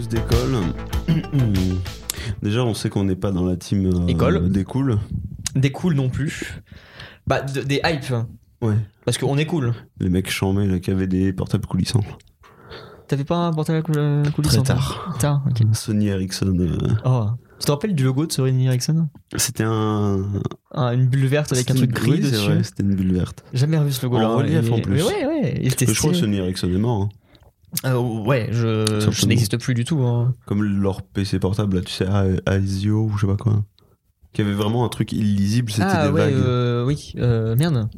loose d'école. Déjà, on sait qu'on n'est pas dans la team École. des cools. Des cools non plus. Bah, des hype. Ouais. Parce qu'on est cool. Les mecs chambés là, qui avaient des portables coulissants. T'avais pas un portable coulissant? Très tard. Tard, ok. Sony Ericsson. Oh. Tu te rappelles du logo de Sony Ericsson? C'était Une bulle verte avec un truc gris oui, dessus. C'est vrai, c'était une bulle verte. Jamais revu ce logo-là. En relief en plus. Mais ouais. Il était Je crois que stylé. Sony Ericsson est mort. Hein. Ouais, je n'existe plus du tout. Hein. Comme leur PC portable, là, tu sais, Aesio ou je sais pas quoi. Qui avait vraiment un truc illisible, c'était des vagues. Oui, merde.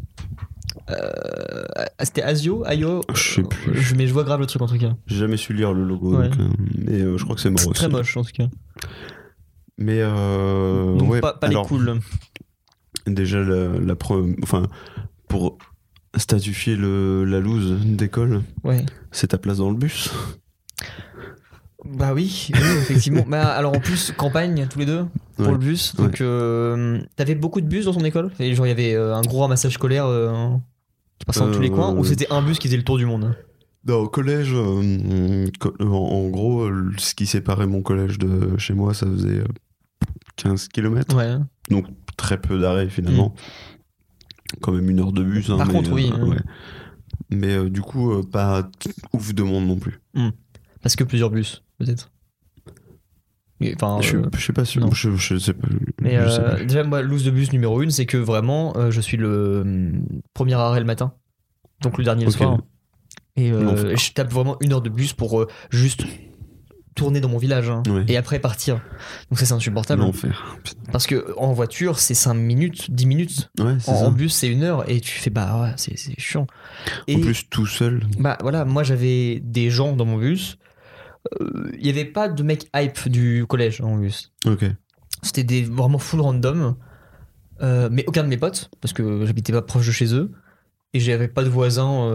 C'était Asio, Ayo. Je sais plus. Mais je vois grave le truc en tout cas. J'ai jamais su lire le logo, Ouais. donc, mais je crois que c'est mort aussi. Très moche en tout cas. Mais Donc ouais, pas alors, les cools. déjà enfin pour statifier la loose d'école, Ouais. c'est ta place dans le bus. Bah oui, effectivement. Bah, alors en plus, campagne tous les deux pour Ouais. le bus. Donc t'avais beaucoup de bus dans ton école? Et genre il y avait un gros ramassage scolaire qui passait dans tous les coins, ou c'était un bus qui faisait le tour du monde? Non, au collège, en gros, ce qui séparait mon collège de chez moi, ça faisait 15 km. Ouais. Donc très peu d'arrêts finalement. Quand même 1 heure de bus. Hein, Par mais, contre, oui. Ouais. Mais du coup, pas ouf de monde non plus. Parce que plusieurs bus, peut-être. Enfin, Je sais pas sûr. non. Je sais pas. mais je sais pas. déjà, moi, loose de bus numéro 1, c'est que vraiment, je suis le premier arrêt le matin. Donc le dernier le Ok. soir. Et L'enfer. je tape vraiment 1 heure de bus pour juste tourner dans mon village. Hein, Ouais. et après partir. Donc ça, c'est insupportable. L'enfer. Parce que en voiture, c'est 5 minutes, 10 minutes. Ouais, c'est ça. En bus, c'est 1 heure. Et tu fais, bah ouais, c'est chiant. Et En plus, tout seul. bah voilà, moi j'avais des gens dans mon bus. Il y avait pas de mec hype du collège dans mon bus. Ok. C'était vraiment full random. Mais aucun de mes potes, parce que j'habitais pas proche de chez eux. Et j'avais pas de voisins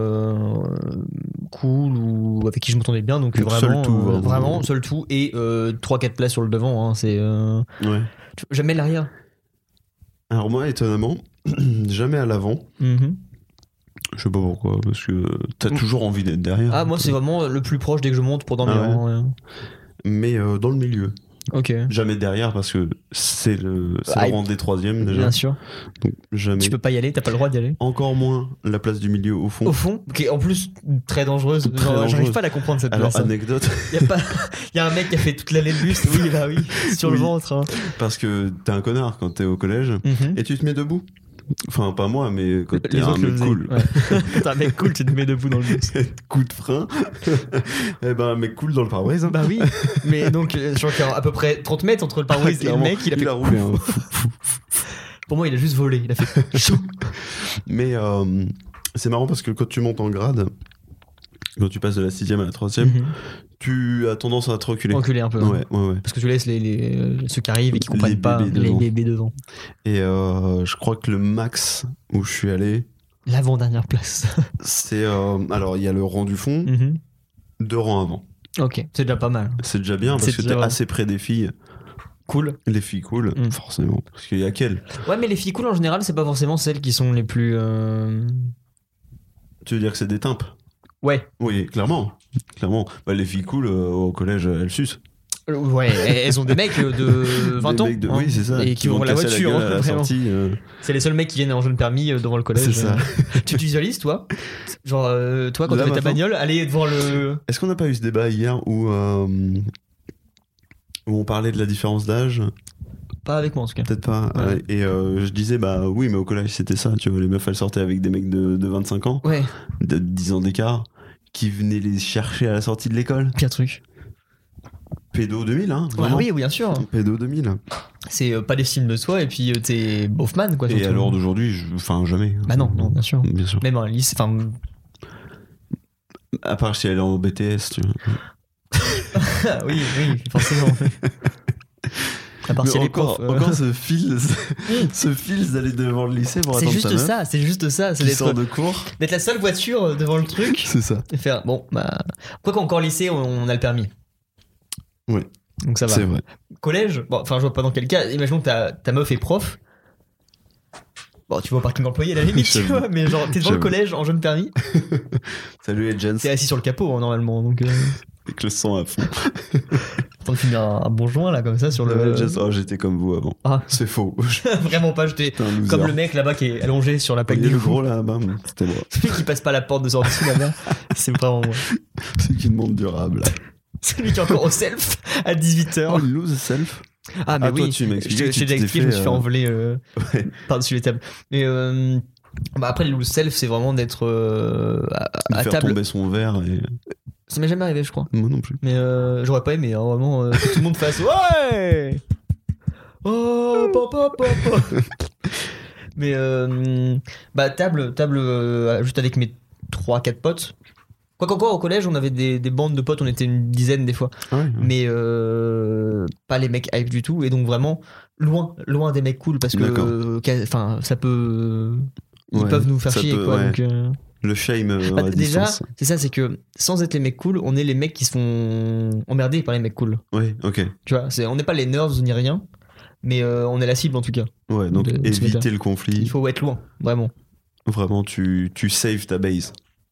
cool ou avec qui je m'entendais bien. Donc Donc vraiment, seul tout, vraiment seul tout. Et 3-4 places sur le devant. Hein, c'est Ouais. jamais l'arrière. Alors moi, étonnamment, jamais à l'avant. Mhm. Je sais pas pourquoi, parce que t'as toujours envie d'être derrière. Ah, moi c'est vraiment le plus proche dès que je monte pour dormir. Ah ouais. Hein, ouais. Mais dans le milieu. Ok. Jamais derrière, parce que c'est le Ah, rang des troisièmes déjà. Bien sûr. Donc jamais. Tu peux pas y aller, t'as pas le droit d'y aller. Encore moins la place du milieu au fond. Au fond, qui est en plus très dangereuse. Très Genre, dangereuse. J'arrive pas à la comprendre cette Alors place. anecdote, Y a un mec qui a fait toute l'allée de bus. Oui, bah oui, sur le Oui. ventre. Hein. parce que t'es un connard quand t'es au collège Mhm. et tu te mets debout. Enfin, pas moi, mais quand t'es Les un autres le mec faisaient. cool. Ouais. Quand t'es un mec cool, tu te mets debout dans le bus. Coup de frein. Eh ben, un mec cool dans le pare-brise. Hein. Bah oui, mais donc je crois qu'il y a à peu près 30 mètres entre le pare-brise et le Clairement, mec, il a fait. roulé. Hein. Pour moi, il a juste volé. Il a fait chaud. Mais c'est marrant parce que quand tu montes en grade, quand tu passes de la 6ème à la 3ème, tu as tendance à te reculer. Enculé un peu. hein. Ouais. Parce que tu laisses ceux qui arrivent et qui comprennent Les pas bébés les devant. bébés devant. Et je crois que le max où je suis allé, L'avant-dernière place. c'est. Alors, il y a le rang du fond, 2 rangs avant. Ok, c'est déjà pas mal. C'est déjà bien parce C'est que déjà t'es vrai. assez près des filles. Cool. Les filles cool, forcément. Parce qu'il y a qu'elles. Ouais, mais les filles cool en général, c'est pas forcément celles qui sont les plus. Tu veux dire que c'est des tympes? Ouais. Oui, clairement. Bah, les filles cool au collège, elles sucent. Ouais, elles ont des mecs de 20 Des ans. mecs de- hein, Oui, c'est ça. Et qui vont la casser voiture. gueule à la vraiment. sortie. C'est les seuls mecs qui viennent en jeune permis devant le collège. C'est ça. Tu visualises, toi? Genre, toi, quand Là, t'avais ta maintenant. bagnole, aller devant le. Est-ce qu'on n'a pas eu ce débat hier où on parlait de la différence d'âge? Pas avec moi en tout cas. Peut-être pas. Ouais. Et je disais, bah oui, mais au collège, c'était ça. Tu vois, les meufs, elles sortaient avec des mecs de 25 ans, Ouais, de 10 ans d'écart, qui venaient les chercher à la sortie de l'école. pire truc. Pédo 2000, hein. Ouais, vraiment. oui, bien sûr. Pédo 2000. C'est pas d'estime de soi et puis t'es Hoffman quoi. Et surtout. à l'heure d'aujourd'hui, enfin, jamais. Bah non, bien sûr. Bien sûr. Même en lycée, enfin. À part si elle est en BTS, tu vois. oui, forcément. À part Mais si elle est encore, prof, encore ce fil d'aller devant le lycée pour C'est attendre juste ta meuf ça, c'est juste ça. C'est qui sort d'être de cours. la seule voiture devant le truc C'est ça. et faire bon, bah. Quoi qu'encore lycée, on a le permis. Oui. Donc ça va. C'est vrai. Collège, bon, enfin, je vois pas dans quel cas. Imaginons que ta meuf est prof. Bon, tu vas au parking employé à la limite, tu J'avoue. vois, mais genre, t'es devant le J'avoue. collège en jeune permis. Salut Agents. T'es assis sur le capot, hein, normalement, donc. Avec le sang à fond. Attends de finir un bon joint là comme ça sur le. J'étais comme vous avant. Ah. C'est faux. Vraiment pas, j'étais comme le mec là-bas qui est allongé sur la plaque Le d'égout. gros là-bas, c'était moi. Celui qui passe pas la porte de sortie là-bas, c'est vraiment moi. C'est une montre durable. Celui qui est encore au self à 18h. Oh, lose self. Ah, mais Ah, oui, toi, tu m'as expliqué. j'ai déjà expliqué, je me suis fait envoler Ouais. par-dessus les tables. Mais bah après, le self, c'est vraiment d'être De à faire table. tomber son verre et. Ça m'est jamais arrivé, je crois. Moi non plus. Mais j'aurais pas aimé, hein, vraiment, que tout le monde fasse ouais. Oh, papa, papa. Mais bah table juste avec mes 3-4 potes. Quoi qu'encore au collège, on avait des bandes de potes, on était une dizaine des fois. Ah ouais. Mais pas les mecs hype du tout. Et donc vraiment loin des mecs cool parce que enfin ça peut ils Ouais, peuvent nous faire ça chier peut, quoi. ouais. Donc, Le shame bah, à déjà distance. c'est ça, c'est que sans être les mecs cool, on est les mecs qui se font emmerder par les mecs cool. Oui, ok. Tu vois, on n'est pas les nerds ni rien, mais on est la cible en tout cas. Ouais, donc De- éviter le conflit. Il faut être loin, vraiment. Vraiment, tu saves ta base.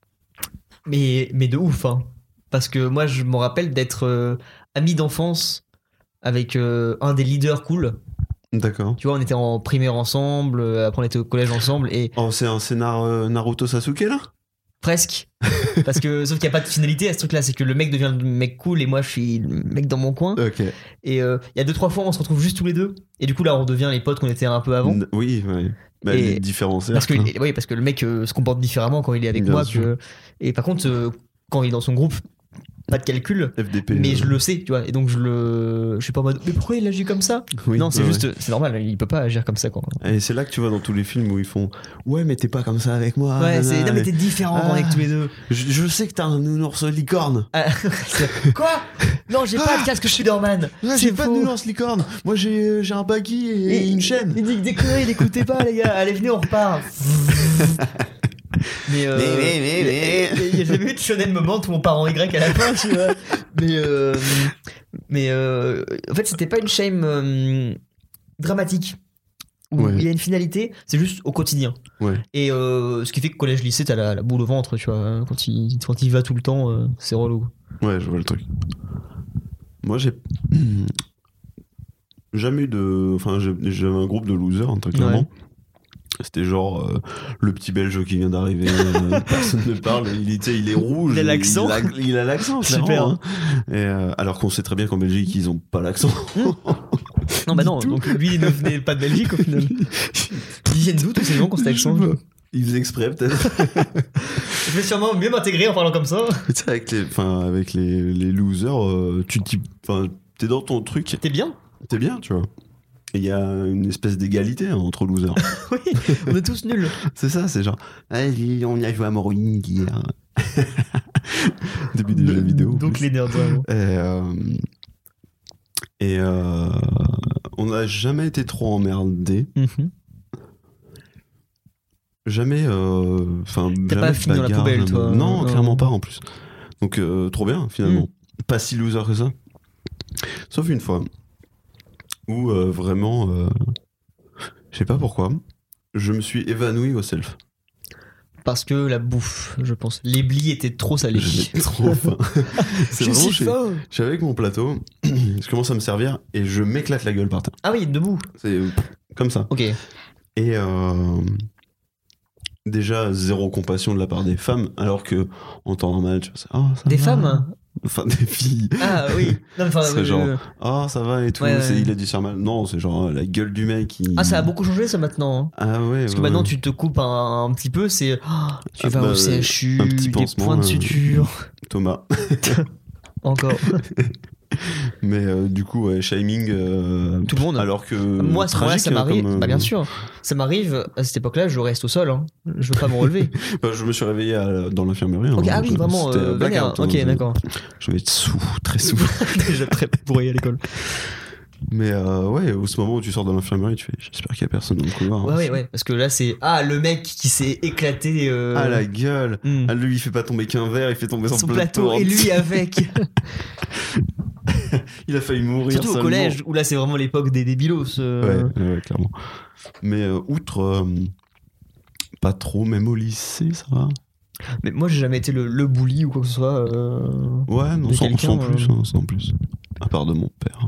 Mais de ouf, hein. Parce que moi, je me rappelle d'être ami d'enfance avec un des leaders cool. D'accord. Tu vois, on était en primaire ensemble, après on était au collège ensemble, et Oh, c'est un scénar Naruto Sasuke là? presque. Parce que, sauf qu'il n'y a pas de finalité à ce truc-là, c'est que le mec devient le mec cool et moi je suis le mec dans mon coin. Ok. Et il y a 2-3 fois, on se retrouve juste tous les deux. Et du coup, là, on devient les potes qu'on était un peu avant. Oui, ouais. Bah, Et- les différents Parce que, cercles. oui, parce que le mec se comporte différemment quand il est avec Bien moi. sûr. Et par contre, quand il est dans son groupe, pas de calcul. FDP. Mais je le sais, tu vois, et donc je suis pas en mode mais pourquoi il agit comme ça? Oui, Non, c'est ouais, juste, c'est normal, il peut pas agir comme ça quoi. ouais. Et c'est là que tu vois dans tous les films où ils font ouais, mais t'es pas comme ça avec moi. Ouais, c'est, nanana. non mais t'es différent quand on est avec tous les deux. Je sais que t'as un nounours licorne. Ah, quoi? Non, j'ai pas de casque Spider-Man. Ouais, C'est j'ai pas de faux. nounours licorne. Moi j'ai un baggy et une chaîne. Il dit des conneries, l'écoutez pas les gars. Allez, venez, on repart. Mais il y a jamais eu de shonen moment où on part en Y à la fin, tu vois. Mais en fait, c'était pas une shame dramatique où Ouais. il y a une finalité, c'est juste au quotidien. Ouais. Et ce qui fait que collège-lycée, t'as la boule au ventre, tu vois. Quand il va tout le temps, c'est relou. Ouais, je vois le truc. Moi j'ai jamais eu de. Enfin, j'avais un groupe de losers, hein, très clairement. Ouais. C'était genre le petit belge qui vient d'arriver, personne ne parle, il est rouge. Il a l'accent. Il a l'accent, Super. clairement, hein. Et, alors qu'on sait très bien qu'en Belgique, ils ont pas l'accent. Non, bah non, Du tout. donc lui, il ne venait pas de Belgique au final. Ils viennent d'où tous ces gens qui ont cet accent? Ils faisaient exprès, peut-être. Je vais sûrement mieux m'intégrer en parlant comme ça. Tu sais, avec les losers, t'es dans ton truc, T'es bien? t'es bien, tu vois. Et il y a une espèce d'égalité hein, entre losers. Oui, on est tous nuls. C'est ça, c'est genre, allez, on y a joué à Morrowind hier. Début des jeux vidéo. en Donc plus. les nerds, vraiment. On n'a jamais été trop emmerdés. Jamais. T'as pas fini dans la poubelle, toi. Non, Non. clairement pas en plus. Donc, trop bien, finalement. Pas si loser que ça. Sauf une fois où vraiment, je sais pas pourquoi, je me suis évanoui au self. Parce que la bouffe, je pense. Les blis étaient trop salés. J'avais trop faim. C'est Je vraiment, suis faim. je suis avec mon plateau, je commence à me servir et je m'éclate la gueule par terre. Ah oui, debout. C'est comme ça. Ok. Et déjà, zéro compassion de la part des femmes, alors que en temps normal, tu vois, ça Des va. femmes? Enfin, des filles. Ah oui. Non, mais enfin, C'est genre, ça va et tout, Ouais, ouais. il a dû se faire mal. Non, c'est genre la gueule du mec. Ah, ça a beaucoup changé ça maintenant. Hein. Ah ouais. Parce que maintenant tu te coupes un petit peu, c'est tu vas au CHU, un petit des pansement, points de suture. Thomas. Encore. Mais du coup, ouais, shaming. Tout le monde. Alors que. Moi, ça tragique, m'arrive. comme, Bah bien sûr. Ça m'arrive à cette époque-là, je reste au sol. Hein. Je veux pas me relever. Bah, je me suis réveillé dans l'infirmerie. Ok, hein, ah oui, donc, vraiment. c'était Vénère. blackout, hein, Ok, d'accord. Je vais être très sous. Déjà très pourri à l'école. Mais ouais, au ce moment où tu sors de l'infirmerie, tu fais j'espère qu'il y a personne dans le couloir. hein. Ouais. Parce que là, c'est le mec qui s'est éclaté. Ah la gueule. Hmm. Ah, lui, il fait pas tomber qu'un verre, il fait tomber son, son plateau et lui avec. Il a failli mourir. Surtout au seulement. collège où là, c'est vraiment l'époque des débilos. Ouais, clairement. Mais outre, pas trop, même au lycée, ça va. Mais moi, j'ai jamais été le bully ou quoi que ce soit. Ouais, non, de sans quelqu'un, plus, hein, sans plus. À part de mon père.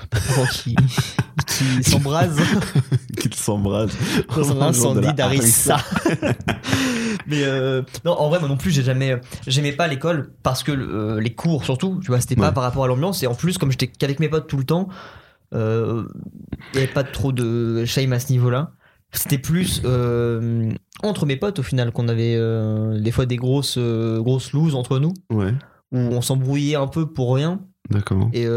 Qui s'embrase Qu'il s'embrase. dans un incendie d'Arissa. harissa. Mais non, en vrai, moi non plus, j'aimais pas l'école parce que les cours, surtout, tu vois, c'était pas Ouais. par rapport à l'ambiance. Et en plus, comme j'étais qu'avec mes potes tout le temps, il y avait pas trop de shame à ce niveau-là. C'était plus entre mes potes au final qu'on avait des fois des grosses looses entre nous Ouais, où on s'embrouillait un peu pour rien. d'accord. Et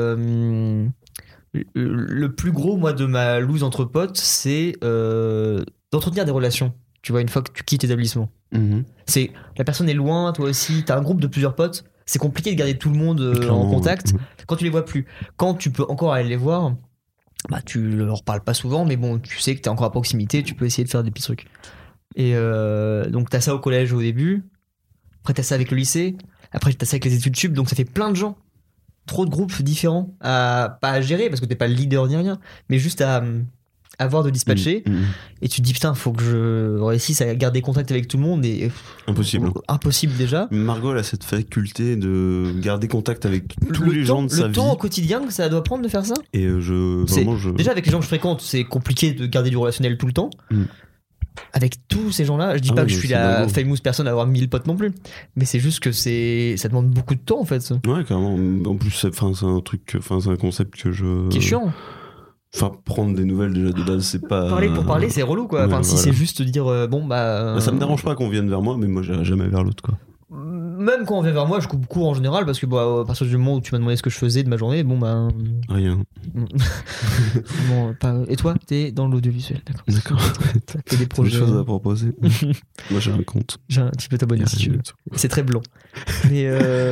le plus gros, moi, de ma loose entre potes, c'est d'entretenir des relations. Tu vois, une fois que tu quittes l'établissement. Mhm. C'est la personne est loin, toi aussi, t'as un groupe de plusieurs potes. C'est compliqué de garder tout le monde en Clairement, contact ouais. quand tu les vois plus. Quand tu peux encore aller les voir, bah tu leur parles pas souvent, mais bon, tu sais que t'es encore à proximité, tu peux essayer de faire des petits trucs. Et donc t'as ça au collège au début, après t'as ça avec le lycée, après t'as ça avec les études sup, donc ça fait plein de gens, trop de groupes différents pas à gérer parce que t'es pas le leader ni rien, mais juste à avoir de dispatcher. Mhm. Et tu te dis putain, faut que je réussisse à garder contact avec tout le monde et Impossible. impossible déjà. Margot elle a cette faculté de garder contact avec tous les gens de sa Le vie. temps au quotidien que ça doit prendre de faire ça. Et vraiment, Déjà avec les gens que je fréquente, c'est compliqué de garder du relationnel tout le temps. Mm. Avec tous ces gens-là, je dis Ah pas ouais, que je mais suis c'est la dingo. famous personne à avoir 1000 potes non plus, mais c'est juste que ça demande beaucoup de temps en fait, Ouais, carrément. En plus, c'est un truc, c'est un concept que je. qui est chiant. Enfin, prendre des nouvelles déjà de base, c'est pas. Parler pour parler, c'est relou quoi. Ouais, Enfin, si voilà. c'est juste dire bon bah. Ça me dérange pas qu'on vienne vers moi, mais moi j'irai jamais vers l'autre quoi. Même quand on vient vers moi, je coupe court en général parce que bah, à partir du moment où tu m'as demandé ce que je faisais de ma journée, bon bah. Rien. Bon, et toi, t'es dans l'audiovisuel, d'accord. D'accord. T'as fait des Des projets. choses à proposer. Moi j'ai un compte. Tu peux t'abonner si tu veux. C'est très blanc. Mais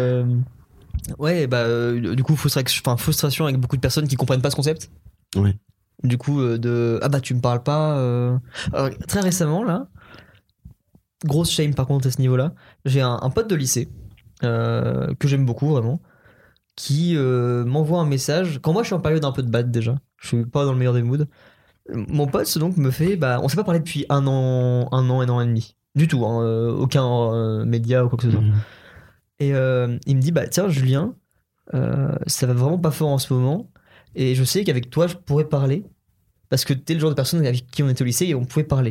ouais, bah du coup frustration avec beaucoup de personnes qui comprennent pas ce concept. Ouais. Du coup ah bah tu me parles pas. Alors, très récemment là, grosse shame par contre à ce niveau-là. J'ai un pote de lycée que j'aime beaucoup vraiment, qui m'envoie un message quand moi je suis en période un peu de bad déjà. Je suis pas dans le meilleur des moods. Mon pote donc me fait bah on s'est pas parlé depuis un an et demi du tout, hein, aucun média ou quoi que ce soit. Mhm. Et il me dit bah tiens Julien, ça va vraiment pas fort en ce moment et je sais qu'avec toi je pourrais parler parce que t'es le genre de personne avec qui on était au lycée et on pouvait parler.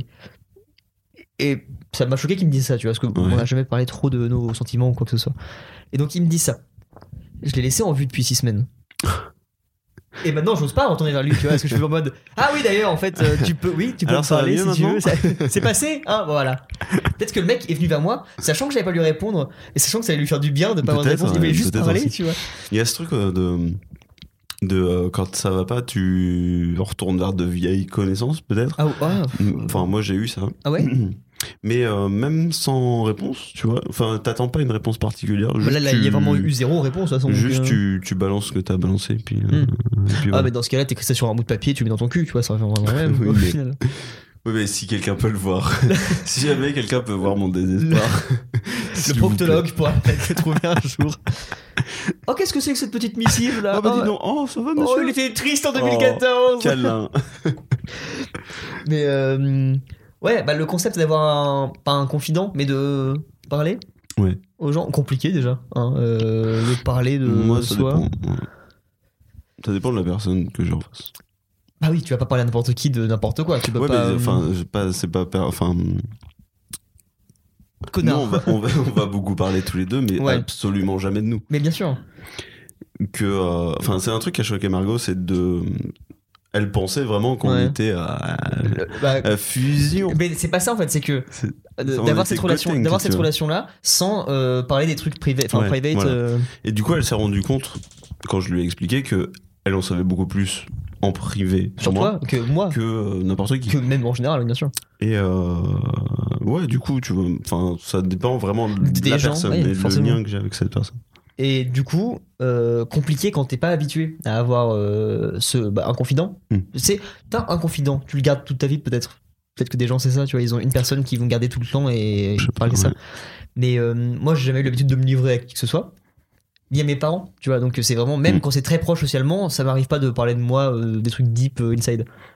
Et ça m'a choqué qu'il me dise ça, tu vois, parce que on n'a jamais parlé trop de nos sentiments ou quoi que ce soit. Et donc il me dit ça. Je l'ai laissé en vue depuis 6 semaines. Et maintenant j'ose pas retourner vers lui, tu vois, parce que je suis en mode ah oui d'ailleurs en fait tu peux Alors, me ça va parler mieux si tu veux. maintenant C'est passé, hein, voilà. Peut-être que le mec est venu vers moi, sachant que j'allais pas lui répondre et sachant que ça allait lui faire du bien de pas avoir de Peut-être, réponse. Il voulait ouais, juste peut-être parler, aussi. tu vois. Il y a ce truc de quand ça va pas, tu retournes vers de vieilles connaissances peut-être. Enfin moi j'ai eu ça. Ah ouais. Mais même sans réponse, tu vois. Enfin t'attends pas une réponse particulière. Bah là, il y a vraiment eu zéro réponse de toute façon. Juste donc, tu balances ce que t'as balancé et puis. Et puis Ah voilà. mais dans ce cas-là t'écris ça sur un bout de papier, tu mets dans ton cul, tu vois, ça va faire vraiment la même Oui, au mais- final. Oui mais si quelqu'un peut le voir, si jamais quelqu'un peut voir mon désespoir, Le s'il vous plaît. proctologue pourra peut-être le trouver un jour. Oh qu'est-ce que c'est que cette petite missive là? Ah bah dis donc, oh ça va monsieur. Oh il était triste en 2014. Câlin. Mais ouais, bah le concept c'est d'avoir pas un confident, mais de parler Ouais. aux gens. Compliqué déjà, hein, de parler de Moi ça soi. dépend. Ouais. Ça dépend de la personne que j'ai en face. Bah oui, tu vas pas parler à n'importe qui de n'importe quoi. Tu peux Ouais pas. mais enfin c'est pas enfin. Connard. Nous, on va beaucoup parler tous les deux, mais Ouais. absolument jamais de nous. Mais bien sûr. Enfin, c'est un truc qui a choqué Margot, c'est de. Elle pensait vraiment qu'on Ouais. était à Bah, fusion. mais c'est pas ça en fait, c'est que C'est- d'avoir cette relation, ghosting, si tu veux. relation là, sans parler des trucs privés, enfin Ouais, private. voilà. Et du coup, elle s'est rendue compte quand je lui ai expliqué que elle en savait beaucoup plus en privé sur moi toi que moi, que n'importe qui. que même en général, bien sûr. Et ouais, du coup, tu vois, enfin, ça dépend vraiment de Des la gens, personne ouais, et le forcément. lien que j'ai avec cette personne. Et du coup, compliqué quand t'es pas habitué à avoir un confident. Mm. Tu sais, t'as un confident, tu le gardes toute ta vie peut-être. Peut-être que des gens c'est ça, tu vois, ils ont une personne qui vont garder tout le temps et Je sais parler pas, ça. ouais. Mais moi, j'ai jamais eu l'habitude de me livrer à qui que ce soit. Ni à mes parents, tu vois, donc c'est vraiment, même Mm. quand c'est très proche socialement, ça m'arrive pas de parler de moi, des trucs deep inside.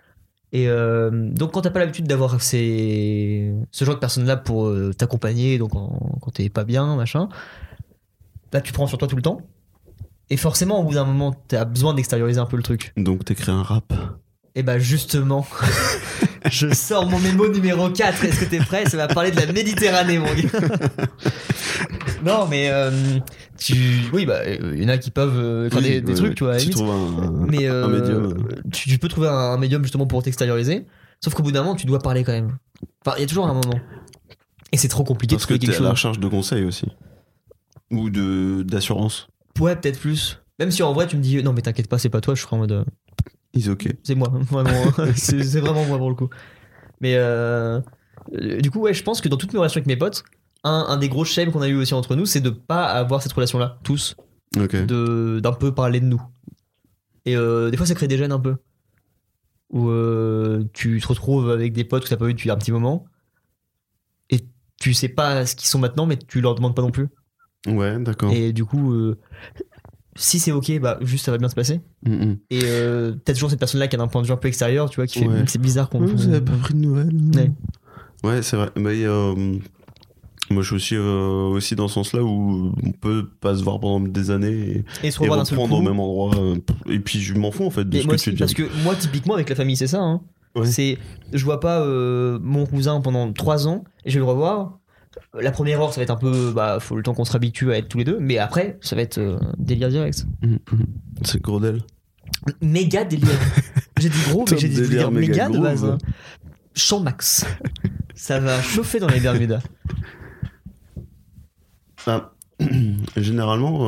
Et donc quand t'as pas l'habitude d'avoir ce genre de personnes-là pour t'accompagner, donc quand t'es pas bien, machin, là tu prends sur toi tout le temps. Et forcément, au bout d'un moment, t'as besoin d'extérioriser un peu le truc. Donc t'écris un rap. Et bah justement, je sors mon mémo numéro 4. Est-ce que t'es prêt? Ça va parler de la Méditerranée, mon gars. Non, mais oui, bah il y en a qui peuvent faire des trucs, tu vois. À la Tu limite. trouves un médium. Tu peux trouver un médium justement pour t'extérioriser. Sauf qu'au bout d'un moment, tu dois parler quand même. Enfin, il y a toujours un moment. Et c'est trop compliqué Parce de que trouver t'es quelque à chose. la recherche de conseils aussi. Ou d'assurance. Ouais, peut-être plus. Même si en vrai, tu me dis non, mais t'inquiète pas, c'est pas toi. Je serai en mode. Is ok. C'est moi, vraiment. c'est vraiment moi pour le coup. Mais du coup, ouais, je pense que dans toutes mes relations avec mes potes, un des gros shames qu'on a eu aussi entre nous, c'est de pas avoir cette relation-là, tous, Ok. d'un peu parler de nous. Et des fois, ça crée des gênes un peu. Où tu te retrouves avec des potes que t'as pas vu depuis un petit moment, et tu sais pas ce qu'ils sont maintenant, mais tu leur demandes pas non plus. Ouais, d'accord. Et du coup, si c'est ok, bah juste ça va bien se passer. Et t'as toujours cette personne-là qui a un point de vue un peu extérieur, tu vois, qui fait Ouais. c'est bizarre qu'on. Vous avez pas pris de nouvelles. Ouais. Ouais, c'est vrai. Mais moi, je suis aussi dans ce sens-là où on peut pas se voir pendant des années Et se et revoir d'un seul reprendre au coup. même endroit. Et puis je m'en fous en fait de Et ce moi que tu aussi, dis. parce que moi, typiquement, avec la famille, c'est ça. Hein. Ouais. C'est, je vois pas mon cousin pendant 3 ans et je vais le revoir. La première heure, ça va être un peu, faut le temps qu'on se réhabitue à être tous les deux, mais après, ça va être délire direct. C'est Grodel. Méga délire. J'ai dit gros, mais Top j'ai dit délire, méga méga de base. groove. Hein. Champ max. Ça va chauffer dans les Bermudas. Ah, généralement,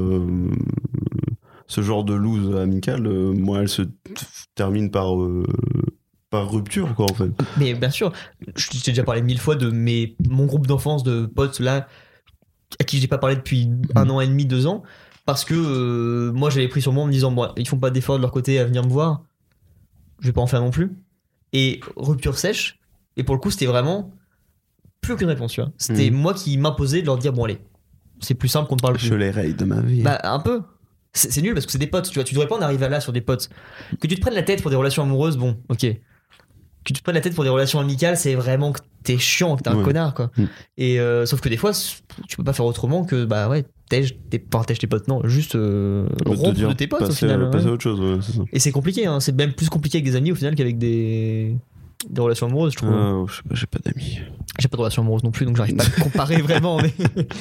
ce genre de loose amicale, moi, elle se termine par rupture, quoi, en fait. Mais bien sûr, je t'ai déjà parlé 1000 fois de mon groupe d'enfance, de potes là, à qui j'ai pas parlé depuis 1 an et demi, 2 ans, parce que moi j'avais pris sur moi en me disant, bon, ils font pas d'efforts de leur côté à venir me voir, je vais pas en faire non plus. Et rupture sèche, et pour le coup, c'était vraiment plus aucune réponse, tu vois. C'était moi qui m'imposais de leur dire, bon, allez, c'est plus simple qu'on ne parle plus. Je les raye de ma vie. Bah, un peu. C'est nul parce que c'est des potes, tu vois. Tu devrais pas en arriver là sur des potes. Que tu te prennes la tête pour des relations amoureuses, bon, ok. Que tu te prennes la tête pour des relations amicales, c'est vraiment que t'es chiant, que t'es un connard, quoi. Et sauf que des fois, tu peux pas faire autrement que, bah ouais, tège tes potes, non, juste rompre de tes potes au final. Passer à autre chose, ouais, c'est ça. Et c'est compliqué, hein. C'est même plus compliqué avec des amis au final qu'avec des relations amoureuses, je trouve. Je sais pas, j'ai pas d'amis. J'ai pas de relation amoureuse non plus, donc j'arrive pas à te comparer vraiment. Mais...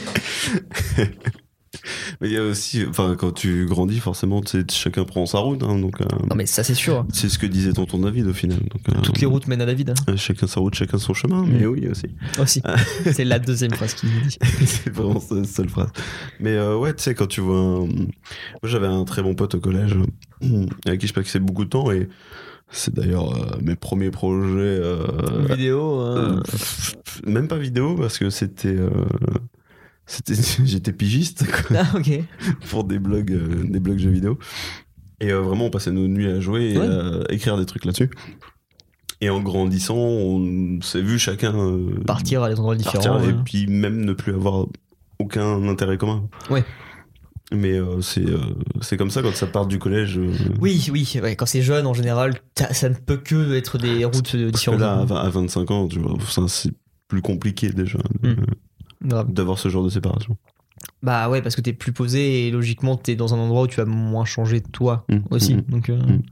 Mais il y a aussi, enfin, quand tu grandis, forcément, chacun prend sa route, hein, donc. Non, mais ça, c'est sûr. C'est ce que disait tonton David au final. Donc, Toutes les routes mènent à David. Hein. Chacun sa route, chacun son chemin, mais oui, aussi. Aussi. C'est la deuxième phrase qu'il dit. C'est vraiment sa seule phrase. Mais ouais, tu sais, quand tu vois Moi, j'avais un très bon pote au collège, avec qui je passais beaucoup de temps, et c'est d'ailleurs mes premiers projets... Vidéo. Même pas vidéo, parce que c'était j'étais pigiste, quoi, Ah, ok. pour des blogs jeux vidéo. Et vraiment, on passait nos nuits à jouer et à écrire des trucs là-dessus. Et en grandissant, on s'est vu chacun partir à des endroits différents. et puis même ne plus avoir aucun intérêt commun. Ouais. Mais c'est comme ça quand ça part du collège. Oui, ouais, quand c'est jeune, en général, ça ne peut que être des routes différentes. Parce que là, à 25 ans, tu vois, c'est plus compliqué déjà d'avoir ce genre de séparation. Bah ouais, parce que t'es plus posé et logiquement t'es dans un endroit où tu vas moins changer toi aussi. Donc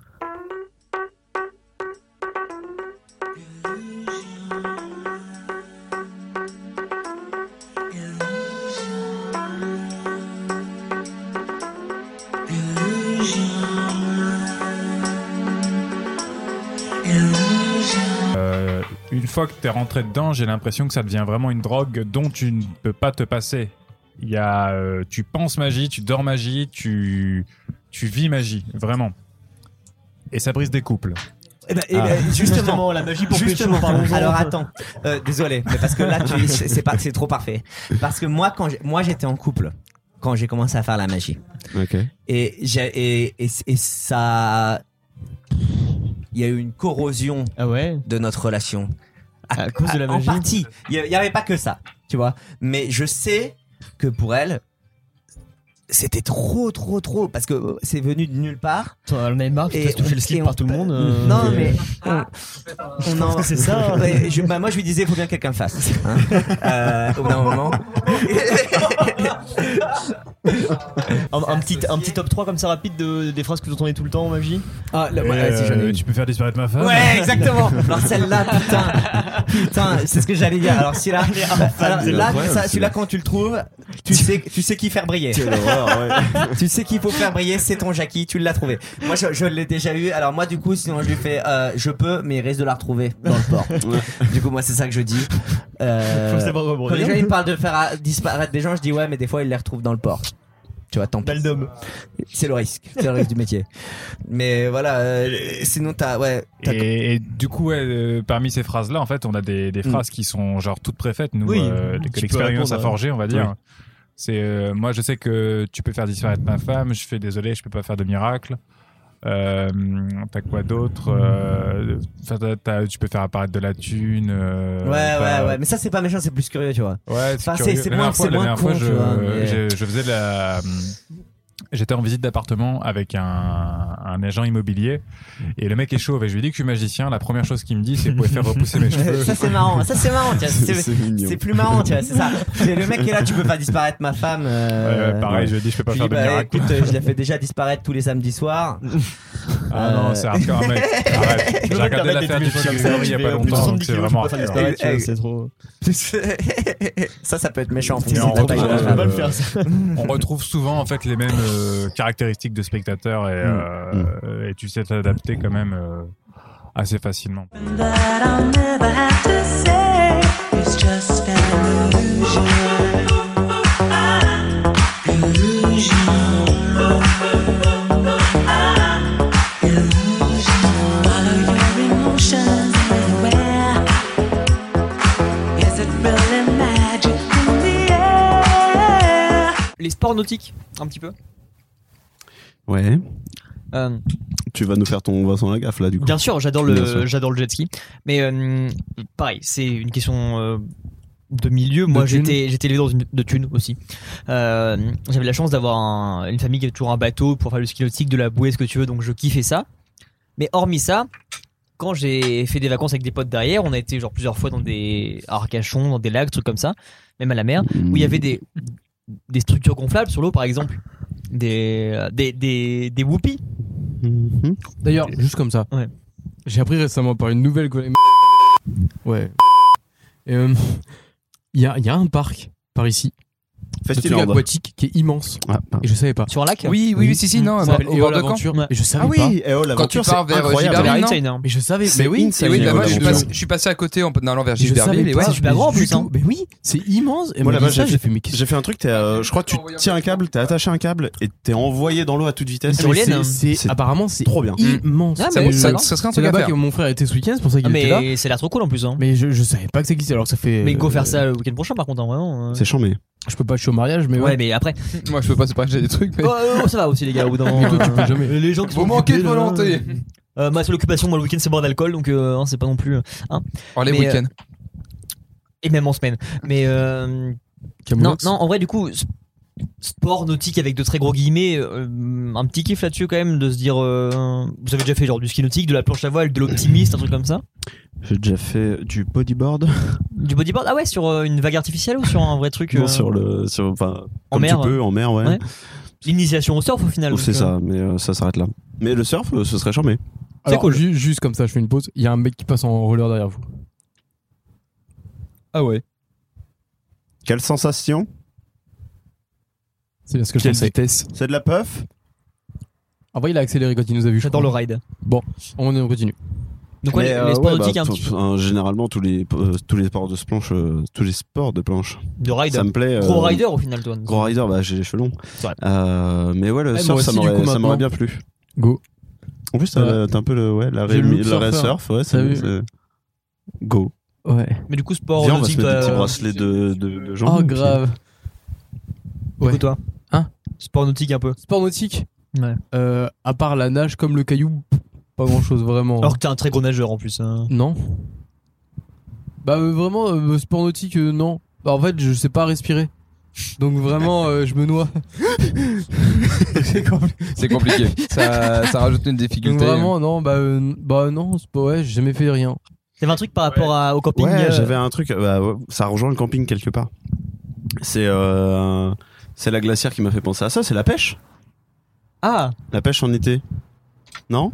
une fois que t'es rentré dedans, j'ai l'impression que ça devient vraiment une drogue dont tu ne peux pas te passer. Il y a, tu penses magie, tu dors magie, tu vis magie, vraiment. Et ça brise des couples. justement, la magie pour Justement, parlons-en. alors attends, désolé, mais parce que là, c'est trop parfait. Parce que moi, moi j'étais en couple quand j'ai commencé à faire la magie. Ok. Et ça, il y a eu une corrosion de notre relation. À cause de la magie. En partie, il y avait pas que ça, tu vois. Mais je sais que pour elle, c'était trop parce que c'est venu de nulle part. On en avait marre, tu te fais toucher le slip par tout le monde. Non mais on en c'est ça. Ouais, moi je lui disais faut bien que quelqu'un le fasse. Hein au bout d'un moment. un petit top 3 comme ça rapide des phrases que vous entendez tout le temps, Magie. Ah si j'en ai une. Tu peux faire disparaître ma femme. Ouais, exactement. Alors celle-là, putain, c'est ce que j'allais dire. Alors celui-là, celui-là quand tu le trouves, tu sais qui faire briller. Tu sais qu'il faut faire briller, c'est ton Jackie, tu l'as trouvé. Moi, je l'ai déjà eu. Alors moi, du coup, sinon je lui fais, je peux, mais il risque de la retrouver dans le port. Du coup, moi, c'est ça que je dis. Quand les gens ils me parlent de faire disparaître des gens, je dis ouais, mais des fois ils les retrouvent dans le port. Tu vois, tant pis. C'est le risque du métier. Mais voilà, sinon Et du coup, parmi ces phrases-là, en fait, on a des phrases qui sont genre toutes préfaites, nous, que l'expérience a forgé, on va dire. Oui. C'est moi, je sais que tu peux faire disparaître ma femme. Je fais désolé, je peux pas faire de miracle. T'as quoi d'autre? Tu peux faire apparaître de la thune. Ouais. Mais ça, c'est pas méchant, c'est plus curieux, tu vois. Ouais, enfin, c'est moins con, tu vois. Je faisais j'étais en visite d'appartement avec un agent immobilier et le mec est chauve et je lui dis que je suis magicien. La première chose qu'il me dit, c'est vous pouvez faire repousser mes cheveux. Ça c'est marrant, tu vois. C'est plus marrant, tu vois. C'est ça. C'est le mec qui est là, tu peux pas disparaître ma femme. Pareil, je lui dis je peux pas faire de miracle. Écoute, je la fais déjà disparaître tous les samedis soirs. Non, c'est hardcore, mec. Arrête. J'ai regardé l'affaire du petit Grégory il y a pas longtemps. C'est vraiment hardcore. C'est trop. Ça peut être méchant. On retrouve souvent en fait les mêmes caractéristiques de spectateurs et tu sais t'adapter quand même assez facilement. Les sports nautiques, un petit peu. Ouais. Tu vas nous faire ton Vincent Lagaffe là du coup. Bien sûr, j'adore le jet ski. Mais pareil, c'est une question de milieu. Moi, j'étais élevé dans de thunes aussi. J'avais la chance d'avoir une famille qui avait toujours un bateau pour faire le ski nautique, de la bouée, ce que tu veux. Donc je kiffais ça. Mais hormis ça, quand j'ai fait des vacances avec des potes derrière, on a été genre plusieurs fois dans des Arcachons, dans des lacs, trucs comme ça, même à la mer, où il y avait des structures gonflables sur l'eau, par exemple, des whoopies. D'ailleurs, juste comme ça, ouais. J'ai appris récemment par une nouvelle collègue. Ouais. Il y a un parc par ici, de truc aquatique qui est immense. Et je savais pas. Sur un lac? Oui, si, non. Ça s'appelle Au bord de Caen. l'aventure. Et je savais Ah pas. oui, Quand tu pars vers incroyable. Giberville, non? Mais je savais. C'est Mais oui, insane. Oui, bah moi l'aventure. je suis passé à côté en allant vers je Giberville. savais Et pas. ouais, c'est super grand en plus. Mais oui, c'est immense. Et Moi là-bas, j'ai fait mais qu'est-ce j'ai fait un truc, je crois que tu tiens un câble, t'es attaché à un câble et t'es envoyé dans l'eau à toute vitesse. C'est éolienne, c'est apparemment c'est trop bien. immense. Ah, ça mais serait un C'est truc à là-bas faire. que mon frère était ce week-end, c'est pour ça qu'il était là. Mais c'est l'air trop cool en plus. Mais je savais pas que ça existait alors que ça fait. Mais go faire ça le week-end prochain par contre, hein, vraiment. C'est chambé. Je peux pas, je suis au mariage, mais Ouais, mais après. Moi je peux pas, c'est pas que j'ai des trucs, mais. Oh, ça va aussi les gars, au bout d'un moment. Mais toi, tu peux jamais. Les gens qui Vous sont manquez de occupés, là, volonté. Ma seule occupation, moi, le week-end, c'est boire d'alcool, donc c'est pas non plus. Oh, les Mais, week-ends. Et même en semaine. Mais non, en vrai, du coup, sport nautique avec de très gros guillemets, un petit kiff là-dessus quand même, de se dire, vous avez déjà fait genre du ski nautique, de la planche à voile, de l'optimiste, un truc comme ça? J'ai déjà fait du bodyboard. Du bodyboard? Ah ouais, sur une vague artificielle ou sur un vrai truc? Non, en mer, tu peux, en mer, ouais. L'initiation au surf au final. C'est ça, mais ça s'arrête là. Mais le surf, ce serait charmé. Alors, cool. Juste comme ça, je fais une pause. Il y a un mec qui passe en roller derrière vous. Ah ouais. Quelle sensation? C'est bien ce que je Quelle pensais. vitesse. C'est de la puff? En vrai, il a accéléré quand il nous a vu. J'adore le ride. On continue. Donc ouais, les sports nautiques un petit peu. Généralement tous les sports de planche, tous les sports de planche. De ride. Ça me plaît. Gros rider au final, toi. Gros rider, bah j'ai les cheveux longs. C'est vrai. Mais ouais, le moi surf, aussi, du coup, ça m'aurait maintenant. bien plu. Go. En plus, t'as un peu J'ai le look l'arrêt surfeur. surf, ouais, T'as vu c'est go. Ouais. Mais du coup, sport Viens, on va nautique, se mettre des petits toi, bracelets de jambes. Oh, grave. du coup, toi. Hein? Sport nautique un peu. Sport nautique. Ouais. À part la nage comme le caillou, pas grand chose vraiment. Alors que t'es un très gros nageur en plus. Non. Bah vraiment, sport nautique, non. Bah en fait, je sais pas respirer. Donc vraiment, je me noie. C'est compliqué. Ça rajoute une difficulté. Donc vraiment, non, non, c'est pas, ouais, j'ai jamais fait rien. T'avais un truc par rapport au camping. Ouais, j'avais un truc. Ça rejoint le camping quelque part. C'est la glacière qui m'a fait penser à ça. C'est la pêche. Ah. La pêche en été. Non ?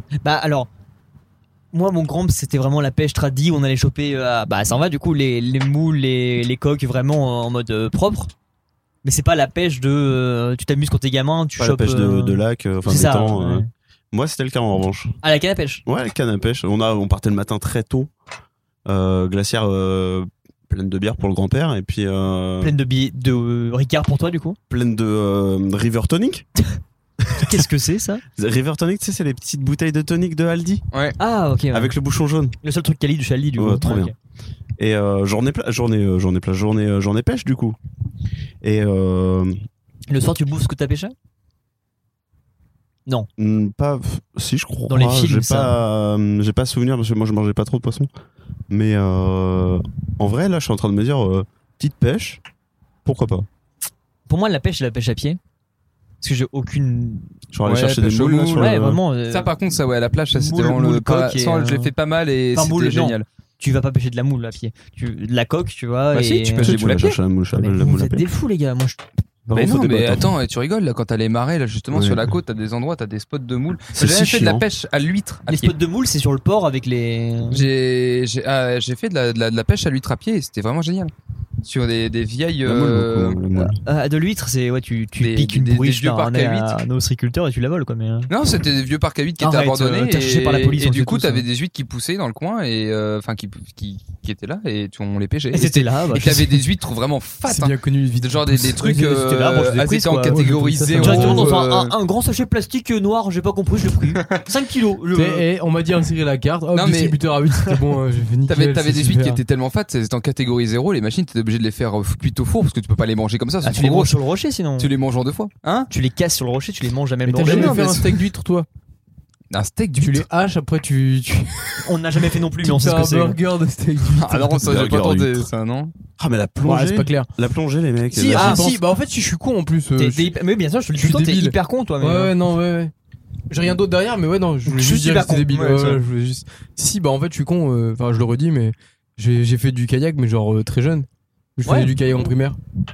Bah alors. Moi, mon grand, c'était vraiment la pêche tradie où on allait choper. Ça en va du coup les moules, les coques vraiment en mode propre. Mais c'est pas la pêche de. Tu t'amuses quand t'es gamin, tu pas chopes. La pêche de lac, enfin d'étang. Ouais. Moi, c'était le cas en revanche. Ah, la canne à pêche. Ouais, la canne à pêche. On partait le matin très tôt. Glacière pleine de bière pour le grand-père et puis. Pleine de Ricard pour toi du coup. Pleine de River Tonic. Qu'est-ce que c'est ça? River Tonic, tu sais, c'est les petites bouteilles de tonic de Aldi. Ouais. Ah, ok. Ouais. Avec le bouchon jaune. Le seul truc quali du chez Aldi, du coup. Trop bien. Okay. Et journée pêche, du coup. Et le soir, tu bouffes ce que t'as pêché? Non. Pas. Si, je crois. Dans les films, j'ai pas souvenir parce que moi, je mangeais pas trop de poisson. Mais en vrai, là, je suis en train de me dire petite pêche, pourquoi pas? Pour moi, la pêche, c'est la pêche à pied. Parce que j'ai aucune. Genre aller chercher des moules là sur vraiment. Ça par contre, ça ouais, à la plage, ça c'était vraiment le je l'ai fait pas mal et c'était génial. Tu vas pas pêcher de la moule à pied. De la coque, tu vois. Bah si, tu pêches des moules à pied. Vous êtes des fous, les gars. Moi, mais non, mais attends, tu rigoles là quand t'as les marais là justement sur la côte, t'as des endroits, t'as des spots de moules. J'ai jamais fait de la pêche à l'huître. Les spots de moules, c'est sur le port avec les. J'ai fait de la pêche à l'huître à pied, et c'était vraiment génial. Sur des vieilles. De l'huître, c'est ouais, tu piques une bourriche d'un ostréiculteur et tu la voles quoi. Mais non, c'était des vieux parcs à huîtres qui étaient abandonnés par la police. Et du coup, t'avais des huîtres qui poussaient dans le coin et enfin qui étaient là et on les pêchait. Et c'était là. Et t'avais des huîtres vraiment fat. C'est bien connu les genre des trucs assez en catégorie 0. Directement dans un grand sachet plastique noir, j'ai pas compris, je l'ai pris. 5 kilos. Et on m'a dit insérer la carte. Oh, distributeur à 8, c'était bon, j'ai fini. T'avais des huîtres qui étaient tellement fat, c'était en catégorie 0, les machines t'étais obligé de les faire cuites au four parce que tu peux pas les manger comme ça. Tu les manges sur le rocher sinon. Tu les manges en 2 fois. Hein? Tu les casses sur le rocher, tu les manges à même temps. T'as jamais fait un steak d'huître toi? Un steak d'huître. Tu les haches après tu. On n'a jamais fait non plus, mais on sait ce que c'est. Un burger de steak d'huître. Ah non, ça j'ai pas tenté ça, non? Ah mais la plongée, c'est pas clair. La plongée les mecs. Si, bah en fait si je suis con en plus. Mais bien sûr, je te le dis tout le temps, t'es hyper con toi. Ouais, non, ouais. J'ai rien d'autre derrière, mais ouais, non, je voulais juste dire que c'était débile. Si, bah en fait je suis con, enfin je le redis, mais j'ai fait du kayak, mais genre très jeune. Je faisais du kayak en primaire.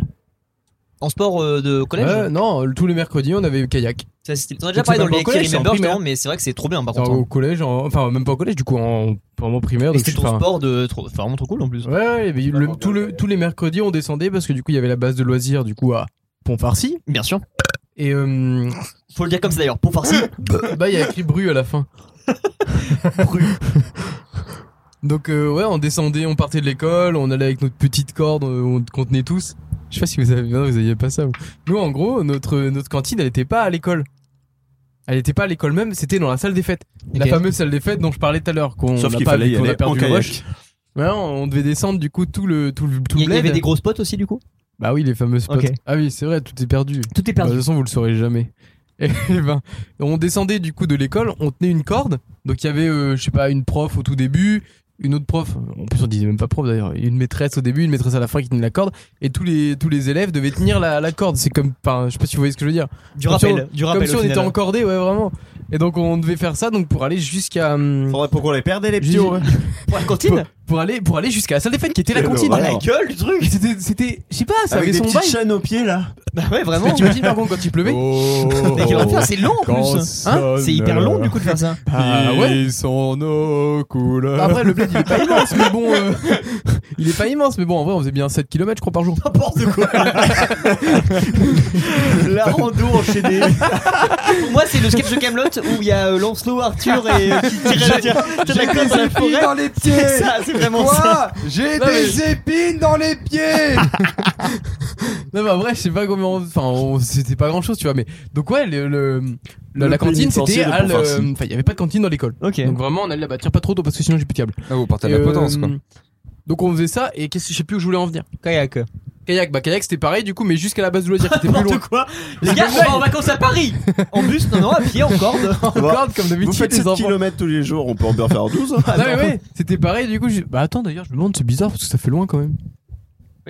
En sport de collège? Non, tous les mercredis on avait kayak. On a déjà parlé dans les collèges, mais c'est vrai que c'est trop bien par contre. Au collège, enfin même pas au collège, du coup en primaire. Et c'était ton sport vraiment trop cool en plus. Ouais, mais tous les mercredis on descendait parce que du coup il y avait la base de loisirs du coup à Pont-Farcy. Bien sûr. Et faut le dire comme ça d'ailleurs, Pont-Farcy. Bah il y a écrit Bru à la fin. Bru. Donc on descendait, on partait de l'école, on allait avec notre petite corde, on contenait tous. Je sais pas si vous aviez pas ça. Nous en gros, notre cantine, elle était pas à l'école. Elle était pas à l'école même, c'était dans la salle des fêtes. Okay. La fameuse salle des fêtes dont je parlais tout à l'heure, sauf qu'il fallait y aller en kayak. Ouais, on devait descendre du coup tout le Il y avait des gros spots aussi du coup. Bah oui, les fameux spots. Okay. Ah oui, c'est vrai, tout est perdu. Tout est perdu. De toute façon, vous le saurez jamais. Et ben, on descendait du coup de l'école, on tenait une corde. Donc il y avait, je sais pas, une prof au tout début, une autre prof. En plus, on disait même pas prof d'ailleurs. Une maîtresse au début, une maîtresse à la fin qui tenait la corde. Et tous les élèves devaient tenir la corde. C'est comme, enfin, je sais pas si vous voyez ce que je veux dire. Du rappel. Comme si on était encordé, ouais, vraiment. Et donc on devait faire ça donc pour aller jusqu'à. Faudrait pas qu'on les perdait les petits. Pour la cantine. Pour aller jusqu'à la salle des fêtes qui était la cantine. Oh la gueule du truc. C'était, je sais pas, ça avec avait des son petites chaînes aux pieds là. Bah ouais vraiment. Mais t'imagines par contre quand il pleuvait. C'est long en plus. Hein, c'est hyper long du coup de faire ça. Ah ouais. Ils sont nos couleurs. Après le bled il est pas immense mais bon. Il est pas immense mais bon en vrai on faisait bien 7 km je crois par jour. N'importe quoi. La rando enchaînée. Pour moi c'est le sketch de Kaamelott où il y a Lancelot, Arthur et qui tirait la corde dans la forêt. Dans les pieds. C'est ça, c'est vraiment ça. J'ai des épines dans les pieds. Non mais en vrai je sais pas combien enfin c'était pas grand chose tu vois mais donc ouais la cantine c'était enfin il y avait pas de cantine dans l'école. Okay. Donc vraiment on allait là-bas, tire pas trop tôt parce que sinon j'ai plus de câble. Ah vous partez à la potence quoi. Donc on faisait ça et je sais plus où je voulais en venir. Kayak c'était pareil du coup mais jusqu'à la base de loisirs qui était plus loin. Quoi les gars on va en vacances à Paris. En bus non à pied en corde. En corde comme d'habitude. Vous faites 7 km tous les jours, on peut en faire 12. Non mais ouais, c'était pareil du coup bah attends d'ailleurs je me demande c'est bizarre parce que ça fait loin quand même. Oui.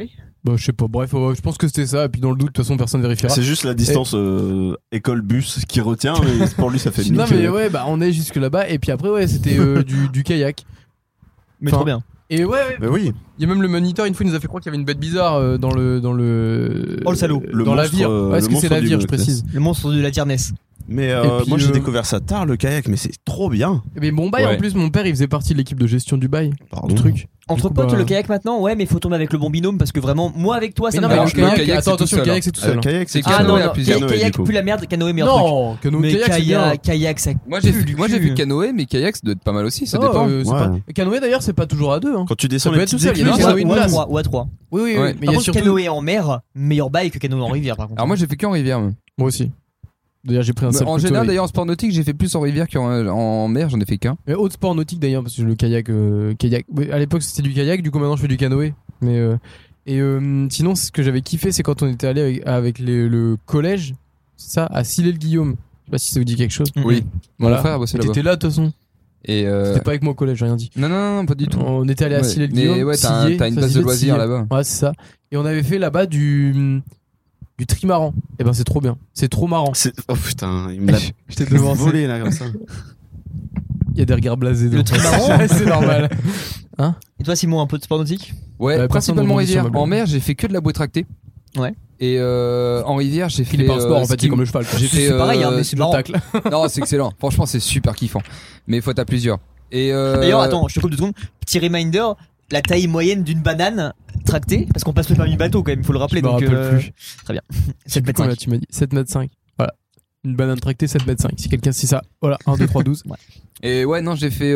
Bah, je sais pas. Bref, je pense que c'était ça. Et puis dans le doute, de toute façon, personne vérifiera. C'est juste la distance école-bus qui retient, mais pour lui, ça fait Non, mais ouais, bah, on est jusque là-bas. Et puis après, ouais, c'était du kayak. Mais Enfin, trop bien. Et ouais, Bah oui. il y a même le moniteur, une fois, il nous a fait croire qu'il y avait une bête bizarre dans le. Oh, le salaud. Dans la vire. Ouais, est-ce que c'est la vire, je précise. Le monstre de la Tiernes. Mais puis, moi j'ai découvert ça tard le kayak, mais c'est trop bien. Mais mon bail, en plus, mon père, il faisait partie de l'équipe de gestion du bail. Pardon. Du truc. Entre Du coup, potes, bah- le kayak maintenant, ouais, mais faut tomber avec le bon binôme parce que vraiment, moi avec toi, ça Mais me non, mais dérange le pas. kayak, c'est attention, tout attention, le seul, kayak, c'est tout seul. Kayak, C'est c'est Ah canoë non, à non, plusieurs. Canoë, kayak du coup. pue la merde, canoë meilleur truc. Non, canoë, Mais kayak, c'est bien. kayak, ça. Moi j'ai pue du fait cul. canoë, mais kayak ça doit être pas mal aussi, ça Oh, dépend. c'est Ouais. pas- Canoë, d'ailleurs, c'est pas toujours à deux. Hein. Quand tu descends Ça peut les être tout petites seul, il y a écluses, des Ou à- canoë de ou à glace. 3, ou à 3. Oui, oui, Ouais. oui. Mais il Par y a contre, surtout. canoë en mer, meilleur bail que canoë en rivière, par contre. Alors moi j'ai fait qu'en rivière. Moi. Moi aussi. D'ailleurs, j'ai pris un sale En coup de général soleil. d'ailleurs en sport nautique j'ai fait plus en rivière qu'en mer, j'en ai fait qu'un. Mais autre sport nautique d'ailleurs, parce que le kayak. Oui, à l'époque, c'était du kayak, du coup, maintenant, je fais du canoë. Mais. Sinon, ce que j'avais kiffé, c'est quand on était allé avec le collège, c'est ça, à Sillé-le-Guillaume. Je sais pas si ça vous dit quelque chose. Oui. Voilà. Mon frère bossait là-bas. T'étais là, de toute façon. Et C'était pas avec moi au collège, j'ai rien dit. non, pas du tout. On était allé à Ouais. Sillé-le-Guillaume. Mais ouais, Sillé, t'as une ça base se de dit loisirs Sillé. là-bas. Ouais, c'est ça. Et on avait fait là-bas du trimaran. Et ben, c'est trop bien. C'est trop marrant. Oh putain, il me l'a Je t'ai devancé. volé là comme ça. Il y a des regards blasés. Le dedans. trimaran C'est normal. Et toi, Simon, un peu de sport nautique? Ouais, Ouais, personne principalement rebondit sur rivière. ma blague. En mer, j'ai fait que de la bouée tractée. Ouais. Et en rivière, j'ai fait. Il est pas un sport en fait, ski. c'est comme le cheval. quoi. J'ai fait. C'est pareil, hein, mais c'est Le marrant. tacle. Non, c'est excellent. Franchement, c'est super kiffant. Mais il faut être à plusieurs. Et D'ailleurs, attends, je te coupe 2 secondes. Petit reminder, la taille moyenne d'une banane tractée, parce qu'on passe le permis bateau quand même, il faut le rappeler. Je me Donc, rappelle plus. très bien. Je sais plus 7 combien mètres. tu m'as dit 7 mètres 5. Voilà. Une banane tractée 7 mètres 5. Si quelqu'un sait ça. Voilà, 1, 2, 3, 12. Et ouais, non, j'ai fait.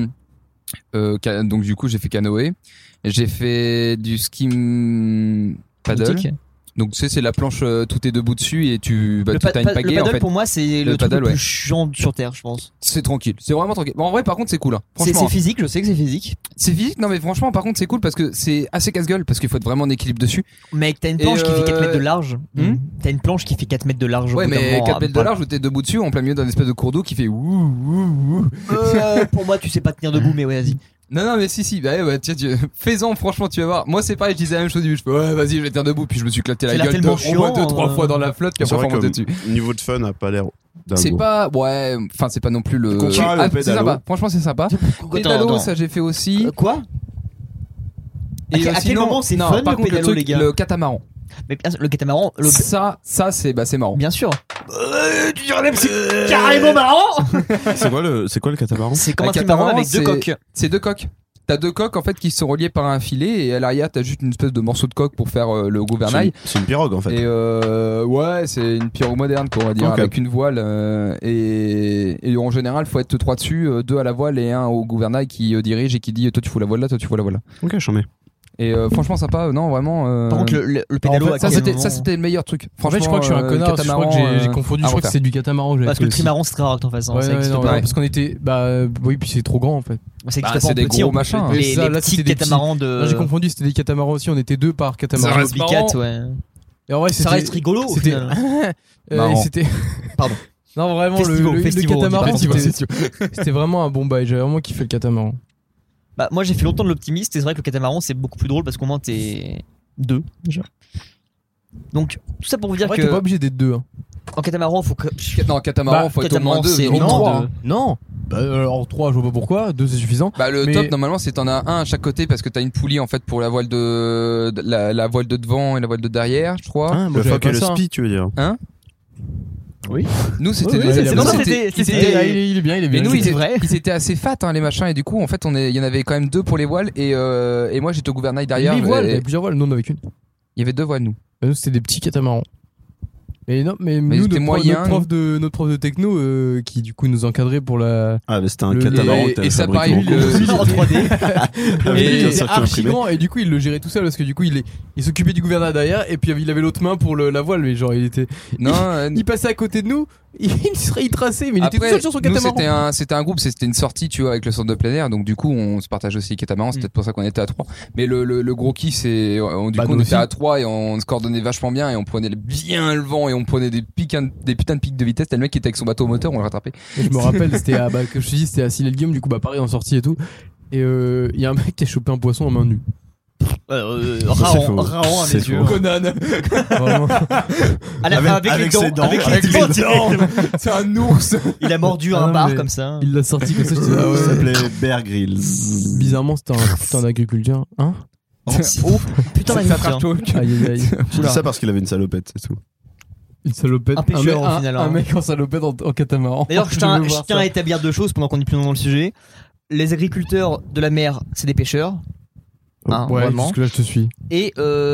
Donc du coup, j'ai fait canoë. J'ai fait du ski paddle. Nautique. Donc tu sais, c'est la planche, tout est debout dessus et tu Le t'as une le pagaie paddle en fait. pour moi c'est Le le truc paddle, le ouais. plus chiant sur terre, je pense. C'est tranquille, c'est vraiment tranquille. Bon, en vrai, par contre, c'est cool. Hein. C'est Franchement, physique, je sais que c'est physique. c'est physique. Non, mais franchement, par contre, c'est cool parce que c'est assez casse-gueule parce qu'il faut être vraiment en équilibre dessus. Mec, t'as une planche qui fait 4 mètres de large. Hmm T'as une planche qui fait 4 mètres de large. au Ouais, bout d'un mais moment, 4 mètres de voilà. large où t'es debout dessus en plein milieu d'un espèce de cours d'eau qui fait ouh ouh ouh. Pour moi, tu sais pas tenir debout, mais ouais, vas-y. Non, mais si, bah ouais, tiens, fais-en, franchement, tu vas voir. Moi, c'est pareil, je disais la même chose au début. Je fais, ouais, vas-y, je vais tenir debout. Puis je me suis éclaté la C'est là gueule tellement au moins chiant, 2-3 fois dans la flotte, puis C'est après, vrai faut monter que dessus. niveau de fun a pas l'air dingo. C'est pas, ouais, enfin, c'est pas non plus le. Comparé au c'est pédalo. sympa. Franchement, c'est sympa. Pédalo, ça, j'ai fait aussi. Quoi À quel sinon- moment c'est non, fun, par le contre, pédalo, les gars Le catamaran. Mais bien sûr, le catamaran, Ça, c'est marrant. bien sûr. Tu dirais même que c'est carrément marrant. C'est quoi le catamaran? C'est comme un Un trimaran catamaran, avec 2 c'est- coques. C'est 2 coques. T'as 2 coques en fait qui sont reliées par un filet et à l'arrière t'as juste une espèce de morceau de coque pour faire le gouvernail. C'est une pirogue en fait. Et ouais, c'est une pirogue moderne quoi, on va dire, Ok. avec une voile et en général faut être 3 dessus, 2 à la voile et 1 au gouvernail qui dirige et qui dit toi tu fous la voile là, toi tu fous la voile là. Ok, j'en mets. Et franchement sympa, non vraiment. Par contre, le pédalo, en fait, à ça quel c'était moment ça c'était le meilleur truc. En fait, je crois que je suis un connard. parce que Je crois que j'ai confondu. Je crois que c'est du catamaran. que j'avais Parce que fait le aussi. trimaran, c'est très rare que t'en fasses. hein, Ouais, ça ouais, existe non, pas. ouais, parce qu'on était. oui, puis c'est trop grand en fait. Ça Bah, existe c'est pas en des petit. gros en machins, fait. hein. Mais ça, Les là, petits c'était des catamarans de. Non, j'ai confondu. C'était des catamarans aussi. On était 2 par catamaran. Ça reste Bicat, marrant. ouais. Et en vrai, Ça reste rigolo. au C'était. final. Marrant. C'était. Pardon. Non, vraiment, Festival, le festival, catamaran, on dit pas c'était vraiment un bon bail. J'avais vraiment kiffé le catamaran. Bah, moi, j'ai fait longtemps de l'optimiste et c'est vrai que le catamaran, c'est beaucoup plus drôle parce qu'au moins t'es 2 déjà. Donc, tout ça pour vous dire En vrai, t'es pas que obligé d'être 2. en catamaran, faut que. Non, catamaran, Bah, faut être au moins catamaran, 2, c'est minimum au moins 3. deux. Non. Bah, alors 3, je vois pas pourquoi. 2, c'est suffisant. Bah le Mais- top normalement c'est t'en as un à chaque côté parce que t'as une poulie en fait pour la voile de la voile de devant et la voile de derrière, je crois. Hein, moi, Le j'avais fuck et pas le ça. spi, tu veux dire? Nous c'était Ouais, des- ouais, il a non, pas ça. c'était- ils C'était- étaient- Il est bien, il est mais bien. nous c'était ils vrai. ils étaient assez fat hein, les machins et du coup en fait il y en avait quand même 2 pour les voiles et moi j'étais au gouvernail derrière. Les voiles, il y et- avait plusieurs voiles. Nous, on en avait qu'une. il y avait 2 voiles nous. Nous, c'était des petits catamarans. Mais non, mais Mais nous, c'était moyen, notre prof de techno, qui du coup nous encadrait pour la. Ah, mais c'était un Le- catamaran et- que t'avais et ça, fabriqué pareil, en le- cours. En 3D. Avec Et un il était circuit archi imprimé. grand et du coup il le gérait tout seul parce que du coup il s'occupait du gouvernail derrière et puis il avait l'autre main pour la voile mais genre Non. il passait à côté de nous il traçait mais il était tout Après, seul sur son nous catamaran. c'était un groupe, c'était une sortie, tu vois, avec le centre de plein air, donc du coup on se partage aussi les catamarans, c'est peut-être pour ça qu'on était à 3. Mais le gros kiff c'est, du Bah, coup nous on était aussi. à 3 et on se coordonnait vachement bien et on prenait bien le vent et on prenait des putains de pics de vitesse. T'as le mec qui était avec son bateau moteur, on le rattrapait. Et je me rappelle c'était que je te dis c'était à Sillé-le-Guillaume du coup bah pareil en sortie et tout et il y a un mec qui a chopé un poisson en main nue. faux. Raon à mes C'est yeux. faux. Conan. Vraiment. Avec les dents. Avec les dents. C'est un ours. Il a mordu Ah un non, bar mais- comme ça. Il l'a sorti comme ça. Je disais, ah Ça ouais. s'appelait Bear Grylls. Bizarrement, c'était un putain d'agriculteur. Hein? Oh, putain d'agriculteur. Aïe aïe aïe. Je dis ça parce qu'il avait une salopette, c'est tout. Une salopette. Un pêcheur, au final, Un hein. mec en salopette en catamaran. D'ailleurs, je veux tiens voir à ça. établir deux choses pendant qu'on est plus dans le sujet. Les agriculteurs de la mer, c'est des pêcheurs. Hein, Ouais, vraiment. jusque là je te suis. Et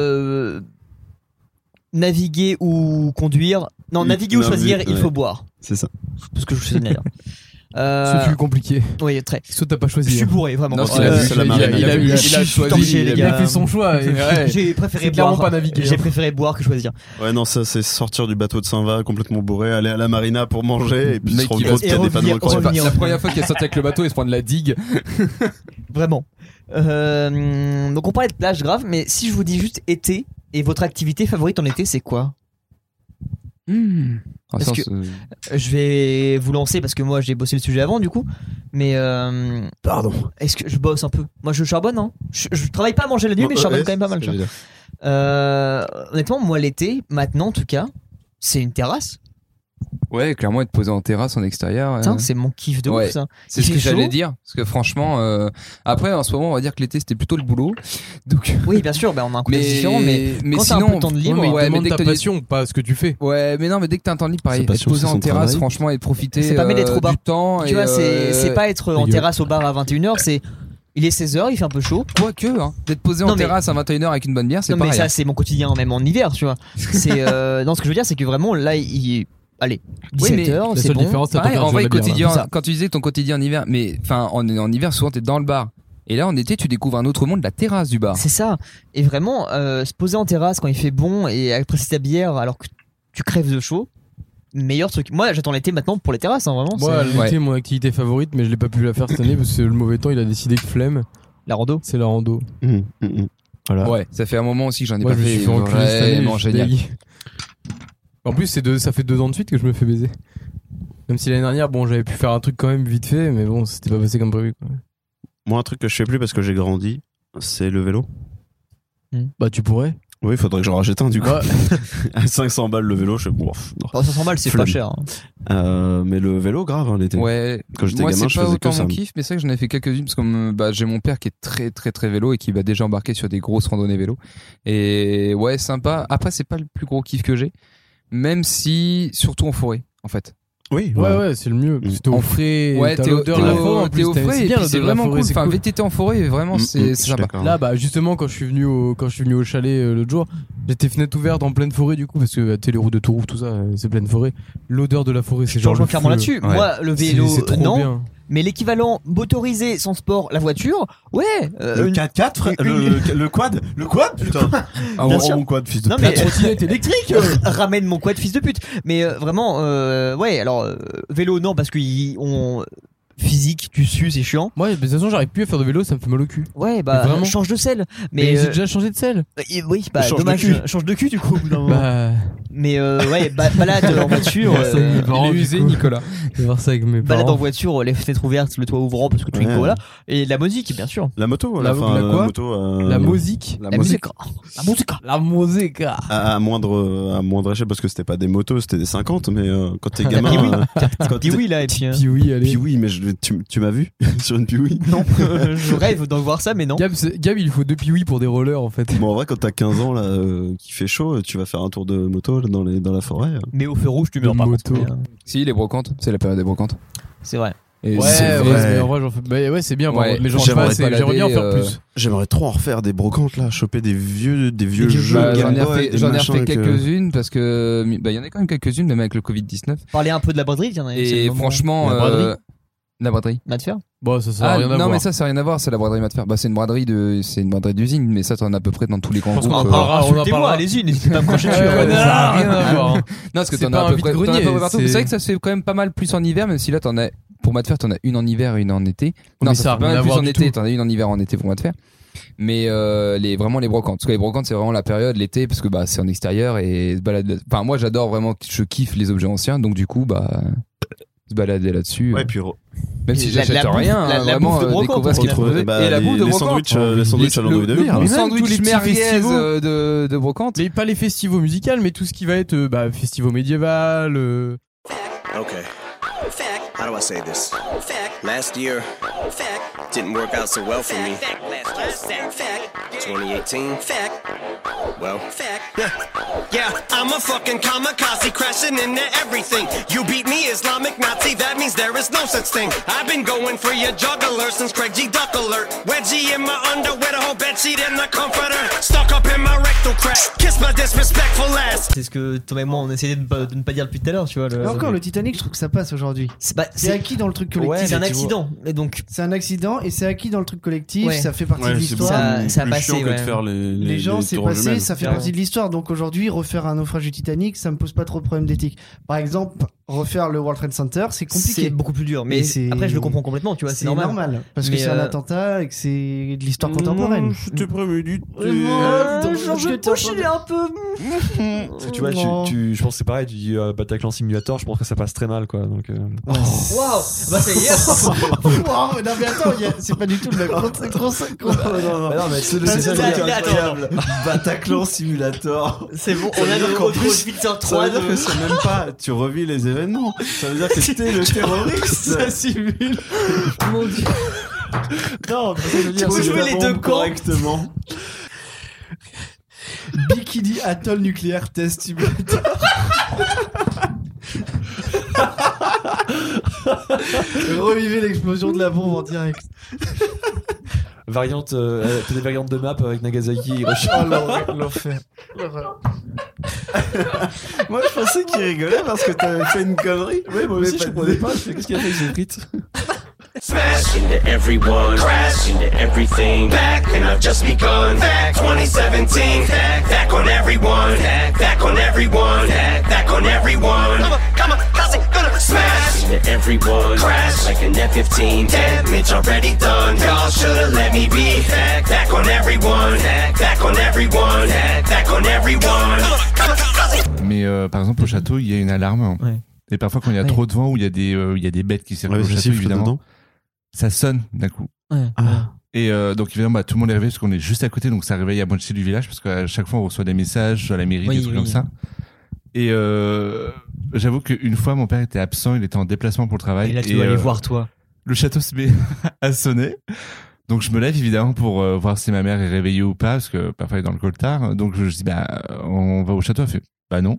naviguer ou conduire. Non, naviguer ou Non, choisir, mais- il ouais. faut boire. C'est ça. C'est ce que je sais dire. C'est plus compliqué. Oui, très. Soit t'as pas Je choisi. suis hein. bourré, vraiment. Non, c'est la vue, c'est la marine. il a Je suis choisi, torché, les il a gars. fait son choix. et ouais. J'ai préféré C'est clairement boire. pas naviguer, J'ai hein. préféré boire que choisir. Ouais, non, ça, c'est sortir du bateau de Saint-Va complètement bourré, aller à la marina pour manger et puis Mec se rendre qui va compte se- qu'il y a des panneaux revenir- incroyables. revenir. La première fois qu'il est sorti avec le bateau, il se prend de la digue. Vraiment. Donc on parlait de plage grave, mais si je vous dis juste été et votre activité favorite en été, c'est quoi? Ah, Parce ça, que- c'est- Je vais vous lancer parce que moi j'ai bossé le sujet avant du coup. Mais Pardon. est-ce que je bosse un peu? Moi je charbonne, hein. Je travaille pas à manger la nuit, mais je charbonne quand même pas mal. tu vois. Honnêtement, moi l'été, maintenant en tout cas, c'est une terrasse. Ouais, clairement, être posé en terrasse, en extérieur. Putain, c'est mon kiff de Ouais. ouf ça. C'est Il ce que fait j'allais chaud. dire. Parce que franchement, après, en ce moment, on va dire que l'été, c'était plutôt le boulot. Donc. Oui, bien sûr, on a un contexte différent, mais quand t'as un sinon, peu de temps de libre, Ouais, mais il ouais, demande dès que ta t'as passion, pas ce que tu fais. Ouais, mais non, mais dès que t'as un temps libre, pareil, Sa être passion, posé c'est en son terrasse, travail. franchement, et de profiter C'est pas mal d'être au bar. du temps. tu et, vois, c'est pas être en dégueu. terrasse au bar à 21h, c'est il est 16h, il fait un peu chaud. Quoique, hein, d'être posé Non, en mais- terrasse à 21h avec une bonne bière, c'est Non mais pareil. ça c'est mon quotidien même en hiver, tu vois. C'est non, ce que je veux dire c'est que vraiment là allez, Oui, mais 17h, La c'est seule bon. différence, c'est la Pareil, en température vrai, de la bière, quotidien, C'est ça. quand tu disais ton quotidien en hiver, mais enfin, en hiver, souvent, t'es dans le bar. Et là, en été, tu découvres un autre monde, la terrasse du bar. C'est ça. Et vraiment se poser en terrasse quand il fait bon et apprécier ta bière alors que tu crèves de chaud. Meilleur truc. Moi, j'attends l'été maintenant pour les terrasses, hein, vraiment. Moi, c'est l'été, mon activité favorite, mais je l'ai pas pu la faire cette année parce que le mauvais temps, il a décidé que flemme, la rando. c'est la rando. Mmh. Voilà. Ouais, ça fait un moment aussi que j'en ai Moi, pas je me fait. suis fait enculer cette année. Vraiment je suis génial. deg. En plus, ça fait 2 ans de suite que je me fais baiser. Même si l'année dernière, bon, j'avais pu faire un truc quand même vite fait, mais bon, c'était pas passé comme prévu. Quoi. Moi, un truc que je fais plus parce que j'ai grandi, c'est le vélo. Bah, tu pourrais. Oui, il faudrait que j'en rachète un du coup. Ouais. À 500 balles le vélo, je suis bon. Non. 500 balles, c'est Flemme. pas cher. hein. Mais le vélo, grave, hein, l'été. Ouais, Quand j'étais moi gamin, c'est je pas faisais que autant ça. mon kiff, mais c'est vrai que j'en ai fait quelques-unes parce que j'ai mon père qui est très très très vélo et qui va déjà embarquer sur des grosses randonnées vélo. Et ouais, sympa. Après, c'est pas le plus gros kiff que j'ai, même si surtout en forêt, en fait. Oui, Ouais, c'est le mieux. Parce que t'es au frais, Ouais, t'as t'es l'odeur de la forêt en t'es au plus. frais et bien puis c'est l'odeur de la vraiment forêt, cool. c'est Enfin, cool. VTT en forêt, vraiment, c'est sympa. Là, bah, justement, quand je suis venu au chalet l'autre jour, j'étais fenêtre ouverte en pleine forêt, du coup, parce que t'es les routes de Tourouf, tout ça, c'est pleine forêt. L'odeur de la forêt, c'est Je te genre. rejoins le clairement feu. là-dessus. Ouais. Moi, le vélo, C'est trop non. bien. Mais l'équivalent motorisé sans sport, la voiture, ouais. Le 4x4, frère, le quad, putain. Ah, Bien On sûr. rend mon quad, fils de Non, pute. mais- La trottinette électrique. Ramène mon quad, fils de pute. Mais vraiment, ouais. Alors vélo, non, parce que physique, tu sues, c'est chiant. Moi, de toute façon, j'arrive plus à faire de vélo, ça me fait mal au cul. Ouais, bah Vraiment. change de selle. Mais Mais j'ai déjà changé de selle. oui, bah Change de dommage. cul. Change de cul du coup. au bout d'un moment. Bah, Mais ouais, balade en voiture. ça, mes parents, Il est du usé, coup. Nicolas. Je vais voir ça avec mes Balade en parents. voiture, les fenêtres ouvertes, le toit ouvrant parce que Twingo Ouais. voilà. Et la musique, bien sûr. La moto, La- enfin, la quoi moto, La musique. la La musique. musique. La musique. La musique. À moindre échelle parce que c'était pas des motos, c'était des 50, mais quand t'es La gamin. Piwi. Quand Dis t'es- oui là et puis. Puis oui, allez. Puis oui, mais tu m'as vu sur une Piwi. Non, je rêve d'en voir ça, mais non. Gab, il faut 2 piouis pour des rollers en fait. Bon, en vrai, quand t'as 15 ans, là, qu'il fait chaud, tu vas faire un tour de moto là, dans la forêt. Mais au feu rouge, tu meurs De par moto. contre. Si, les brocantes, c'est la période des brocantes. C'est vrai. Et Ouais, c'est ouais, vrai. mais en vrai, j'en fais. Bah ouais, c'est bien, par Ouais, contre, mais j'en j'aimerais fais pas assez. balader, J'aimerais bien en faire plus. J'aimerais trop en refaire des brocantes, là, choper des vieux vieux jeux. Bah, Game j'en Boy, ai des refait machins que- quelques-unes parce que il y en a quand même quelques-unes même avec le Covid-19 Parler un peu de la braderie, tiens. c'est et le moment. franchement La braderie la braderie. On va te faire. Bon, ça sert à rien à non voir. mais ça n'a rien à voir, c'est la braderie Matfer. Bah c'est une braderie d'usine, mais ça t'en as à peu près dans tous les grands pense groupes. qu'on en parlera. Insultez-moi, allez-y, n'hésitez pas à me cracher dessus. Ouais, Ouais, ça n'a rien à voir. Non, parce que C'est t'en pas as un à peu près vide-grenier, partout. c'est- C'est vrai que ça se fait quand même pas mal plus en hiver, même si là t'en as pour Matfer, t'en as une en hiver et une en été. Mais Non, ça ça a fait pas rien mal à plus voir en du été, tout. t'en as une en hiver en été pour Matfer. Mais vraiment les brocantes, parce que les brocantes c'est vraiment la période l'été parce que bah c'est en extérieur et se balader. Enfin moi j'adore vraiment, je kiffe les objets anciens, donc du coup bah se balader là-dessus. Ouais, puis Même si La j'achète bouffe- rien, la vraiment bouffe de brocante, découvrir ce on qu'il a proposait. Et la bouffe de les brocante. sandwichs, les sandwichs à l'andouille de verre. Le Même sandwich tous les petits merguez festivals. de brocante. Mais pas les festivals musicaux, mais tout ce qui va être festival médiéval. Okay. How do I say this? Last year didn't work out so well for me. 2018. Well. Yeah, I'm a fucking kamikaze crashing into everything. You beat me, Islamic Nazi, that means there is no such thing. I've been going for your juggler since Craig G. Duck alert. Wedgie in my underwear, the whole bedsheet in the comforter. Stuck up in my rectal crack. Kiss my disrespectful ass. C'est ce que Thomas et moi on essayait de ne pas dire depuis tout à l'heure, tu vois. Mais encore, le Titanic, je trouve que ça passe aujourd'hui. C'est acquis dans le truc collectif. Ouais, c'est un accident. Et donc, c'est un accident et c'est acquis dans le truc collectif. Ouais. Ça fait partie de l'histoire. Ça a plus passé. chiant que Ouais. de faire Les gens, c'est tours passé, jumelles. ça fait Clairement. partie de l'histoire. Donc aujourd'hui, refaire un naufrage du Titanic, ça me pose pas trop de problème d'éthique. Par exemple, refaire le World Trade Center, c'est compliqué. C'est beaucoup plus dur. Mais Et c'est- après, je le comprends complètement, tu vois. C'est normal. Parce que Mais, c'est un attentat et que c'est de l'histoire contemporaine. C'était prémédité. George Bush, il est un peu. Parce que tu vois, je pense que c'est pareil, tu dis Bataclan Simulator, je pense que ça passe très mal, quoi. Donc, Waouh. Bah c'est hier. Wow, non mais attends, c'est pas du tout le même concept. Bah non, mais c'est ça, ça, c'est- le- incroyable. Bataclan Simulator. C'est bon. Ça On veut a dire qu'en notre plus, filtre Ça 3 veut dire que c'est même pas. Tu revis les événements. Ça veut dire que t'es le terroriste. Ça simule. Mon Dieu. Non, mais ça veut dire peux c'est jouer la les bombe deux camps. correctement. Bikini Atoll nucléaire test simulator. Revivez l'explosion de la bombe en direct. variante, t'as des variantes de map avec Nagasaki, Hiroshima. L'enfer. Moi, je pensais qu'il rigolait parce que t'avais fait une connerie. Ouais, moi Mais aussi, je comprenais pas. Je fais, qu'est-ce qu'il a fait avec ses frites? Smash into everyone, crash into everything. Back and I've just begun. 2017, back on everyone, back on everyone, back on everyone. Come on, how's it gonna smash into everyone, crash like an F-15. Damage already done. Y'all should've let me be. Back on everyone, back on everyone, back on everyone. Mais par exemple au château il y a une alarme. Ouais. Et parfois quand il y a trop de vent ou il y a des bêtes qui circulent au château évidemment, ça sonne d'un coup. Ouais. Et donc évidemment tout le monde est réveillé parce qu'on est juste à côté, donc ça réveille la moitié du village parce qu'à chaque fois on reçoit des messages à la mairie, des trucs comme ça. Et j'avoue qu'une fois mon père était absent, il était en déplacement pour le travail. Et là tu dois aller voir toi. Le château se met à sonner. Donc je me lève évidemment pour voir si ma mère est réveillée ou pas parce que parfois elle est dans le coltard. Donc je dis on va au château. Elle fait bah non.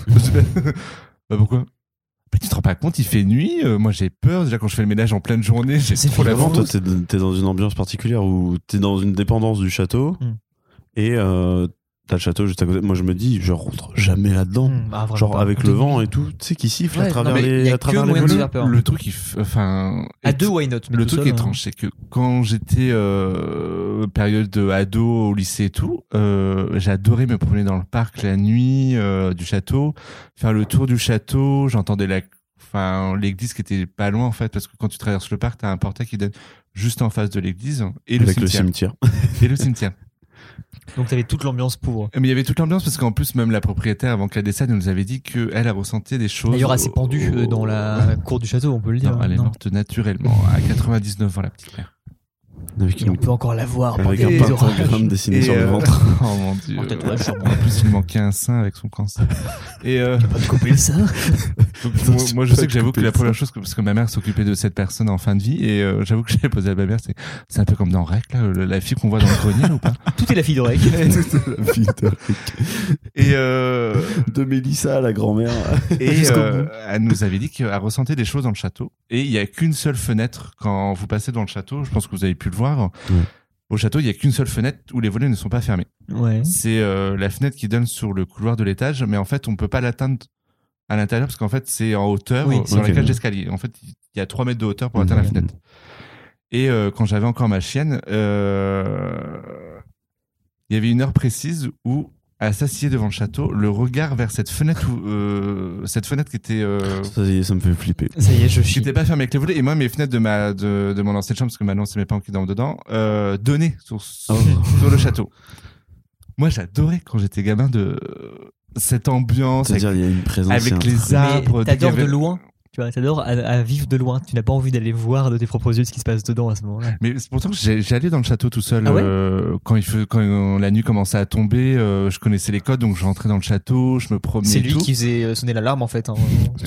Bah pourquoi? Bah tu te rends pas compte, il fait nuit. Moi j'ai peur déjà quand je fais le ménage en pleine journée. J'ai trop la Vraiment, vente. toi, t'es dans une ambiance particulière où t'es dans une dépendance du château et t'as le château juste à côté. Moi, je me dis, je rentre jamais là-dedans. Genre avec le vent et tout, tu sais, qui siffle à travers les volets. Le truc, à deux, why not? Le truc étrange, c'est que quand j'étais période de ado au lycée et tout, j'adorais me promener dans le parc la nuit du château, faire le tour du château. J'entendais l'église qui était pas loin en fait, parce que quand tu traverses le parc, t'as un portail qui donne juste en face de l'église et avec le cimetière. Et le cimetière. Donc t'avais toute l'ambiance pour. Mais il y avait toute l'ambiance parce qu'en plus même la propriétaire avant qu'elle décède nous avait dit qu'elle a ressenti des choses. D'ailleurs assez pendue dans la cour du château, on peut le dire. Non, elle est morte naturellement à 99 ans la petite mère. Et on peut encore la voir avec un pentagramme dessiné sur le ventre. Oh mon dieu. En plus il manquait un sein avec son cancer. Et tu vas pas te couper le sein. moi je sais que j'avoue que la première chose, parce que ma mère s'occupait de cette personne en fin de vie, et j'avoue que j'avais posé à ma mère, c'est un peu comme dans Rec là, la fille qu'on voit dans le grenier ou pas? Tout est la fille de Rec. La fille de Rec. Et de Mélissa, la grand-mère. Et elle nous avait dit qu'elle ressentait des choses dans le château. Et il y a qu'une seule fenêtre quand vous passez dans le château. Je pense que vous avez pu le voir. Au château, il y a qu'une seule fenêtre où les volets ne sont pas fermés. Ouais. C'est la fenêtre qui donne sur le couloir de l'étage, mais en fait, on peut pas l'atteindre à l'intérieur parce qu'en fait, c'est en hauteur sur la cage d'escalier. En fait, il y a 3 mètres de hauteur pour atteindre la fenêtre. Et quand j'avais encore ma chienne, il y avait une heure précise où à s'assied devant le château, le regard vers cette fenêtre qui était ça y est, ça me fait flipper. Ça y est, je chie. Qui était pas fermée avec les volets, et moi mes fenêtres de mon ancienne chambre, parce que maintenant c'est mes parents qui dorment dedans, donnaient sur le château. Moi j'adorais quand j'étais gamin de cette ambiance, c'est-à-dire il y a une présence avec les arbres. T'adores de loin. Tu vois, t'adores à vivre de loin. Tu n'as pas envie d'aller voir de tes propres yeux ce qui se passe dedans à ce moment-là. Mais c'est pourtant que j'allais dans le château tout seul Ah ouais quand la nuit commençait à tomber. Je connaissais les codes, donc je rentrais dans le château, je me promenais. C'est et lui tout. qui faisait sonner l'alarme en fait. Hein.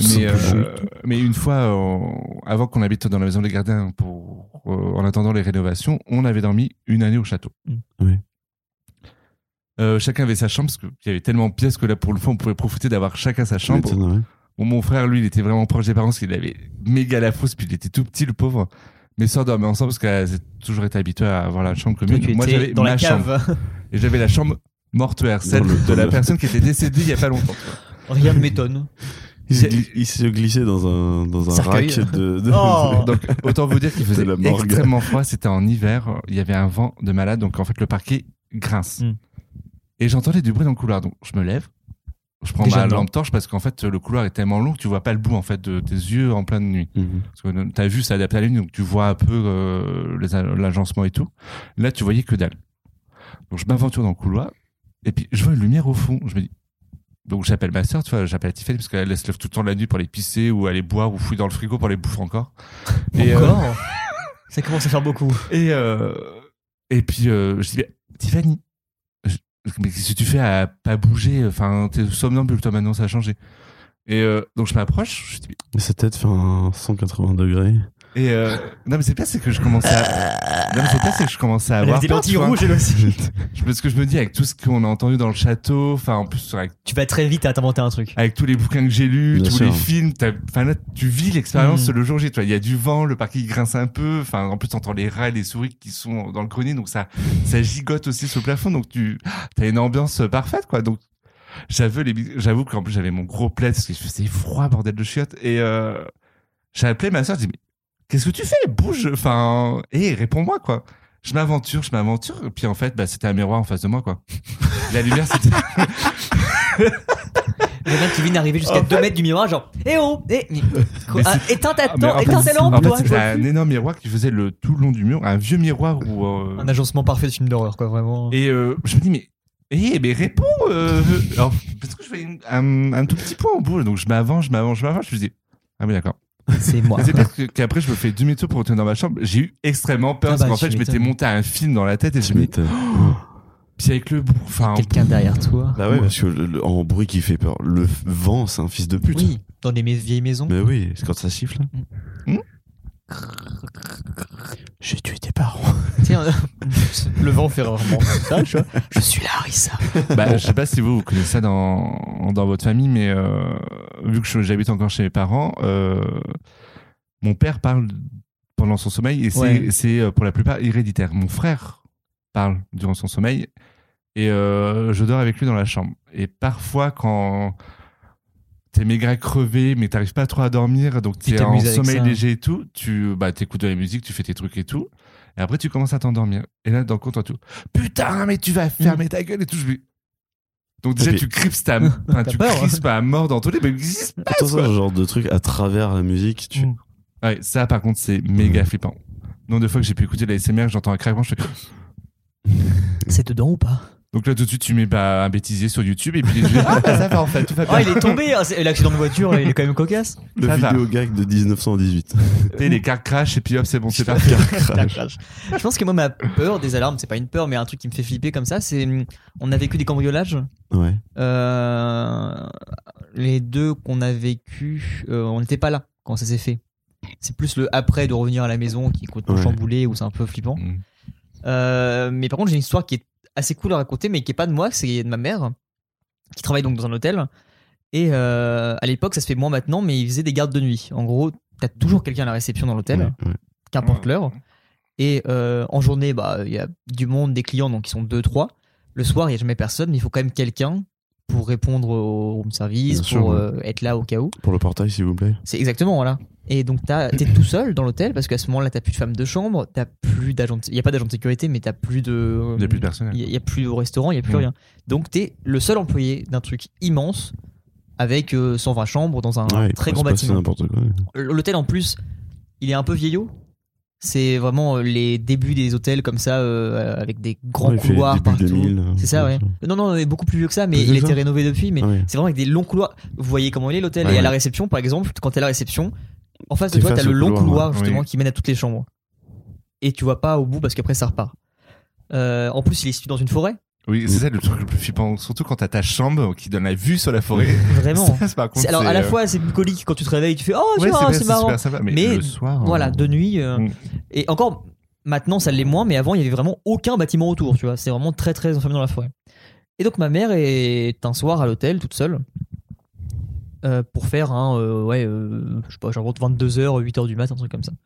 Mais une fois, avant qu'on habite dans la maison des gardiens, en attendant les rénovations, on avait dormi une année au château. Oui. Chacun avait sa chambre parce qu'il y avait tellement de pièces que là, pour le fond, on pouvait profiter d'avoir chacun sa chambre. Ouais. Bon, mon frère, lui, il était vraiment proche des parents parce qu'il avait méga la fausse, puis il était tout petit, le pauvre. Mes sœurs dormaient ensemble parce qu'elles ont toujours été habituées à avoir la chambre commune. Toi, Moi, j'avais dans ma la cave. chambre. Et j'avais la chambre mortuaire, celle de la personne qui était décédée il y a pas longtemps. Rien ne m'étonne. Il se glissait dans un Cercueil. rack de... Oh. Donc, autant vous dire qu'il faisait De la morgue. extrêmement froid. C'était en hiver. Il y avait un vent de malade. Donc, en fait, le parquet grince. Et j'entendais du bruit dans le couloir. Donc, je me lève. Je prends Déjà ma non. lampe torche parce qu'en fait, le couloir est tellement long que tu vois pas le bout, en fait, de tes yeux en pleine nuit. Parce que ta vue s'adapte à la nuit, donc tu vois un peu l'agencement et tout. Là, tu voyais que dalle. Donc, je m'aventure dans le couloir. Et puis, je vois une lumière au fond. Je me dis, donc j'appelle ma sœur, tu vois, j'appelle Tiffany parce qu'elle se lève tout le temps de la nuit pour aller pisser ou aller boire ou fouiller dans le frigo pour aller bouffer encore. Encore Ça commence à faire beaucoup. Et puis je dis, Tiffany, mais qu'est-ce que tu fais à pas bouger? Enfin, t'es somnambule, toi maintenant, ça a changé. Et donc je m'approche, je dis, Sa tête fait un 180 degrés. et non mais c'est pas, c'est que je commençais à Elle avoir avait des peur, lentilles tu vois. rouges elle aussi. Parce que je me dis, avec tout ce qu'on a entendu dans le château, enfin en plus Tu vas très vite à t'inventer un truc. avec tous les bouquins que j'ai lus, Bien tous sûr. les films, enfin là, tu vis l'expérience le jour J. Il y a du vent, le parquet il grince un peu. Enfin, en plus, t'entends les rats et les souris qui sont dans le grenier, donc ça gigote aussi sur le plafond. Donc t'as une ambiance parfaite, quoi. Donc j'avoue qu'en plus j'avais mon gros plaid parce que je faisais froid, bordel de chiottes. Et j'ai appelé ma soeur, je dis, mais qu'est-ce que tu fais? Bouge, enfin, réponds-moi, quoi. Je m'aventure, et puis en fait, bah, c'était un miroir en face de moi, quoi. La lumière, c'était... Le mec qui vient d'arriver jusqu'à 2 mètres du miroir, genre, éteins ta lampe, En fait, toi. c'était un énorme miroir qui faisait tout le long du mur, un vieux miroir où... Un agencement parfait de film d'horreur, quoi, vraiment. Et je me dis, mais réponds alors, parce que je fais un tout petit point au bout, donc je m'avance, je me dis, ah oui, d'accord. C'est moi. Et c'est peut-être qu'après, je me fais demi-tour pour retourner dans ma chambre. J'ai eu extrêmement peur, parce qu'en fait, je m'étais monté un film dans la tête et je me dis, puis avec le bruit, enfin... Quelqu'un derrière toi. Bah ouais, parce que en bruit qui fait peur. Le vent, c'est un fils de pute. Oui, dans des vieilles maisons. Mais oui, c'est quand ça siffle. J'ai tué tes parents. Tiens, le vent fait rarement ça, tu vois. Je suis là, Harissa. Bah, je sais pas si vous connaissez ça dans votre famille, mais vu que j'habite encore chez mes parents, mon père parle pendant son sommeil et c'est pour la plupart héréditaire. Mon frère parle durant son sommeil et je dors avec lui dans la chambre. Et parfois, quand t'es méga crevé, mais t'arrives pas trop à dormir, donc t'es en sommeil léger et tout, t'écoutes de la musique, tu fais tes trucs et tout, et après tu commences à t'endormir. Et là, dans le compte, tout, putain, mais tu vas fermer ta gueule et tout. Donc déjà, tu crispes à mort dans tous les... Mais qu'est-ce qui se passe, Attends, quoi ce genre de truc à travers la musique, Ouais, ça, par contre, c'est méga flippant. Nombre de fois que j'ai pu écouter la SMR, j'entends un craquement, je fais... C'est dedans ou pas? Donc là, tout de suite, tu mets un bêtisier sur YouTube et puis ça va en fait, tout va bien. Oh, il est tombé, l'accident de voiture, il est quand même cocasse. Le vidéo gag de 1918. Et les cartes crash et puis hop, c'est bon, c'est parti. Je pense que moi, ma peur des alarmes, c'est pas une peur, mais un truc qui me fait flipper comme ça, c'est on a vécu des cambriolages. Ouais. Les deux qu'on a vécu, on n'était pas là quand ça s'est fait. C'est plus le après de revenir à la maison qui est complètement chamboulé ou c'est un peu flippant. Mais par contre, j'ai une histoire qui est assez cool à raconter, mais qui est pas de moi, c'est de ma mère qui travaille donc dans un hôtel. Et à l'époque, ça se fait moins maintenant, mais il faisait des gardes de nuit. En gros, t'as toujours quelqu'un à la réception dans l'hôtel, qu'importe l'heure. Et en journée, il y a du monde, des clients, donc ils sont 2-3. Le soir, il y a jamais personne, mais il faut quand même quelqu'un pour répondre au room service, pour être là au cas où. Pour le portail, s'il vous plaît. C'est exactement, voilà. Et donc t'es tout seul dans l'hôtel parce qu'à ce moment-là t'as plus de femme de chambre, t'as plus d'agent, il y a pas d'agent de sécurité, mais t'as plus de, il y a plus de personnel, il y a plus de restaurant, il y a plus rien. Donc t'es le seul employé d'un truc immense avec 120 chambres dans un très grand bâtiment. N'importe quoi. L'hôtel en plus, il est un peu vieillot. C'est vraiment les débuts des hôtels comme ça, avec des grands Ouais, il fait couloirs début partout. 2000, C'est ça, ouais. Non, mais beaucoup plus vieux que ça, mais C'est il a ça. été rénové depuis. Mais Ouais. c'est vraiment avec des longs couloirs. Vous voyez comment il est l'hôtel. Ouais, Et à la ouais. réception, par exemple, quand t'es à la réception, en face de T'es toi, face t'as le au long couloir, couloir ouais. justement Oui. qui mène à toutes les chambres. Et tu vois pas au bout parce qu'après ça repart. En plus, il est situé dans une forêt. Oui, c'est ça le truc le plus flippant. Surtout quand t'as ta chambre qui donne la vue sur la forêt. Vraiment. Ça, c'est par contre, Alors c'est, à la fois c'est bucolique quand tu te réveilles, tu fais oh ouais, c'est c'est marrant. super sympa. Mais le soir. Voilà, de nuit. Mm. Et encore, maintenant ça l'est moins, mais avant il y avait vraiment aucun bâtiment autour, tu vois. C'est vraiment très très enfermé dans la forêt. Et donc ma mère est un soir à l'hôtel toute seule pour faire je sais pas, genre 22h, 8h du mat, un truc comme ça.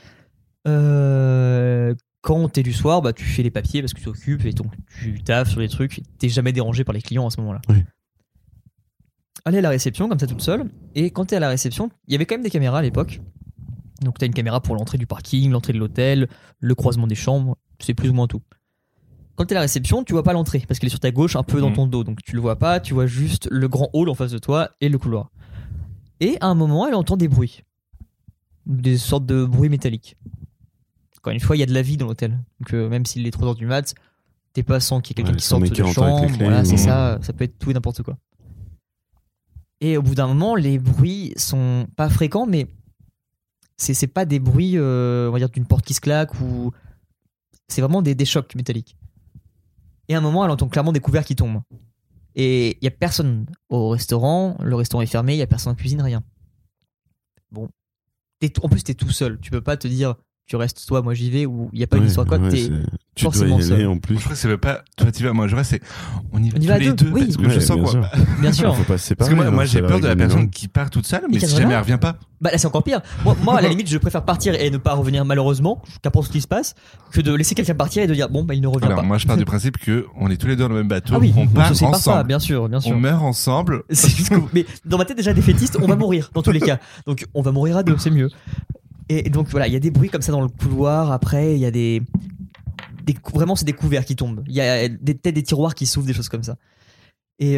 Quand t'es du soir, bah tu fais les papiers parce que tu t'occupes et donc tu taffes sur les trucs. T'es jamais dérangé par les clients à ce moment-là. Oui. Elle est à la réception comme ça toute seule. Et quand t'es à la réception, il y avait quand même des caméras à l'époque. Donc t'as une caméra pour l'entrée du parking, l'entrée de l'hôtel, le croisement des chambres, c'est plus ou moins tout. Quand t'es à la réception, tu vois pas l'entrée parce qu'elle est sur ta gauche, un peu dans ton dos. Donc tu le vois pas, tu vois juste le grand hall en face de toi et le couloir. Et à un moment, elle entend des bruits. Des sortes de bruits métalliques. Encore une fois, il y a de la vie dans l'hôtel. Donc même s'il est 3h du mat, t'es pas sans qu'il y ait quelqu'un Ouais, qui sans sorte mec de qui rentre avec les chambre. clés, Voilà, c'est ouais. ça peut être tout et n'importe quoi. Et au bout d'un moment, les bruits sont pas fréquents, mais c'est pas des bruits, on va dire, d'une porte qui se claque ou. C'est vraiment des chocs métalliques. Et à un moment, elle entend clairement des couverts qui tombent. Et il y a personne au restaurant, le restaurant est fermé, il y a personne en cuisine, rien. Bon. En plus, t'es tout seul. Tu peux pas te dire, tu restes toi, moi j'y vais, ou il y a pas une histoire quoi, t'es tu forcément dois y aller seul. en plus. Je crois que c'est pas toi tu vas, moi je reste, c'est on y va tous à les deux oui. parce que Ouais, je sens bien quoi. sûr. Bien sûr. Faut pas se séparer. Parce que moi hein, j'ai ça peur de la règle personne énorme. qui part toute seule, mais si Cameron jamais elle revient pas. Bah là c'est encore pire. Moi à la limite je préfère partir et ne pas revenir malheureusement, qu'importe ce qui se passe, que de laisser quelqu'un partir et de dire bon bah il ne revient Alors pas. moi je pars du principe que on est tous les deux dans le même bateau, Ah oui, on part ça, c'est pas ça, ensemble, bien sûr. on meurt ensemble. C'est jusqu'au- Mais dans ma tête déjà défaitiste, on va mourir dans tous les cas. Donc on va mourir à deux, c'est mieux. Et donc voilà, il y a des bruits comme ça dans le couloir. Après il y a vraiment c'est des couverts qui tombent. Il y a peut-être des tiroirs qui s'ouvrent, des choses comme ça. Et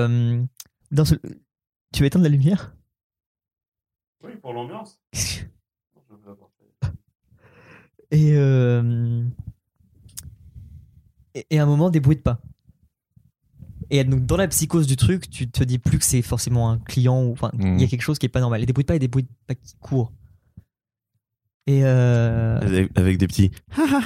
tu veux éteindre la lumière? Oui, pour l'ambiance. Et à un moment, des bruits de pas. Et donc, dans la psychose du truc, tu te dis plus que c'est forcément un client ou enfin, il y a quelque chose qui est pas normal. Et des bruits de pas et des bruits de pas qui courent. Et Avec des petits.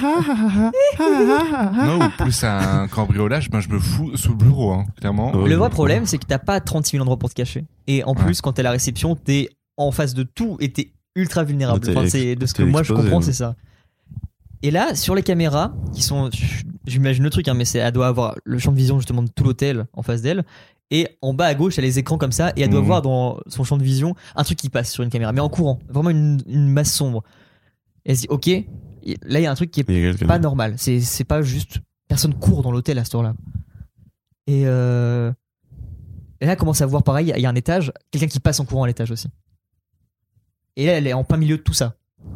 Non, ou plus un cambriolage, ben je me fous sous le bureau, hein, clairement. Ouais. le vrai problème, c'est que t'as pas 36 000 endroits pour te cacher. Et en plus, quand t'es à la réception, t'es en face de tout et t'es ultra vulnérable. T'es Enfin, c'est de ce que t'es moi je exposé, comprends, ouais. c'est ça. Et là, sur les caméras, qui sont, j'imagine le truc, hein, mais elle doit avoir le champ de vision justement de tout l'hôtel en face d'elle. Et en bas à gauche, elle a les écrans comme ça, et elle doit voir dans son champ de vision un truc qui passe sur une caméra, mais en courant, vraiment une masse sombre. Et elle se dit, ok, là il y a un truc qui Il y a est quelqu'un. pas normal. C'est pas juste personne court dans l'hôtel à ce tour-là. Et là, elle commence à voir pareil, il y a un étage, quelqu'un qui passe en courant à l'étage aussi. Et là, elle est en plein milieu de tout ça.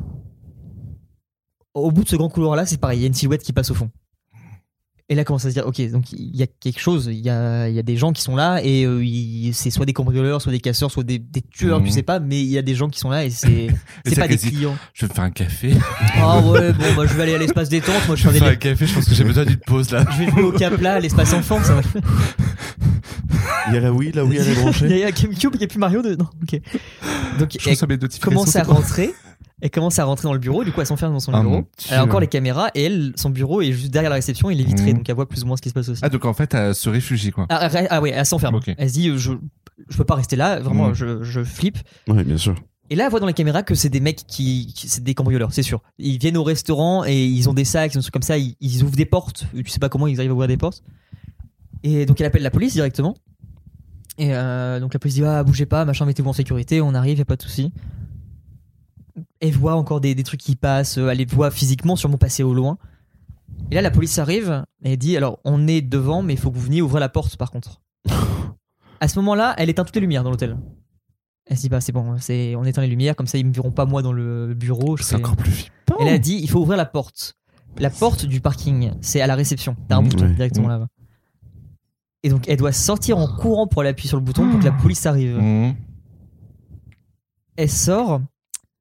Au bout de ce grand couloir-là, c'est pareil, il y a une silhouette qui passe au fond. Et là, elle commence à se dire, ok, donc il y a quelque chose, il y a des gens qui sont là, et c'est soit des cambrioleurs, soit des casseurs, soit des tueurs, tu sais pas, mais il y a des gens qui sont là, et c'est pas des clients. Je vais me faire un café. Ah ouais, bon, bah je vais aller à l'espace détente, moi je Je vais fais me faire un des... café, je pense que j'ai besoin d'une pause là. Je vais jouer au Capla, à l'espace enfant, ça va. Il y a la Wii, elle est Il y branchée. a GameCube, il n'y a plus Mario dedans. Ok. Donc, Je reçois mes notifications. commence à rentrer. Elle commence à rentrer dans le bureau, du coup elle s'enferme dans son Ah, bureau. mon Dieu. Elle a encore les caméras et elle, son bureau est juste derrière la réception, il est vitré, Mhm. donc elle voit plus ou moins ce qui se passe aussi. Ah, donc en fait, elle se réfugie quoi. Ah ouais, elle s'enferme. Ok. Elle se dit je peux pas rester là, vraiment Mhm. je flippe. Oui, bien sûr. Et là elle voit dans les caméras que c'est des mecs c'est des cambrioleurs, c'est sûr. Ils viennent au restaurant et ils ont des sacs, ils ont des trucs comme ça, ils ouvrent des portes, tu sais pas comment ils arrivent à ouvrir des portes. Et donc elle appelle la police directement. Et donc la police dit bougez pas, machin, mettez-vous en sécurité, on arrive, y a pas de souci. Elle voit encore des trucs qui passent, elle les voit physiquement sûrement passer au loin. Et là la police arrive et dit alors on est devant mais il faut que vous veniez ouvrir la porte par contre. À ce moment-là elle éteint toutes les lumières dans l'hôtel. Elle se dit c'est bon, on éteint les lumières comme ça ils me verront pas moi dans le bureau. C'est encore plus flippant. Elle a dit il faut ouvrir la porte. La porte du parking c'est à la réception. T'as un bouton Ouais. directement là-bas. Et donc elle doit sortir en courant pour aller appuyer sur le bouton pour que la police arrive. Mhm. Elle sort,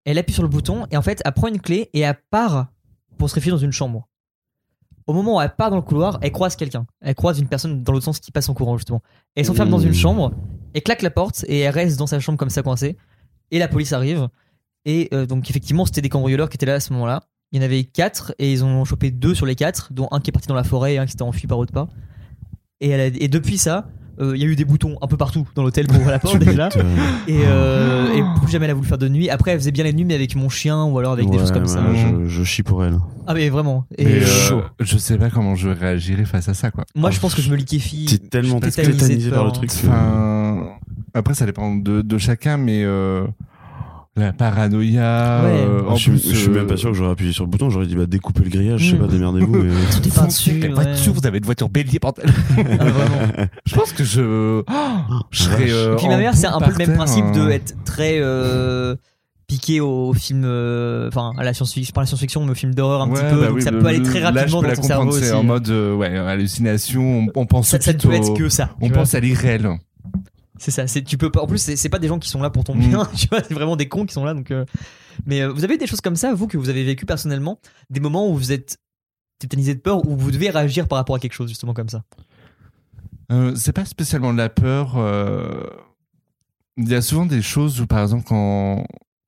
elle appuie sur le bouton et en fait elle prend une clé et elle part pour se réfugier dans une chambre. Au moment où elle part dans le couloir, elle croise quelqu'un. Elle croise une personne dans l'autre sens qui passe en courant justement. Elle s'enferme dans une chambre, elle claque la porte et elle reste dans sa chambre comme ça coincée. Et la police arrive. Et donc effectivement c'était des cambrioleurs qui étaient là à ce moment-là. Il y en avait 4 et ils ont chopé 2 sur les 4, dont un qui est parti dans la forêt et un qui s'était enfui par autre pas. Et depuis ça, il y a eu des boutons un peu partout dans l'hôtel pour ouvrir la porte déjà. Et plus jamais elle a voulu faire de nuit. Après elle faisait bien les nuits mais avec mon chien ou alors avec des choses comme ça. Je chie pour elle. Ah mais vraiment. Et Mais je sais pas comment je réagirais face à ça, quoi. moi je pense que je me liquéfie. T'es tellement tétanisé tétanisé de par le peur, truc. Enfin, après, ça dépend de chacun, mais la paranoïa. Ouais. En je plus, suis même pas sûr que j'aurais appuyé sur le bouton. J'aurais dit découpez le grillage, je sais pas, démerdez-vous. Mais... Tout est dessus. Quelle voiture, vous avez une voiture bélier, bordel. Ah, vraiment. Je pense que je serais. Et puis ma mère, c'est un peu le même principe de être très piqué au film, enfin à la science-fiction, pas la science-fiction, mais au film d'horreur un petit peu. Donc ça peut aller très rapidement dans ton cerveau aussi. C'est en mode hallucination. On pense ça ne peut être que ça. On pense à l'irréel. C'est ça. Tu peux pas. En plus, c'est pas des gens qui sont là pour ton bien. Tu vois, c'est vraiment des cons qui sont là. Donc, mais vous avez des choses comme ça, vous, que vous avez vécu personnellement, des moments où vous êtes tétanisé de peur, où vous devez réagir par rapport à quelque chose justement comme ça. C'est pas spécialement de la peur. Il y a souvent des choses où, par exemple, quand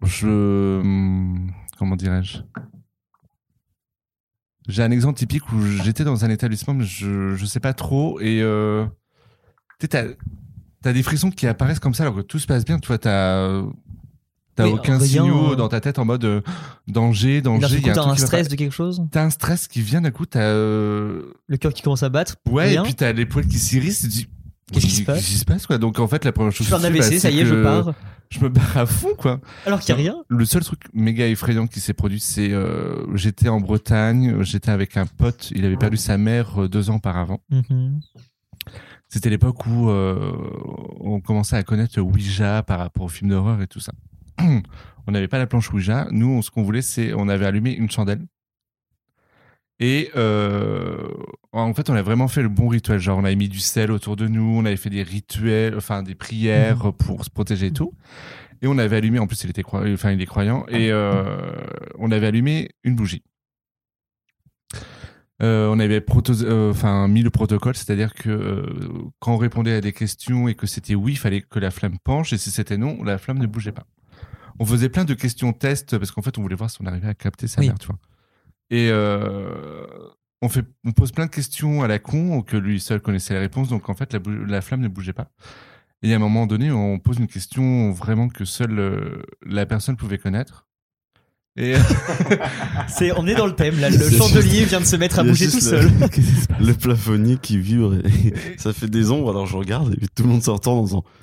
comment dirais-je, j'ai un exemple typique où j'étais dans un établissement, mais je sais pas trop, et t'as des frissons qui apparaissent comme ça alors que tout se passe bien. Tu vois, t'as aucun signal dans ta tête en mode danger. D'un coup, t'as un stress de quelque chose. T'as un stress qui vient d'un coup. T'as le cœur qui commence à battre. Ouais, rien. et puis t'as les poils qui s'irrissent. Tu te dis, qu'est-ce qui se passe? Qu'est-ce qui se passe, quoi. Donc en fait, la première chose. Je fais un AVC, ça y est, je pars. Je me barre à fond, quoi. Alors qu'il y a rien. Le seul truc méga effrayant qui s'est produit, c'est j'étais en Bretagne, j'étais avec un pote. Il avait perdu sa mère 2 ans auparavant. C'était l'époque où on commençait à connaître le Ouija par rapport aux films d'horreur et tout ça. On n'avait pas la planche Ouija. Nous, ce qu'on voulait, c'est on avait allumé une chandelle. Et en fait, on a vraiment fait le bon rituel. Genre, on avait mis du sel autour de nous, on avait fait des rituels, enfin des prières pour se protéger et tout. Et on avait allumé, en plus, il est croyant, et on avait allumé une bougie. On avait mis le protocole, c'est-à-dire que quand on répondait à des questions et que c'était oui, il fallait que la flamme penche, et si c'était non, la flamme ne bougeait pas. On faisait plein de questions tests parce qu'en fait, on voulait voir si on arrivait à capter sa mère, tu vois. Et on pose plein de questions à la con que lui seul connaissait les réponses, donc en fait, la flamme ne bougeait pas. Et à un moment donné, on pose une question vraiment que seule la personne pouvait connaître. Et on est dans le thème là, le chandelier vient de se mettre à bouger tout seul. Le plafonnier qui vibre, ça fait des ombres, alors je regarde et puis tout le monde s'entend en disant.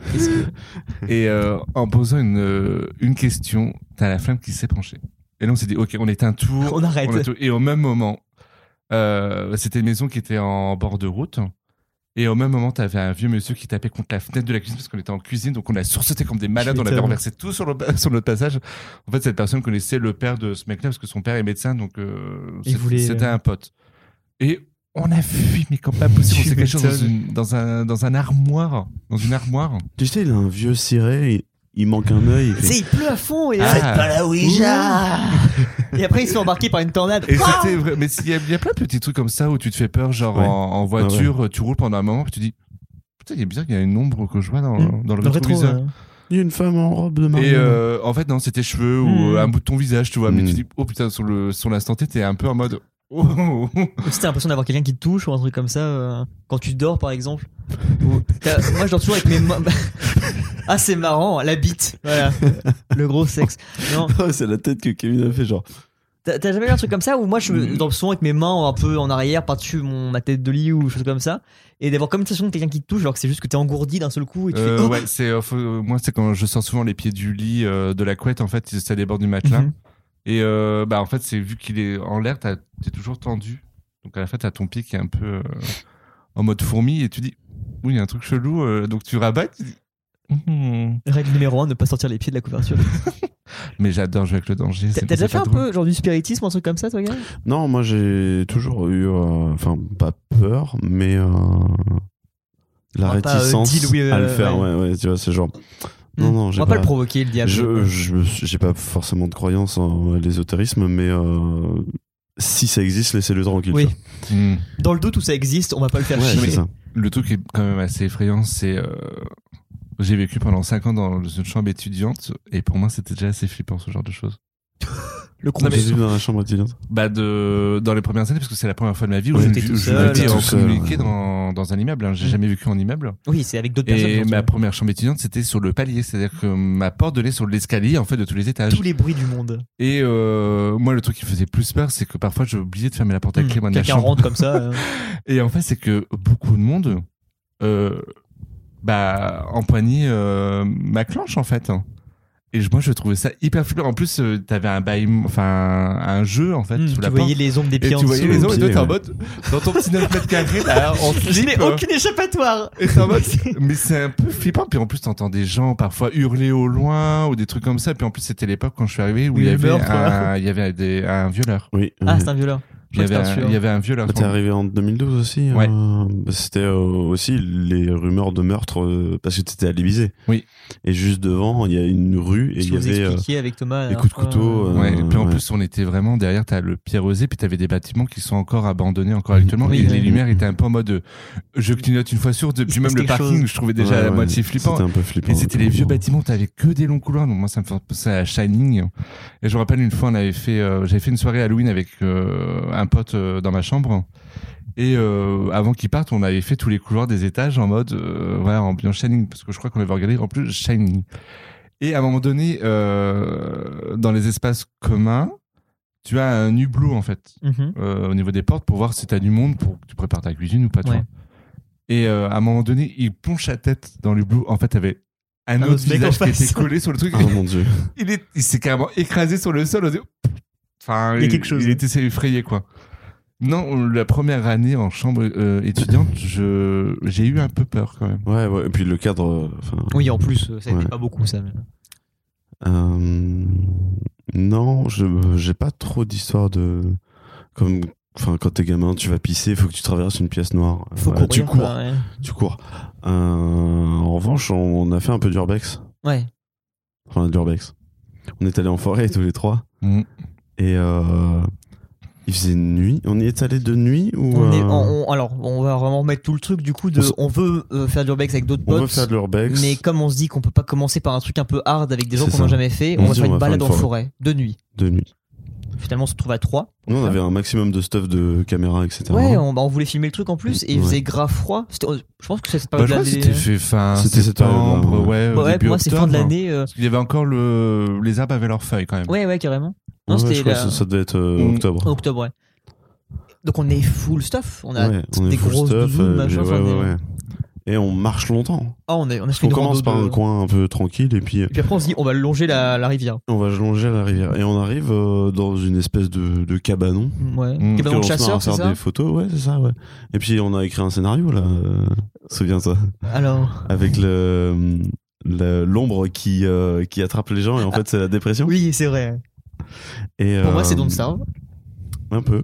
Et en posant une question, t'as la flamme qui s'est penchée. Et là on s'est dit ok, on éteint tout, on arrête. Et au même moment, c'était une maison qui était en bord de route. Et au même moment, t'avais un vieux monsieur qui tapait contre la fenêtre de la cuisine parce qu'on était en cuisine, donc on a sursauté comme des malades, on avait renversé tout sur notre passage. En fait, cette personne connaissait le père de ce mec-là parce que son père est médecin, donc c'était un pote. Et on a fui, mais comme pas possible, on s'est caché dans une armoire. Tu sais, il a un vieux ciré, il manque un œil. Il pleut à fond et faites pas la Ouija. Et après il se fait embarquer par une tornade. Et c'était vrai, mais il y a plein de petits trucs comme ça où tu te fais peur, genre en voiture, tu roules pendant un moment, puis tu dis putain, il est bizarre qu'il y a une ombre que je vois dans le rétroviseur. Il y a une femme en robe de mariée. Et en fait non, c'était cheveux ou un bout de ton visage, tu vois, mais tu dis oh putain, sur l'instant T, t'es un peu en mode oh. C'était l'impression d'avoir quelqu'un qui te touche ou un truc comme ça quand tu dors par exemple. Moi je dors toujours avec mes mains. Ah c'est marrant, la bite, voilà, le gros sexe. Non. C'est la tête que Kevin a fait genre. T'as jamais eu un truc comme ça où moi je dors souvent avec mes mains un peu en arrière par-dessus ma tête de lit ou quelque chose comme ça, et d'avoir comme une sensation de quelqu'un qui te touche alors que c'est juste que t'es engourdi d'un seul coup et tu fais oh. Ouais, moi c'est quand je sors souvent les pieds du lit de la couette, en fait ça déborde du matelas. Et en fait c'est vu qu'il est en l'air, t'es toujours tendu, donc à la fin t'as ton pied qui est un peu en mode fourmi et tu dis oui il y a un truc chelou, donc tu rabats, tu dis Règle numéro 1, ne pas sortir les pieds de la couverture. Mais j'adore jouer avec le danger. T'as déjà fait un peu genre du spiritisme, un truc comme ça, toi, gars? Non, moi j'ai toujours eu, enfin pas peur, mais la réticence à le faire. Ouais, tu vois, c'est genre Non, On va pas le provoquer, le diable. J'ai pas forcément de croyance en l'ésotérisme, mais si ça existe, laissez-le tranquille. Oui. ça. Dans le doute où ça existe, on va pas le faire Ouais, chier. c'est ça. Le truc qui est quand même assez effrayant, c'est j'ai vécu pendant 5 ans dans une chambre étudiante et pour moi c'était déjà assez flippant ce genre de choses. Le T'as vécu dans la chambre étudiante? Bah dans les premières années parce que c'est la première fois de ma vie où Ouais, je t'étais tout je seul. vivais en Tout seul, communiqué ouais. dans un immeuble. J'ai jamais vécu en immeuble. Oui, c'est avec d'autres personnes. Et genre, ma tu première chambre étudiante c'était sur le palier, c'est-à-dire que ma porte donnait sur l'escalier en fait de tous les étages. vois. Tous les bruits du monde. Et moi le truc qui faisait plus peur c'est que parfois j'ai oublié de fermer la porte avec clé moi de la Quelqu'un chambre. rentre comme ça. Et en fait, c'est que beaucoup de monde empoignait ma clenche en fait. Et moi, je trouvais ça hyper flippant. En plus, t'avais un jeu en fait sous Tu la voyais porte. les ombres des pieds Et en tu dessous. voyais les ombres et toi pieds, t'es en ouais. mode dans ton petit 9 mètres carrés là en Je slip. n'ai aucune échappatoire. Et t'es en mode mais c'est un peu flippant. Puis en plus, t'entends des gens parfois hurler au loin ou des trucs comme ça. Puis en plus, c'était l'époque quand je suis arrivé où Oui, il y le avait meurtre, un violeur. Oui. Ah, c'est un violeur. Il y avait un violeur. T'es arrivé en 2012 aussi. Ouais. C'était aussi les rumeurs de meurtre parce que t'étais à l'Élysée. Oui. Et juste devant, il y a une rue et Je il y vous avait expliquiez avec Thomas. des coups de couteau. Ouais, et puis en ouais. plus on était vraiment derrière, t'as le Pierre-Rosé, puis t'avais des bâtiments qui sont encore abandonnés encore actuellement, Oui, et oui. les lumières étaient un peu en mode je clignote une fois sur deux, puis se même passe le quelque parking chose. je trouvais déjà Ouais, à ouais, moitié flippant. C'était un peu flippant. Et c'était les vieux bâtiments, t'avais que des longs couloirs, donc moi ça me fait penser à Shining. Et je me rappelle une fois j'avais fait une soirée Halloween avec un pote dans ma chambre. Et avant qu'ils partent, on avait fait tous les couloirs des étages en mode ambiance Shining, parce que je crois qu'on avait regardé en plus Shining. Et à un moment donné, dans les espaces communs, tu as un hublot en fait au niveau des portes pour voir si t'as du monde pour que tu prépares ta cuisine ou pas. Tu Ouais. vois. Et à un moment donné, il plonge sa tête dans l'hublot. En fait, t'avais un Un autre autre mec visage en qui face. était collé sur le truc. Oh mon dieu. Il s'est carrément écrasé sur le sol. Enfin, Il y a quelque chose. Il était effrayé quoi. Non, la première année en chambre étudiante, j'ai eu un peu peur quand même. Ouais. Et puis le cadre. Oui, en plus, ça n'était Ouais. pas beaucoup ça. Non, j'ai pas trop d'histoire de. Quand t'es gamin, tu vas pisser, il faut que tu traverses une pièce noire. Faut Voilà, courir, tu cours. quoi, ouais. Tu cours. En revanche, on a fait un peu d'urbex. Ouais. Enfin, d'urbex. On est allés en forêt tous les trois. Et il faisait nuit. On y est allé de nuit ou Alors, on va vraiment mettre tout le truc du coup on veut faire du urbex avec d'autres on potes. veut faire de l'urbex. Mais comme on se dit qu'on peut pas commencer par un truc un peu hard avec des gens C'est qu'on n'a ça. jamais fait, On on va dit, faire on une va faire balade une en forêt de nuit. De nuit. Finalement, on se retrouve à 3. Nous, on avait un maximum de stuff de caméra, etc. Ouais, on voulait filmer le truc en plus et il Ouais. faisait grave froid. Je pense que c'est cette Bah, période je crois que de c'était l'année. fait fin C'était cette septembre, période-là, ouais. Ouais, début pour moi, c'est fin de octobre. l'année. Parce qu'il y avait encore les arbres avaient leurs feuilles quand même. Ouais, carrément. Non, Ouais, c'était je crois la- que ça devait être octobre. octobre, ouais. Donc on est full stuff. On a Ouais, on est des full grosses stuff, doudounes, machin. ouais, enfin, on est- ouais. Et on marche longtemps. Ah, on a Parce fait qu'on une commence rando par de- un coin un peu tranquille et puis Et puis après, on se dit, on va longer la rivière. on va longer la rivière. Et on arrive dans une espèce de cabanon. Ouais. Mmh. Cabanon de On se met à chasseurs, c'est faire ça des photos, ouais, c'est ça, ouais. Et puis on a écrit un scénario, là. Souviens-toi. Alors. Avec l'ombre qui attrape les gens et en fait c'est la dépression. Oui, c'est vrai. Et, Pour moi, c'est Don't Starve. Un peu.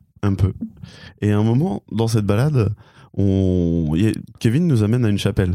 Et à un moment, dans cette balade, Kevin nous amène à une chapelle.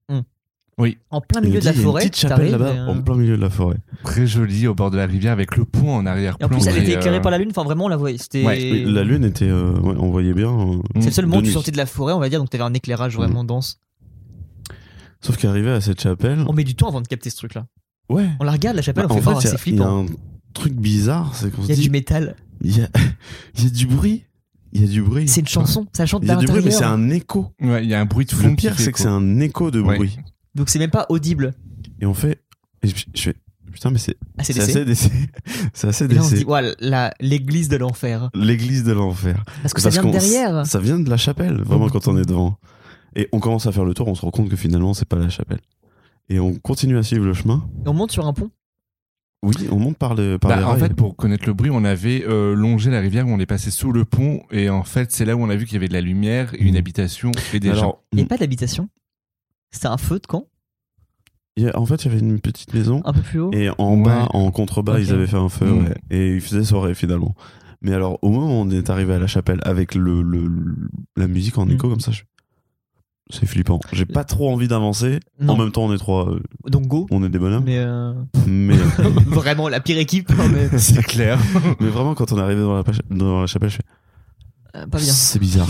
En plein Il milieu nous de la dit, il y a forêt. une petite chapelle t'arrives, là-bas, en plein milieu de la forêt. Très joli au bord de la rivière avec le pont en Et arrière-plan. en plus, elle Et, était éclairée par la lune. Enfin, vraiment, on la voyait. C'était. Ouais, Oui, la lune était, ouais, on voyait bien. C'est le seul de moment où tu nuit. sortais de la forêt, on va dire. Donc, t'avais un éclairage vraiment dense. Sauf qu'arrivé à cette chapelle, On met du temps avant de capter ce truc-là. ouais. On la regarde, la chapelle, Bah, on fait en voir, fait, c'est il y a flippant. un truc bizarre, c'est qu'on se Il y a dit, du métal. il y a du bruit. Il y a du bruit. C'est une chanson. Ça chante Il y a par du bruit, mais c'est l'intérieur. un écho. Ouais, il y a un bruit de fond. Le pire, qui fait c'est que quoi. c'est un écho de Ouais. bruit. Donc, c'est même pas audible. Et on fait. Et je fais. Putain, mais c'est Ah, c'est assez décès. décès. C'est assez Et là, on se décès. dit, ouais, l'église de l'enfer. L'église de l'enfer. Parce que ça vient de derrière. Ça vient de la chapelle, vraiment, quand on est devant. Et on commence à faire le tour, on se rend compte que finalement, c'est pas la chapelle. Et on continue à suivre le chemin. Et on monte sur un pont. Oui, on monte par les Bah, en rails. fait, pour connaître le bruit, on avait longé la rivière où on est passé sous le pont et en fait, c'est là où on a vu qu'il y avait de la lumière, une habitation et des gens. Alors, Il n'y a pas d'habitation. C'était un feu de camp. en fait, il y avait une petite maison. Un peu plus haut. Et en bas, en contrebas, Ok. ils avaient fait un feu, Mm. ouais. Et il faisait soirée finalement. Mais alors, au moment où on est arrivé à la chapelle avec la musique en écho comme ça, C'est flippant. J'ai pas trop envie d'avancer. Non. En même temps, on est trois. Donc go. On est des bonhommes. Mais vraiment la pire équipe. Mais... C'est clair. Mais vraiment, quand on est arrivé dans la chapelle, je fais. Pas bien. C'est bizarre.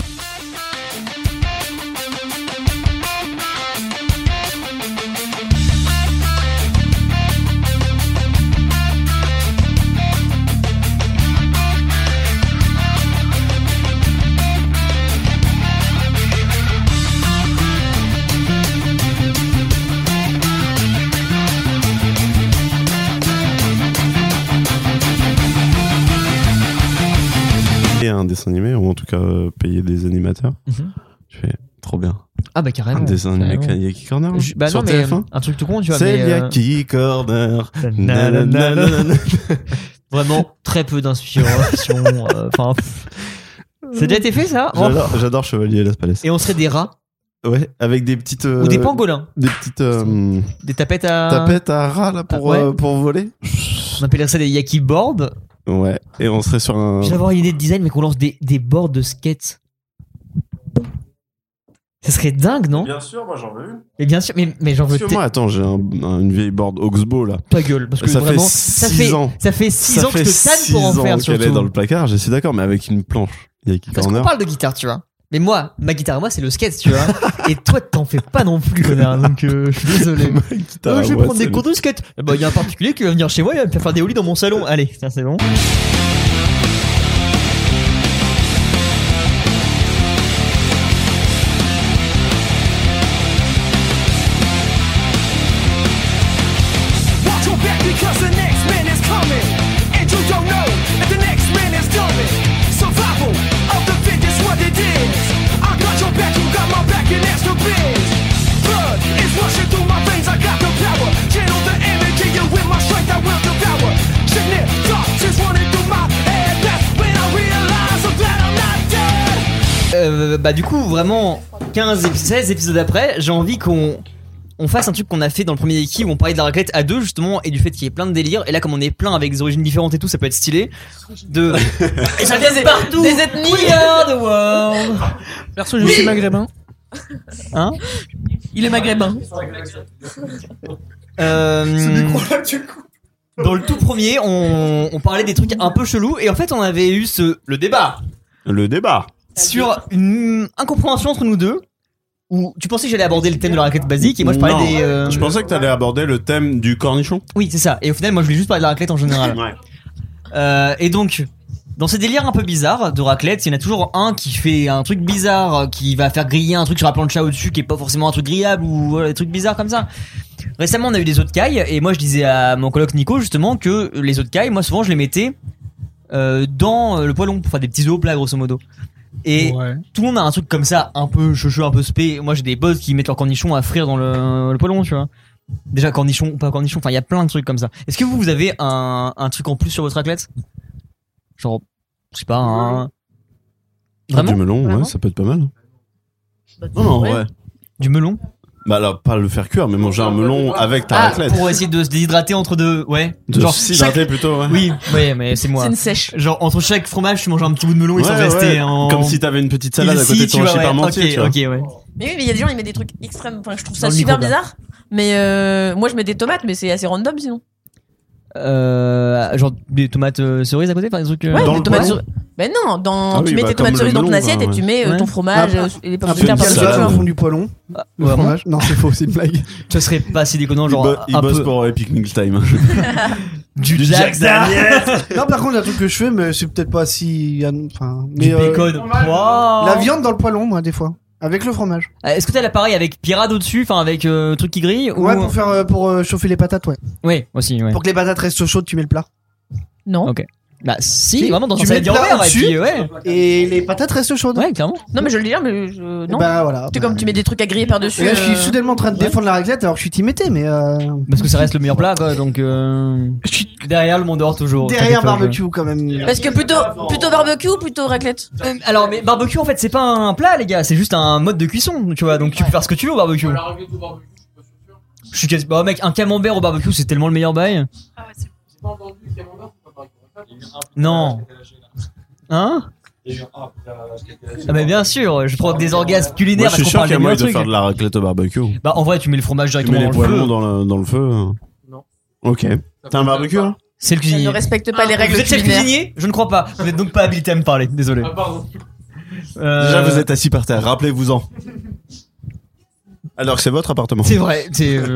Un dessin animé ou en tout cas payer des animateurs. Je fais trop bien. Ah bah carrément. Un dessin animé avec Yaki Corner bah sur non, mais TF1. un truc tout con, tu vois. C'est mais, Yaki Corner. Vraiment très peu d'inspiration. Enfin, ça a déjà été fait ça. J'adore Chevalier Las Palais. Et on serait des rats. Ouais, avec des petites ou des pangolins. Des petites des tapettes à rats là pour voler. On appellerait ça des Yaki boards. Ouais, et on serait sur un. Je vais avoir une idée de design, mais qu'on lance des boards de skate. Ça serait dingue, non? Bien sûr, moi j'en veux une. Mais bien sûr, mais j'en veux. Parce que moi, attends, j'ai une vieille board Oxbow là. Ta gueule, parce que ça vraiment, fait 6 ans. Ça fait 6 ans que je te tanne pour en faire, surtout. Elle est dans le placard, je suis d'accord, mais avec une planche. Parce qu'on parle de guitare, tu vois. Mais moi, ma guitare, c'est le skate, tu vois. Et toi, t'en fais pas non plus, connard. Donc, je suis désolé. Je vais prendre des cours de skate. Bah, il y a un particulier qui va venir chez moi, il va me faire des ollies dans mon salon. Allez, ça c'est bon. Bah du coup vraiment 16 épisodes après, j'ai envie qu'on fasse un truc qu'on a fait dans le premier Yaki où on parlait de la raclette à deux justement et du fait qu'il y ait plein de délires, et là comme on est plein avec des origines différentes et tout, ça peut être stylé de et ça vient de partout, des ethnies, we are the world. Perso je suis maghrébin. Hein? Il est maghrébin. Dans le tout premier on parlait des trucs un peu chelous et en fait on avait eu le débat sur une incompréhension entre nous deux, où tu pensais que j'allais aborder le thème de la raclette basique et moi je parlais des. Je pensais que t'allais aborder le thème du cornichon. Oui, c'est ça. Et au final, moi je voulais juste parler de la raclette en général. Ouais. Et donc, dans ces délires un peu bizarres de raclette, il y en a toujours un qui fait un truc bizarre, qui va faire griller un truc sur la plancha au-dessus, qui est pas forcément un truc grillable ou voilà, des trucs bizarres comme ça. Récemment, on a eu des œufs de caille et moi je disais à mon coloc Nico justement que les œufs de caille, moi souvent je les mettais dans le poêlon pour faire des petits œufs au plat grosso modo. Et tout le monde a un truc comme ça, un peu chouchou, un peu spé. Moi j'ai des potes qui mettent leurs cornichons à frire dans le poêlon, tu vois. Déjà cornichons ou pas cornichons, enfin il y a plein de trucs comme ça. Est-ce que vous avez un truc en plus sur votre raclette? Genre, je sais pas, un... Vraiment? Du melon, ouais, ça peut être pas mal. Non, ouais. Du melon? Bah alors, pas le faire cuire, mais manger un melon avec ta raclette. Pour essayer de se déshydrater entre deux, ouais. Genre s'hydrater plutôt, ouais. Oui, ouais, mais c'est moi. C'est une sèche. Genre, entre chaque fromage, tu manges un petit bout de melon, ils sont restés en... Comme si t'avais une petite salade à côté de ton hachis parmentier, tu vois. Ok, ouais. Mais oui, mais il y a des gens, ils mettent des trucs extrêmes. Enfin, je trouve ça super bizarre. Mais moi, je mets des tomates, mais c'est assez random sinon. Genre des tomates cerises à côté, enfin des trucs. Ouais, des tomates cerises. Ben non, tu mets tes tomates cerises dans ton assiette et tu mets ton fromage et les pommes de terre par-dessus. Au fond du poêlon. Le fromage. Non, c'est faux, c'est une blague. Ça serait pas si déconnant, genre. Il bosse pour Epic Meal Time. Du Jack Daniels. Non, par contre, il y a un truc que je fais, mais c'est peut-être pas si. Enfin. Du bacon. La viande dans le poêlon, moi, des fois. Avec le fromage. Est-ce que t'as l'appareil avec pirate au-dessus, enfin avec truc qui grille Ouais, pour chauffer les patates, ouais. Ouais, aussi, ouais. Pour que les patates restent chaudes, tu mets le plat. Non. Ok. Bah si, vraiment dans tu un mets le salade plat vert dessus, ouais. Et les patates restent chaudes. Ouais, clairement. Non, mais je le dis, mais non. Bah voilà. C'est comme tu mets des trucs à griller par-dessus. Et là, je suis soudainement en train de défendre la raclette alors que je suis timidé, mais. Parce que ça reste le meilleur plat, quoi. Donc je suis derrière le monde dehors toujours. Derrière barbecue quand même. Parce que plutôt barbecue ou plutôt raclette. Alors mais barbecue en fait c'est pas un plat les gars, c'est juste un mode de cuisson, tu vois. Donc tu peux faire ce que tu veux au barbecue. Je suis quasi... Bah mec, un camembert au barbecue c'est tellement le meilleur bail. Ah ouais, c'est pas entendu le camembert. Non. Hein? Ah bah bien sûr, je prends des orgasmes Moi, culinaires. je suis parce sûr qu'on qu'il y a parle moyen des de meilleurs faire de la raclette au barbecue. trucs. Bah en vrai, tu mets le fromage Tu mets directement les dans le feu. poêlons dans le feu. Non. Ok. T'as un barbecue là? C'est le Elle cuisinier. ne respecte pas les règles Vous êtes chef culinaires. cuisinier? Je ne crois pas. Vous n'êtes donc pas habilité à me parler. Désolé. Pardon. Déjà, vous êtes assis par terre. Rappelez-vous-en. Alors que c'est votre appartement. C'est vrai.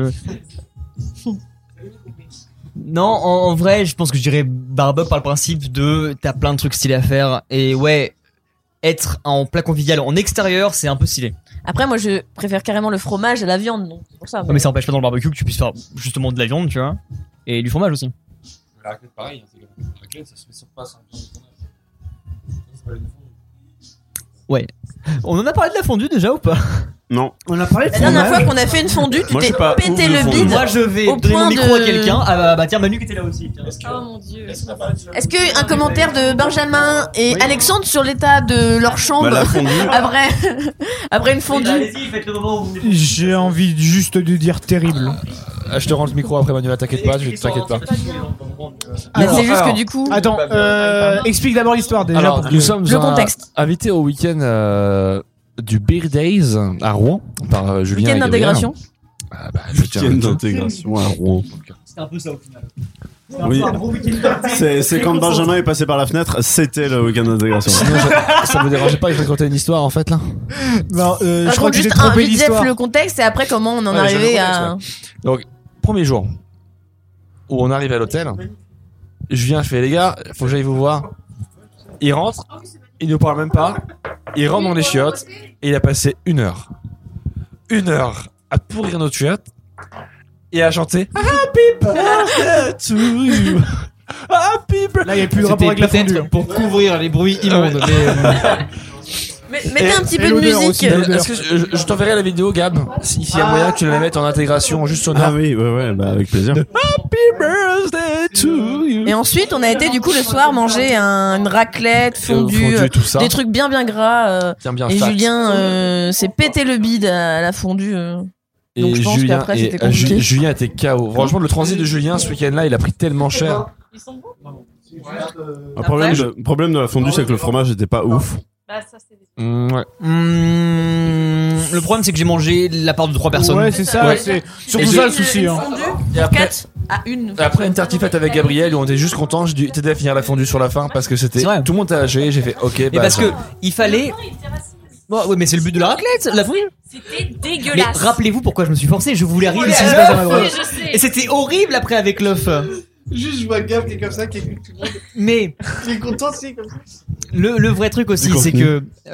Non, en vrai, je pense que je dirais barbecue par le principe de t'as plein de trucs stylés à faire et ouais, être en plat convivial en extérieur, c'est un peu stylé. Après, moi, je préfère carrément le fromage à la viande, donc c'est pour ça. Ouais, mais ça empêche pas dans le barbecue que tu puisses faire justement de la viande, tu vois, et du fromage aussi. La raclette, pareil. La raclette, ça se fait sur place. Ouais. On en a parlé de la fondue déjà ou pas? Non. On a parlé de La dernière fromage. fois qu'on a fait une fondue, tu Moi, je t'es sais pas, pété ouvre le le fondue. bide. Moi je vais Au donner mon point micro de- à quelqu'un. Ah bah tiens, Manu qui était là aussi. Tiens. Oh mon dieu. Est-ce que un commentaire de Benjamin et Alexandre sur l'état de leur chambre Bah, la fondue. après une fondue? Allez-y, faites le moment où vous J'ai envie juste de dire terrible. Je te rends le micro après Manuela, t'inquiète pas, t'inquiète pas. Mais c'est juste alors, que du coup. Attends, explique d'abord l'histoire déjà. Alors, pour que- nous sommes Le contexte. invités au week-end du Beer Days à Rouen par Julien Week-end et Gabriel. d'intégration. Ah bah, je tiens Week-end à le dire. d'intégration à Rouen. C'est un peu ça au final. Oui. C'est quand Benjamin est passé par la fenêtre, c'était le week-end d'intégration. Sinon, ça me dérangeait pas, il faut raconter une histoire en fait là. Non, je crois Raconte que j'ai juste trompé vite l'histoire. le contexte et après comment on en est Ouais, j'ai arrivé le à. Donc, premier jour où on arrive à l'hôtel, je viens, je fais les gars, faut que j'aille vous voir. Il rentre, il nous parle même pas, il rentre dans les chiottes et il a passé 1 heure. 1 heure à pourrir nos chiottes et à chanter Happy birthday to you. Happy birthday. Là, il n'y a plus de rapport avec la fondue. peut-être pour couvrir les bruits immondes. Mais mettez un petit et peu de l'odeur musique. aussi, l'odeur. Est-ce que je t'enverrai la vidéo, Gab, s'il y a moyen que tu la mettes en intégration juste sonore. Ah oui, ouais, bah avec plaisir. Happy birthday to you. Et ensuite, on a été du coup le soir manger une raclette, fondue, Fondue, tout ça. des trucs bien gras. Tiens bien Et fat. Julien s'est pété le bide à la fondue. Et Donc je pense Julien, qu'après, et, c'était compliqué. Julien était KO. Franchement, le transit de Julien ce week-end-là, il a pris tellement cher. Un problème de la fondue, c'est que le fromage était pas ouf. Ouais. Le problème c'est que j'ai mangé la part de 3 personnes. Ouais, c'est ça, Ouais. c'est surtout Et ça j'ai- le souci. Hein. Et après, 4 à 1. après une tartiflette avec Gabriel, où on était juste content, j'ai dû t'aider à finir la fondue sur la fin parce que c'était C'est vrai. tout le monde a lâché. J'ai fait OK. Et parce que il fallait. Bon, ouais, mais c'est le but de la raclette, la fondue. C'était Mais dégueulasse. rappelez-vous pourquoi je me suis forcé. Je voulais arriver Oui, ici, à c'est pas l'œuf, dans ma oui, droite. je sais. Et c'était horrible après avec l'œuf. Juste, je vois Gab qui est comme ça, qui est tout le monde. Mais Qui est content, c'est comme ça. le vrai truc aussi, Du c'est contenu.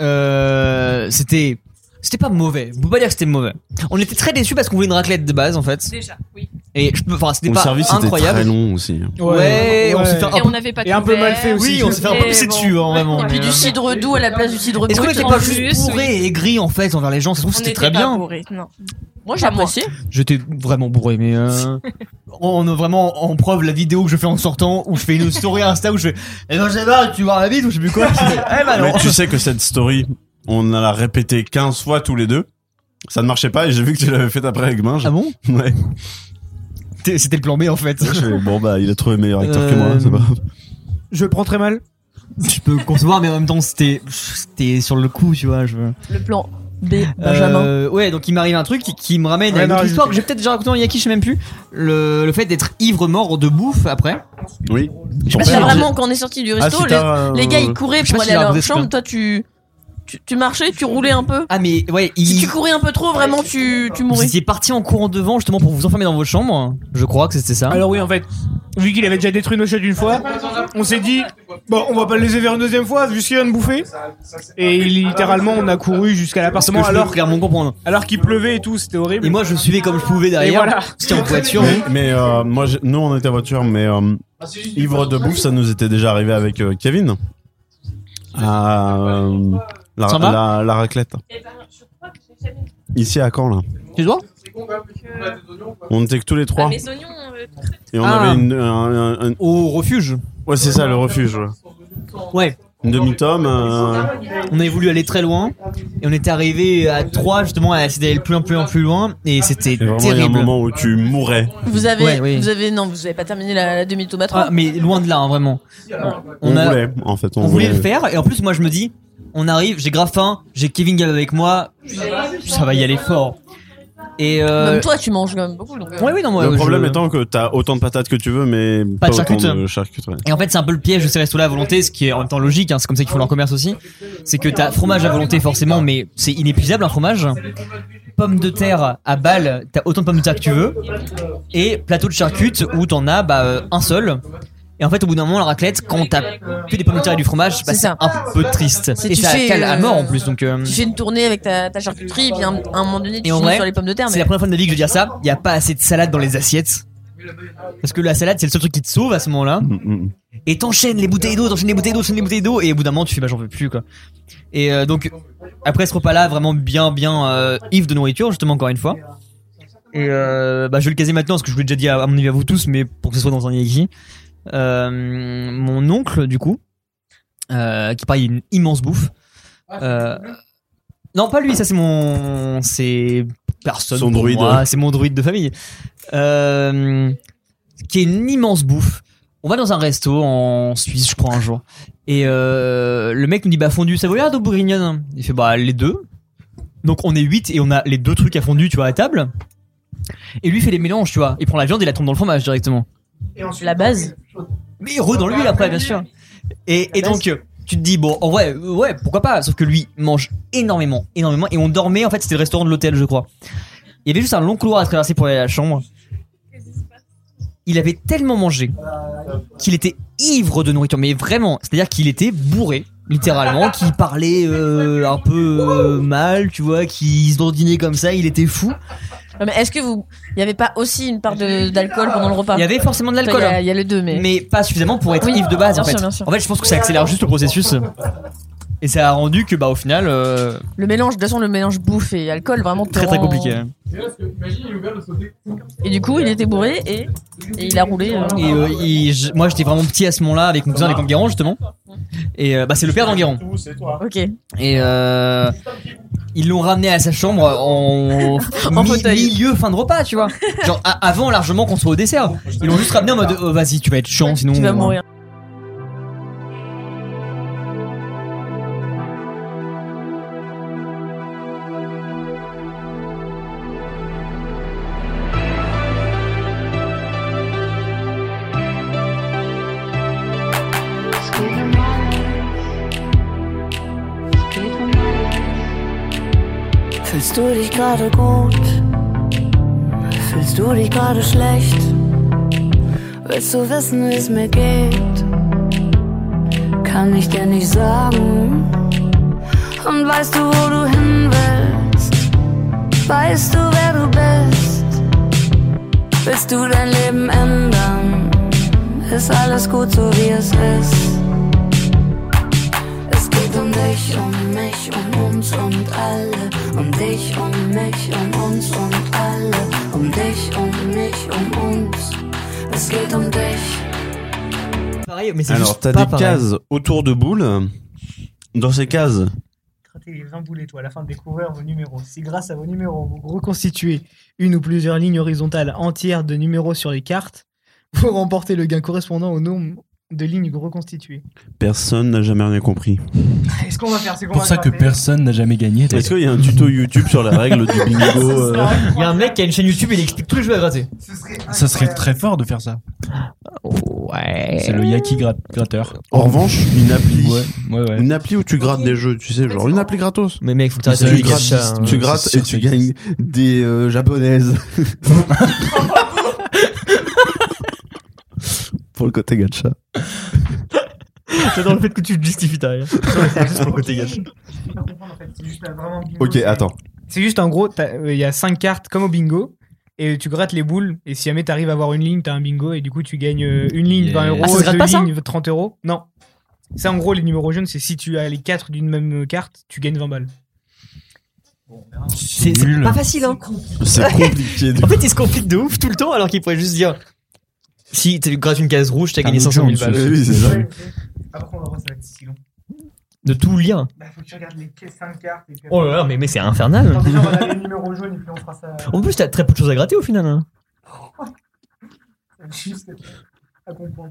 que c'était pas mauvais. On peut pas dire que c'était mauvais. On était très déçus parce qu'on voulait une raclette de base en fait. Déjà, oui. Et enfin, c'était Le pas service était incroyable. très long aussi. Ouais, on s'est fait Et on n'avait pas de Et un peu mal fait couvert. aussi. Oui, on s'est fait un peu pisser dessus, hein, vraiment. Et puis du cidre doux à la place du cidre Est-ce qu'on brut. était en pas plus. juste bourré et aigri en fait envers les gens? Ça se trouve On c'était n'était très pas bien. bourré, non. Moi j'ai apprécié. J'étais vraiment bourré, mais on a vraiment en preuve la vidéo que je fais en sortant où je fais une story Insta où je fais eh ben j'ai marre, tu vois la bite ou je sais plus quoi. Je fais, eh ben non. Mais tu sais que cette story, on a la répété 15 fois tous les deux. Ça ne marchait pas et j'ai vu que tu l'avais fait après avec Minge. Ah bon? Ouais. C'était le plan B en fait. Je fais, bon bah il a trouvé meilleur acteur que moi, c'est pas grave. Je le prends très mal. Je peux concevoir, mais en même temps c'était sur le coup, tu vois. Le plan B, Benjamin. Ouais, donc il m'arrive un truc qui me ramène à Ouais, une non, autre je- histoire que j'ai peut-être déjà raconté en Yaki, je sais même plus. Le fait d'être ivre mort de bouffe après. Oui. Je sais pas si vraiment quand on est sorti du resto, si t'as, les gars ils couraient je sais pour pas aller s'il a à leur raconté ce chambre. plan. Toi tu marchais, tu roulais un peu. Ah mais ouais, Si tu courais un peu trop, vraiment tu vous mourais. étiez parti en courant devant justement pour vous enfermer dans votre chambre. Je crois que c'était ça. Alors oui, en fait, vu qu'il avait déjà détruit nos chiottes une fois, on s'est dit, bon, on va pas le laisser faire une deuxième fois, vu ce qu'il vient de bouffer. Et littéralement, on a couru jusqu'à l'appartement alors qu'il pleuvait et tout, c'était horrible. Et moi je suivais comme je pouvais derrière. Et voilà. C'était en voiture. Mais moi, nous on était en voiture, mais ivre de bouffe, ça nous était déjà arrivé avec Kevin. La raclette. Ici à Caen là. Tu vois? On était que tous les trois. Ah, mes oignons. Et on Ah. avait Au refuge. Ouais, c'est ça, le refuge. Ouais. Ouais. Une demi-tome. On avait voulu aller très loin et on était arrivé à 3 justement à essayer d'aller plus loin et c'était vraiment, terrible. Il y a un moment où tu mourrais. Vous avez pas terminé la demi-tome à 3. Ah, mais loin de là, hein, vraiment. On voulait, en fait. On voulait le faire et en plus moi je me dis, on arrive, j'ai grave faim, j'ai Kevin Gab avec moi, ça va y aller fort. Et même toi, tu manges quand même beaucoup. Donc... Ouais, oui, non, moi, le problème étant que t'as autant de patates que tu veux, mais pas de autant de charcutes. Ouais. Et en fait, c'est un peu le piège de ces restos-là à volonté, ce qui est en même temps logique, hein, c'est comme ça qu'ils font leur commerce aussi. C'est que t'as fromage à volonté forcément, mais c'est inépuisable un fromage. Pommes de terre à balle, t'as autant de pommes de terre que tu veux. Et plateau de charcutes où t'en as un seul. Et en fait, au bout d'un moment, la raclette, quand t'as que des pommes de terre et du fromage, c'est un peu triste. Et ça cale à mort en plus. Donc, tu fais une tournée avec ta charcuterie, et puis à un moment donné, tu finis sur les pommes de terre. C'est la première fois de ma vie que je veux dire ça. Il n'y a pas assez de salade dans les assiettes. Parce que la salade, c'est le seul truc qui te sauve à ce moment-là. Et t'enchaînes les bouteilles d'eau, et au bout d'un moment, tu fais j'en peux plus, quoi. Et donc, après ce repas-là, vraiment bien ivre de nourriture, justement, encore une fois. Et je vais le caser maintenant, parce que je vous l'ai déjà dit à mon avis à vous tous, mais pour que ce soit dans un yaki. Mon oncle du coup qui pareil une immense bouffe non pas lui, ça c'est personne son pour druide, moi, c'est mon druide de famille qui est une immense bouffe. On va dans un resto en Suisse je crois un jour et le mec nous dit fondue savoyarde ou bourguignonne. Il fait les deux, donc on est 8 et on a les deux trucs à fondue tu vois à table et lui fait les mélanges tu vois, il prend la viande et la tombe dans le fromage directement. Et ensuite, la base. Mais il roule dans l'huile après, bien sûr. Et donc, tu te dis, en vrai, ouais, pourquoi pas. Sauf que lui mange énormément. Et on dormait, en fait, c'était le restaurant de l'hôtel, je crois. Il y avait juste un long couloir à traverser pour aller à la chambre. Il avait tellement mangé qu'il était ivre de nourriture, mais vraiment. C'est-à-dire qu'il était bourré, littéralement, qu'il parlait un peu mal, tu vois, qu'il se dandinait comme ça, il était fou. Mais est-ce que il y avait pas aussi une part d'alcool pendant le repas? Il y avait forcément de l'alcool. Il y a les deux, mais pas suffisamment pour être ivre de base. Bien sûr. En fait, je pense que ça accélère juste le processus. Et ça a rendu que au final. Le mélange, de toute façon, le mélange bouffe et alcool vraiment très compliqué. Et du coup, il était bourré et il a roulé. Moi, j'étais vraiment petit à ce moment-là avec mon cousin avec Enguerrand justement. Et c'est le père d'Enguerrand. Ok. Et ils l'ont ramené à sa chambre en milieu fin de repas, tu vois. Genre avant largement qu'on soit au dessert. Ils l'ont juste ramené en mode vas-y, tu vas être chiant sinon. Tu vas mourir. Fühlst du dich gerade gut? Fühlst du dich gerade schlecht? Willst du wissen, wie es mir geht? Kann ich dir nicht sagen. Und weißt du, wo du hin willst? Weißt du, wer du bist? Willst du dein Leben ändern? Ist alles gut, so wie es ist? Es geht um dich, um mich, um uns und alle. Um dich, um mich, um uns und alle. Um dich, um mich, um uns. Es geht um dich. Pareil, mais c'est alors, juste t'as pas des pareil. cases autour de boules. Dans ces cases. Grattez les 20 boules et tout à la fin de découvrir vos numéros. Si grâce à vos numéros, vous reconstituez une ou plusieurs lignes horizontales entières de numéros sur les cartes, vous remportez le gain correspondant au nombre de lignes reconstituées. Personne n'a jamais rien compris. Est-ce qu'on va faire? C'est pour ça que personne n'a jamais gagné. Est-ce qu'il y a un tuto YouTube sur la règle du bingo Il y a un mec qui a une chaîne YouTube et il explique tous les jeux à gratter. Ça serait très fort de faire ça. Ouais. C'est le Yaki gratteur. En revanche, une appli. Ouais. Une appli où tu grattes des jeux, tu sais, genre une appli gratos. Mais mec, faut que t'arrêtes de tu gacha, hein. tu grattes et tu gagnes des japonaises. Pour le côté gacha. J'adore le fait que tu te justifies derrière. C'est juste pour le côté gacha. Ok, attends. C'est juste en gros, il y a 5 cartes comme au bingo. Et tu grattes les boules, et si jamais t'arrives à avoir une ligne, t'as un bingo, et du coup tu gagnes une ligne 20 euros, ça se gratte deux pas, ça lignes 30 euros. Non. C'est en gros les numéros jaunes, c'est si tu as les 4 d'une même carte, tu gagnes 20 balles. C'est pas facile, hein. C'est compliqué. En fait, il se complique de ouf tout le temps, alors qu'il pourrait juste dire si tu grattes une case rouge, t'as gagné 500 000 balles. Oui, c'est ça. Après, on va voir, ça va être si long. De tout lien. Bah, faut que tu regardes les 5 cartes. Et puis... Oh là là, mais c'est infernal. Alors, déjà, on va regarder les numéros jaunes et puis on fera ça. En plus, t'as très peu de choses à gratter au final. Hein. C'est juste à comprendre.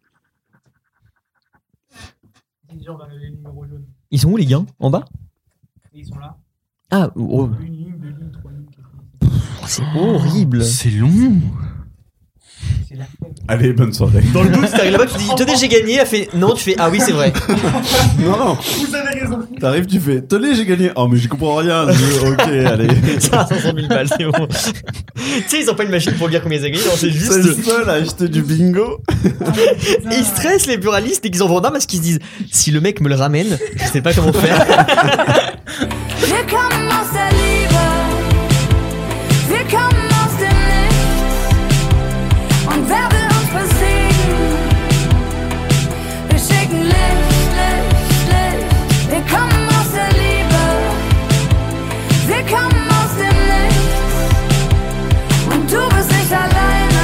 Déjà, on va regarder les numéros jaunes. Ils sont où les gains? En bas? Et ils sont là. Ah, oh. Une ligne, 2 lignes, 3 lignes. C'est horrible. C'est long. Allez, bonne soirée. Dans le doute, t'arrives là-bas, tu dis tenez, j'ai gagné. Elle fait non, tu fais ah oui, c'est vrai. Non. Vous avez raison. T'arrives, tu fais tenez, j'ai gagné. Oh, mais j'y comprends rien. Ok, allez. Ça, 500 000 balles, c'est bon. Tu sais, ils ont pas une machine pour dire combien ils ont gagné, non, c'est juste. C'est le seul à acheter du bingo. Ils stressent les buralistes et qu'ils en vendent un parce qu'ils se disent si le mec me le ramène, je sais pas comment faire. Wir kommen aus der Liebe, wir kommen aus dem Nichts. Und wer will uns besiegen? Wir schicken Licht, Licht, Licht. Wir kommen aus der Liebe, wir kommen aus dem Nichts. Und du bist nicht alleine.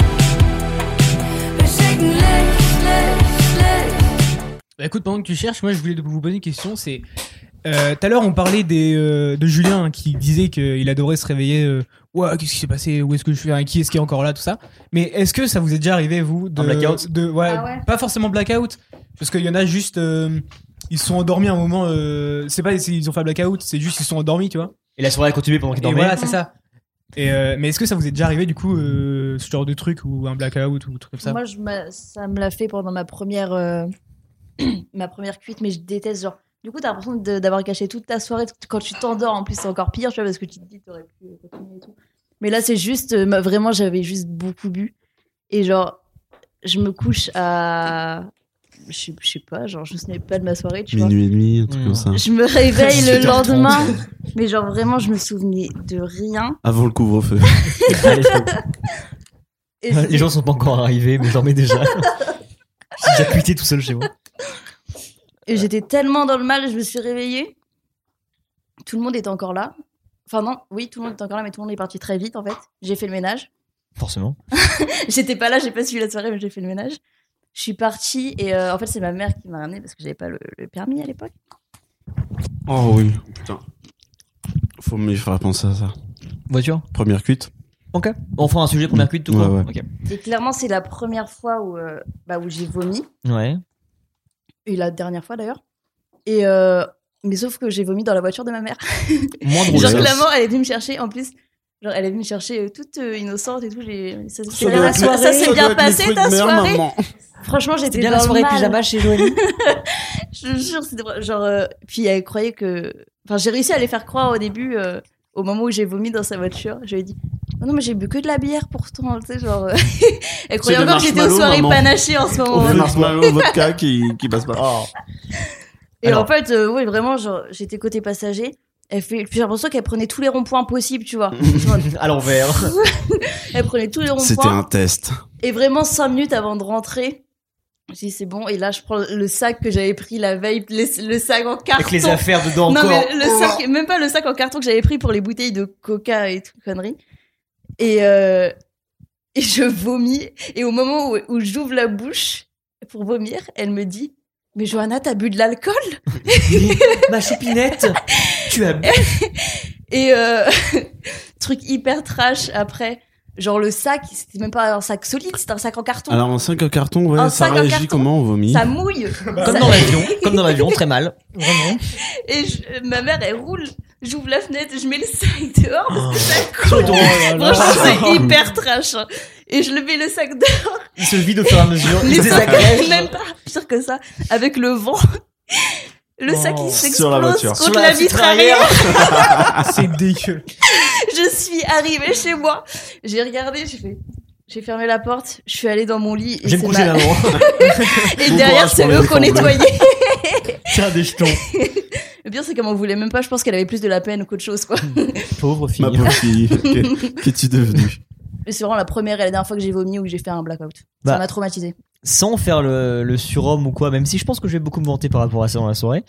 Wir schicken Licht, Licht, Licht. Bah écoute, pendant que tu cherches, moi je voulais vous poser une question, c'est... Tout à l'heure, on parlait de Julien hein, qui disait qu'il adorait se réveiller. Ouais, qu'est-ce qui s'est passé? Où est-ce que je suis? Qui est-ce qui est encore là? Tout ça. Mais est-ce que ça vous est déjà arrivé, vous, un blackout? Ouais, pas forcément blackout. Parce qu'il y en a juste. Ils se sont endormis un moment. C'est pas ils ont fait un blackout, c'est juste ils se sont endormis, tu vois. Et la soirée a continué pendant qu'ils dormaient. Voilà, c'est ça. Mais est-ce que ça vous est déjà arrivé, du coup, ce genre de truc ou un blackout ou un truc comme ça? Moi, ça me l'a fait pendant ma première cuite, mais je déteste genre. Du coup, t'as l'impression d'avoir gâché toute ta soirée. Quand tu t'endors, en plus, c'est encore pire, tu vois, parce que tu te dis, t'aurais pu continuer et tout. Mais là, c'est juste, vraiment, j'avais juste beaucoup bu. Et genre, je me couche à. Je sais pas, genre, je me souviens pas de ma soirée, tu vois. Minuit et demi, un truc comme ça. Je me réveille le lendemain, mais genre, vraiment, je me souvenais de rien. Avant le couvre-feu. Les gens sont pas encore arrivés, mais j'en mets déjà. J'ai déjà cuité tout seul chez moi. Et j'étais tellement dans le mal, je me suis réveillée. Tout le monde était encore là. Enfin non, oui, tout le monde était encore là, mais tout le monde est parti très vite en fait. J'ai fait le ménage. Forcément. J'étais pas là, j'ai pas suivi la soirée, mais j'ai fait le ménage. Je suis partie et en fait c'est ma mère qui m'a ramenée parce que j'avais pas le permis à l'époque. Oh oui, putain. Faut me faire penser à ça. Voiture. Première cuite. Ok. On fera un sujet première cuite tout court. Ouais. Okay. Et clairement c'est la première fois où j'ai vomi. Ouais. Et la dernière fois d'ailleurs. Et mais sauf que j'ai vomi dans la voiture de ma mère. Moins drôle. Genre clairement, elle est venue me chercher. En plus, genre elle est venue me chercher toute innocente et tout. Ça s'est bien passé ta soirée. Maman. Franchement, j'étais bien dans la soirée le mal. pyjama chez Joanie. Je te jure, c'était genre. Puis elle croyait que. Enfin, j'ai réussi à les faire croire au début, au moment où j'ai vomi dans sa voiture. Je lui ai dit. Oh non, mais j'ai bu que de la bière pourtant, tu sais, genre. Elle croyait encore que j'étais aux soirées panachées en ce moment. Des marshmallows, vodka qui passe pas. Oh. Et alors, en fait, oui, vraiment, genre, j'étais côté passager. Elle fait, puis j'ai l'impression qu'elle prenait tous les ronds-points possibles, tu vois. À l'envers. Elle prenait tous les ronds-points. C'était un test. Et vraiment 5 minutes avant de rentrer, je dis c'est bon. Et là, je prends le sac que j'avais pris la veille, le sac en carton. Avec les affaires dedans non, encore. Non, mais le sac, même pas le sac en carton que j'avais pris pour les bouteilles de coca et tout, conneries. Et je vomis. Et au moment où j'ouvre la bouche pour vomir, elle me dit mais Johanna, t'as bu de l'alcool? Ma choupinette, tu as bu. Et truc hyper trash après. Genre le sac, c'était même pas un sac solide, c'était un sac en carton. Alors un sac en carton, ouais, ça réagit comment on vomit? Ça mouille. Comme dans l'avion, très mal. Vraiment. Et ma mère, elle roule. J'ouvre la fenêtre, je mets le sac dehors parce que ça coule. Franchement, c'est hyper trash. Et je le mets le sac dehors. Il se vide au fur et à mesure. Il désagrège. Même pas pire que ça. Avec le vent. Le sac il s'explose contre la vitre arrière. C'est dégueu. Je suis arrivée chez moi. J'ai regardé, j'ai fermé la porte. Je suis allée dans mon lit. J'ai me couché là-haut. Et derrière, c'est eux qu'on nettoyait. C'est un des jetons. Le pire, c'est qu'elle m'en voulait même pas. Je pense qu'elle avait plus de la peine qu'autre chose, quoi. Pauvre fille. Ma pauvre fille. Qu'es-tu devenue? Mais c'est vraiment la première et la dernière fois que j'ai vomi ou que j'ai fait un blackout. Ça m'a traumatisé. Sans faire le surhomme ou quoi, même si je pense que je vais beaucoup me vanter par rapport à ça dans la soirée,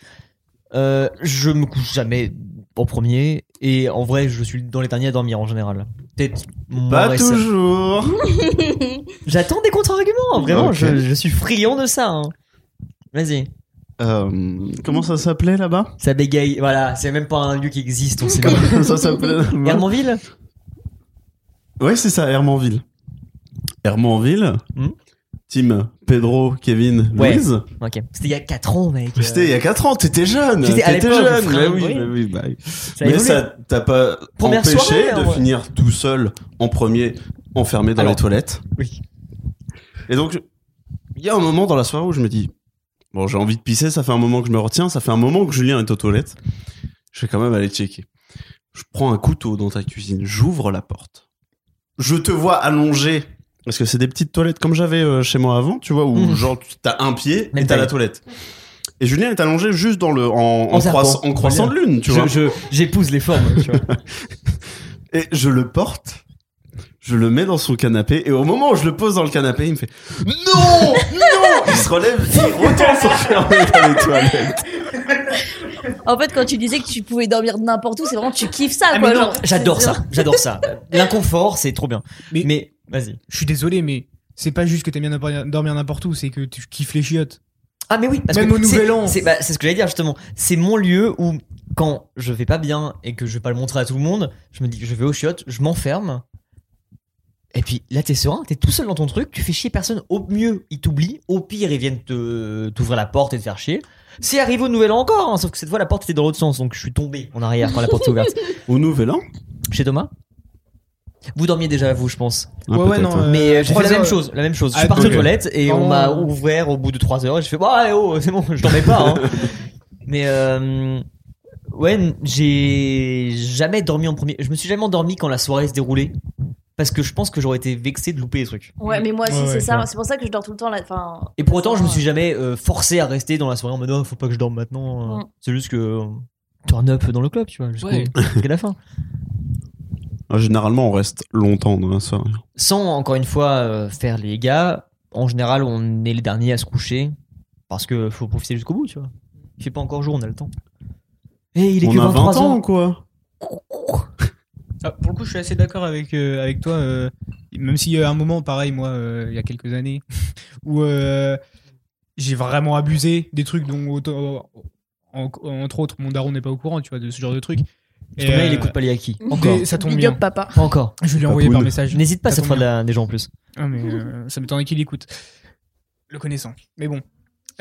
je me couche jamais en premier et en vrai je suis dans les derniers à dormir en général. Peut-être pas toujours. J'attends des contre-arguments, vraiment. Okay. Je suis friand de ça. Hein. Vas-y. Comment ça s'appelait là-bas? Ça bégaye, voilà, c'est même pas un lieu qui existe, on sait pas. Comment ça s'appelait là-bas? Hermanville? Ouais, c'est ça, Hermanville. Hermanville. Team Pedro, Kevin, Ouais. Louise. Ok. C'était il y a 4 ans, mec. C'était il y a 4 ans, t'étais jeune. J'étais à T'étais l'époque, jeune. frère, Mais oui, oui. mais oui, bah. Ça a Mais évolué. ça t'a pas Première empêché soirée, de ouais. finir tout seul en premier, enfermé dans Alors, les toilettes. Oui. Et donc, il y a un moment dans la soirée où je me dis, bon, j'ai envie de pisser, ça fait un moment que je me retiens, ça fait un moment que Julien est aux toilettes. Je vais quand même aller checker. Je prends un couteau dans ta cuisine, j'ouvre la porte. Je te vois allongé, parce que c'est des petites toilettes comme j'avais chez moi avant, tu vois, où genre t'as un pied Même et t'as taille. la toilette. Et Julien est allongé juste dans en serpent. croissant de lune, tu vois. J'épouse les formes, tu vois. Et je le porte, je le mets dans son canapé, et au moment où je le pose dans le canapé, il me fait non, non. Il se relève, et il retourne s'enfermer dans les toilettes. En fait, quand tu disais que tu pouvais dormir n'importe où, c'est vraiment tu kiffes ça, Ah, quoi. mais non, genre, j'adore c'est ça, j'adore ça. L'inconfort, c'est trop bien. Mais vas-y. Je suis désolé, mais c'est pas juste que t'aimes bien dormir n'importe où, c'est que tu kiffes les chiottes. Ah mais oui, parce Même que au Nouvel An. c'est ce que j'allais dire justement. C'est mon lieu où quand je vais pas bien et que je vais pas le montrer à tout le monde, je me dis je vais aux chiottes, je m'enferme. Et puis là t'es serein, t'es tout seul dans ton truc, tu fais chier personne. Au mieux ils t'oublient, au pire ils viennent t'ouvrir la porte et te faire chier. C'est arrivé au Nouvel An encore, hein, sauf que cette fois la porte était dans l'autre sens, donc je suis tombé en arrière quand la porte s'est ouverte. Au Nouvel An? Chez Thomas? Vous dormiez déjà vous, je pense. Ah, Ouais, non. Mais j'ai fait 3 la même heures. chose, la même chose. Je Ah, suis parti aux ok. toilettes et on m'a ouvert au bout de 3 heures et je fais bah oh c'est bon, je dormais pas. Hein. Mais ouais, j'ai jamais dormi en premier. Je me suis jamais endormi quand la soirée se déroulait parce que je pense que j'aurais été vexé de louper les trucs. Ouais, mais moi aussi, Ouais, c'est ouais, ça. ouais. C'est pour ça que je dors tout le temps là. Enfin, Et pour autant, je me suis jamais forcé à rester dans la soirée en mode oh, faut pas que je dorme maintenant. Mm. C'est juste que turn up dans le club, tu vois, jusqu'à la fin. Généralement, on reste longtemps dans la soirée. Sans encore une fois faire les gars, en général, on est les derniers à se coucher parce que faut profiter jusqu'au bout, tu vois. Il fait pas encore jour, on a le temps. Et il est On que a 23 20 ans ans ou quoi? Ah, pour le coup, je suis assez d'accord avec toi. Même s'il y a un moment, pareil, moi, il y a quelques années, où j'ai vraiment abusé des trucs dont, entre autres, mon daron n'est pas au courant, tu vois, de ce genre de trucs. Ton mec, il écoute pas les acquis. Encore. Ça tombe Big bien. up, papa. Pas encore. Je vais lui envoyer par message. N'hésite pas Ça cette tombe fois des gens en plus. Ah, mais ça m'étonnerait qu'il écoute. Le connaissant. Mais bon.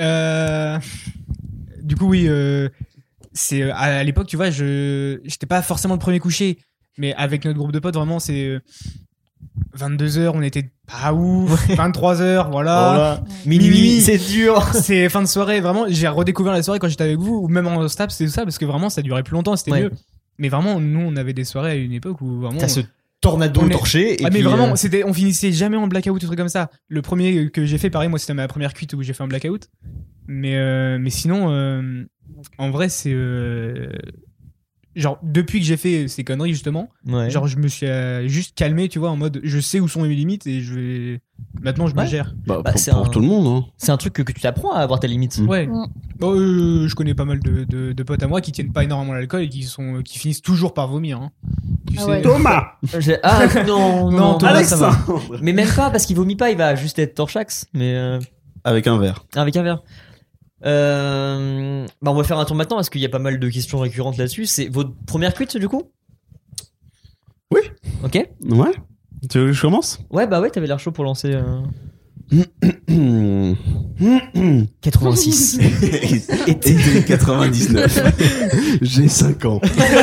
Du coup, oui. C'est à l'époque, tu vois, j'étais pas forcément le premier couché, mais avec notre groupe de potes, vraiment, c'est 22h, on était pas ouf. 23h, voilà. Minuit, c'est dur. C'est fin de soirée, vraiment. J'ai redécouvert la soirée quand j'étais avec vous, ou même en stap, c'était ça, parce que vraiment, ça durait plus longtemps, c'était Ouais. mieux. Mais vraiment, nous, on avait des soirées à une époque où vraiment. T'as ce tornado on est- torché. Et Ah, puis, mais vraiment, on finissait jamais en blackout ou truc comme ça. Le premier que j'ai fait, pareil, moi, c'était ma première cuite où j'ai fait un blackout. Mais sinon, en vrai, c'est. Genre, depuis que j'ai fait ces conneries, justement, Ouais. genre, je me suis juste calmé, tu vois, en mode, je sais où sont mes limites et je vais. Maintenant, je me Ouais. gère. Bah, Bah, pour tout le monde. Hein. C'est un truc que tu t'apprends à avoir tes limites. Ouais. Mm. Bon, je connais pas mal de potes à moi qui tiennent pas énormément l'alcool et qui finissent toujours par vomir. Hein. Tu Ah sais. ouais. Thomas! Ah non, Non, Thomas, ça va. Alexandre! Mais même pas parce qu'il vomit pas, il va juste être torchax. Mais Avec un verre. avec un verre. Bah on va faire un tour maintenant parce qu'il y a pas mal de questions récurrentes là-dessus. C'est votre première cuite du coup? Oui. Ok. Ouais. Tu veux que je commence? Ouais bah ouais, t'avais l'air chaud pour lancer. 86. Été 99. J'ai 5 ans.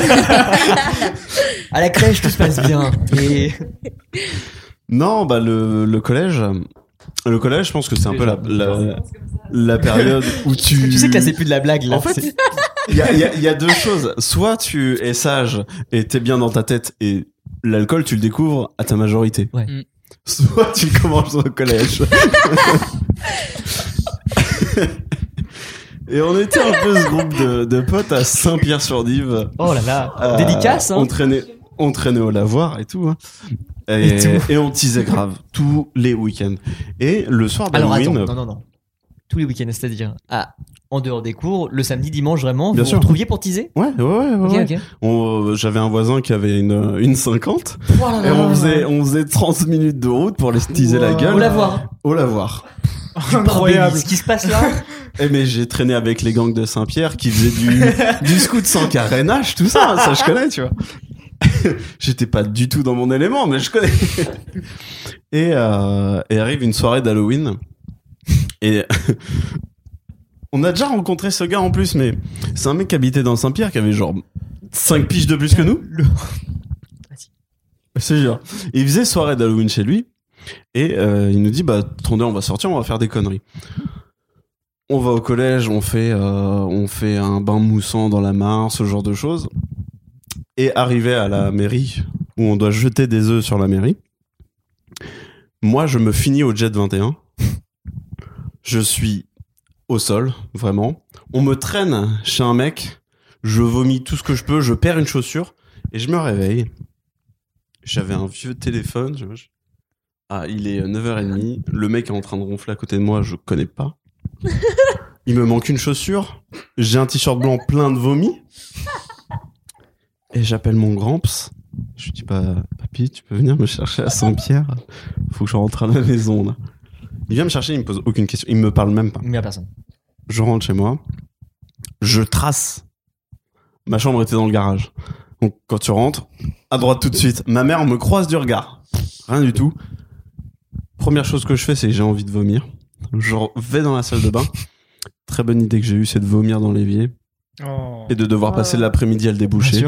À la crèche tout se passe bien. Et Non, bah le collège. Le collège, je pense que c'est un peu la période où tu. tu sais que là c'est plus de la blague là. En fait, il y a deux choses. Soit tu es sage et t'es bien dans ta tête et l'alcool tu le découvres à ta majorité. Ouais. Soit tu commences au collège. Et on était un peu ce groupe de potes à Saint-Pierre-sur-Dive. Oh là là. Dédicace. Hein. On traînait au lavoir et tout. Hein. Et on teasait grave tous les week-ends. Et le soir Alors d'Halloween. attends, non. Tous les week-ends, c'est-à-dire en dehors des cours, le samedi, dimanche, vraiment, Bien vous sûr. vous retrouviez pour teaser? Ouais. Ok. J'avais un voisin qui avait une 50 Oh là et là. on faisait 30 minutes de route pour les teaser la gueule. Au lavoir. Au lavoir. Incroyable. Ce qui se passe là. Eh mais j'ai traîné avec les gangs de Saint-Pierre qui faisaient du scout sans carénage, tout ça, ça je connais, tu vois. J'étais pas du tout dans mon élément, mais je connais. Et arrive une soirée d'Halloween. Et on a déjà rencontré ce gars en plus, mais c'est un mec qui habitait dans Saint-Pierre, qui avait genre 5 piges de plus que nous. C'est sûr. Et il faisait soirée d'Halloween chez lui. Et il nous dit, bah, attendez, on va sortir, on va faire des conneries. On va au collège, on fait un bain moussant dans la mare, ce genre de choses. Et arrivé à la mairie, où on doit jeter des œufs sur la mairie, moi, je me finis au jet 21. Je suis au sol, vraiment. On me traîne chez un mec, je vomis tout ce que je peux, je perds une chaussure, et je me réveille. J'avais un vieux téléphone. Ah, il est 9h30. Le mec est en train de ronfler à côté de moi, je connais pas. Il me manque une chaussure. J'ai un t-shirt blanc plein de vomi. Et j'appelle mon gramps. Je lui dis, bah, papy, tu peux venir me chercher à Saint-Pierre? Faut que je rentre à la maison, là. Il vient me chercher, il me pose aucune question. Il me parle même pas. Il n'y a personne. Je rentre chez moi. Je trace. Ma chambre était dans le garage. Donc, quand tu rentres, à droite tout de suite. Ma mère me croise du regard. Rien du tout. Première chose que je fais, c'est que j'ai envie de vomir. Je vais dans la salle de bain. Très bonne idée que j'ai eue, c'est de vomir dans l'évier. Oh. Et de devoir passer l'après-midi à le déboucher.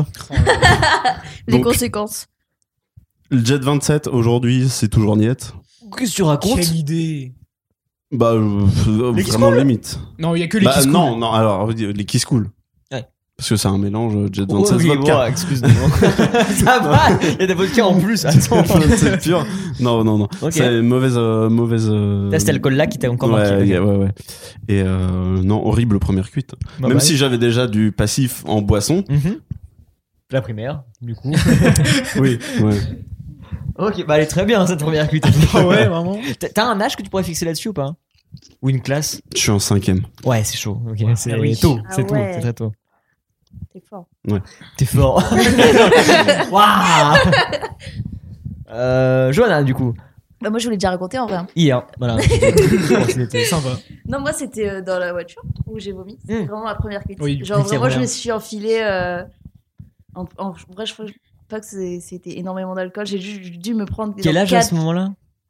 Les conséquences. Le jet 27, aujourd'hui, c'est toujours niette. Qu'est-ce que tu racontes? Quelle idée. Bah, vraiment limite. Non, il y a que les Kiss Cool. Non, alors, les Kiss Cool. Ouais. Parce que c'est un mélange jet 27 oui, vodka. Bon, excuse-moi. Ça va, il y a des vodkas en plus. Attends. C'est pur. Non. Okay. C'est mauvaise. Là, cet alcool-là qui t'a encore marqué. Ouais. Et non, horrible première cuite. Bah, Même si j'avais déjà du passif en boisson. La primaire, du coup. Oui, ouais. Ok, bah elle est très bien cette première cuite. Ah ouais, vraiment. T'as un âge que tu pourrais fixer là-dessus ou pas? Ou une classe? Je suis en 5ème. Ouais, c'est chaud. Ok, c'est tôt. Ah C'est ouais. tôt, c'est très tôt. T'es fort. Ouais. T'es fort. Waouh. Johanna, du coup. Bah moi je vous l'ai déjà raconté en vrai. Hein. Hier, voilà. C'était sympa. Non, moi c'était dans la voiture où j'ai vomi. C'était vraiment ma première cuite. Oui, genre c'est vraiment vrai. je me suis enfilée. En vrai, je crois pas que c'était énormément d'alcool. J'ai juste dû me prendre. Quel âge à ce moment-là?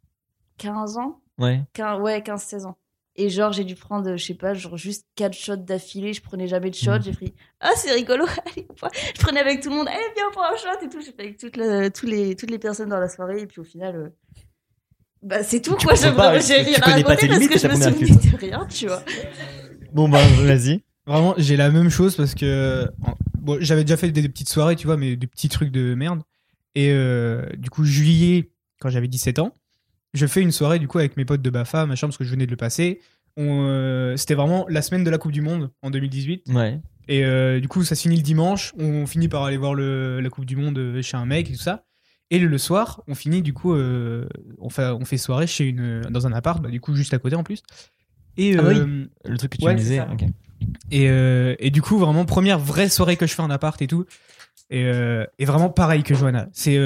15 ans. Ouais. 15-16 ans. Et genre, j'ai dû prendre, je sais pas, genre juste 4 shots d'affilée. Je prenais jamais de shots. J'ai pris, ah, c'est rigolo. Allez, je prenais avec tout le monde. Allez, viens, on prend un shot et tout. J'ai fait avec toutes les personnes dans la soirée. Et puis au final, bah, c'est tout, quoi. J'ai rien à raconter parce que je me souviens de rien, tu vois. Bon, bah, vas-y. Vraiment, j'ai la même chose parce que bon, j'avais déjà fait des petites soirées, tu vois, mais des petits trucs de merde. Et du coup, juillet, quand j'avais 17 ans, je fais une soirée du coup avec mes potes de Bafa, machin, parce que je venais de le passer. C'était vraiment la semaine de la Coupe du Monde en 2018. Ouais. Et du coup, ça se finit le dimanche. On finit par aller voir la Coupe du Monde chez un mec et tout ça. Et le soir, on finit du coup, on fait soirée chez dans un appart, bah, du coup juste à côté en plus. Et oui. Le truc que tu me disais. Ok. Et du coup, vraiment première vraie soirée que je fais en appart et tout. Et vraiment pareil que Johanna. C'est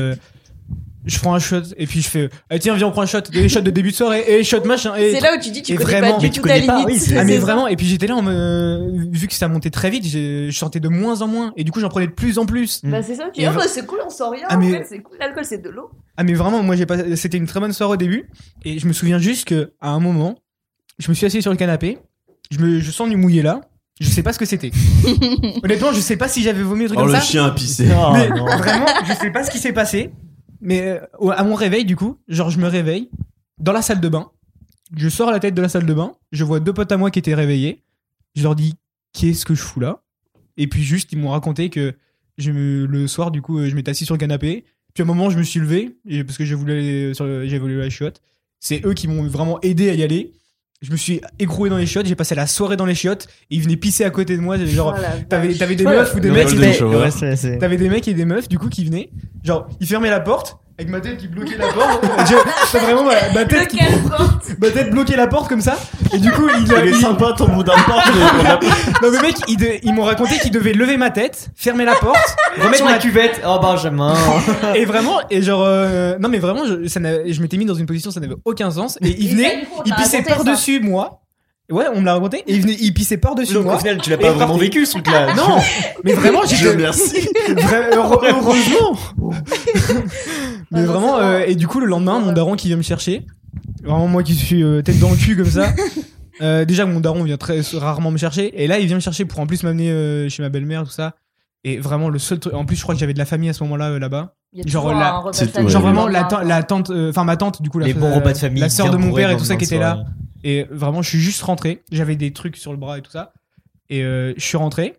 je prends un shot et puis je fais tiens viens on prend un shot, des shots de début de soirée et shot machin. Et c'est là où tu dis tu connais vraiment, pas du tout ta limite. Oui, mais vraiment. Et puis j'étais là vu que ça montait très vite, je sortais de moins en moins et du coup j'en prenais de plus en plus. Bah c'est ça. Tu dis bah, c'est cool, on sent rien. Ah, mais... en fait, c'est cool. L'alcool c'est de l'eau. Ah mais vraiment, moi c'était une très bonne soirée au début et je me souviens juste que à un moment, je me suis assis sur le canapé, je sens du mouillé là. Je sais pas ce que c'était. Honnêtement, je sais pas si j'avais vomi un truc comme ça. Oh, le chien a pissé. Mais vraiment, je sais pas ce qui s'est passé. Mais à mon réveil, du coup, genre, je me réveille dans la salle de bain. Je sors la tête de la salle de bain. Je vois 2 potes à moi qui étaient réveillés. Je leur dis, qu'est-ce que je fous là? Et puis juste, ils m'ont raconté que le soir, du coup, je m'étais assis sur le canapé. Puis à un moment, je me suis levé parce que j'ai voulu la chiotte. C'est eux qui m'ont vraiment aidé à y aller. Je me suis écroué dans les chiottes, j'ai passé la soirée dans les chiottes et ils venaient pisser à côté de moi. Genre, t'avais des meufs ou des mecs. T'avais des mecs et des meufs du coup qui venaient. Genre, ils fermaient la porte, avec ma tête qui bloquait la porte. C'est vraiment ma tête bloquait la porte comme ça. Et du coup, il est sympa ton bout d'un porte. Non mais mec, ils m'ont raconté qu'ils devaient lever ma tête, fermer la porte, remettre sur la cuvette. Oh Benjamin. Et vraiment, et genre non mais vraiment, je m'étais mis dans une position, ça n'avait aucun sens. Et il venait, il pissait par-dessus moi. Ouais, on me l'a raconté. Et il pissait par-dessus moi. Au final, tu l'as pas vraiment vécu ce truc-là. Non, mais vraiment, j'étais. Merci. Heureusement. Mais vraiment, et du coup, le lendemain, mon daron qui vient me chercher. Vraiment, moi qui suis tête dans le cul comme ça. Déjà, mon daron vient très rarement me chercher. Et là, il vient me chercher pour en plus m'amener chez ma belle-mère, tout ça. Et vraiment, le seul truc. En plus, je crois que j'avais de la famille à ce moment-là, là-bas. Genre vraiment, la tante, enfin, ma tante, du coup, les bons repas de famille. La sœur de mon père et tout ça qui était là. Et vraiment, je suis juste rentré. J'avais des trucs sur le bras et tout ça. Et je suis rentré.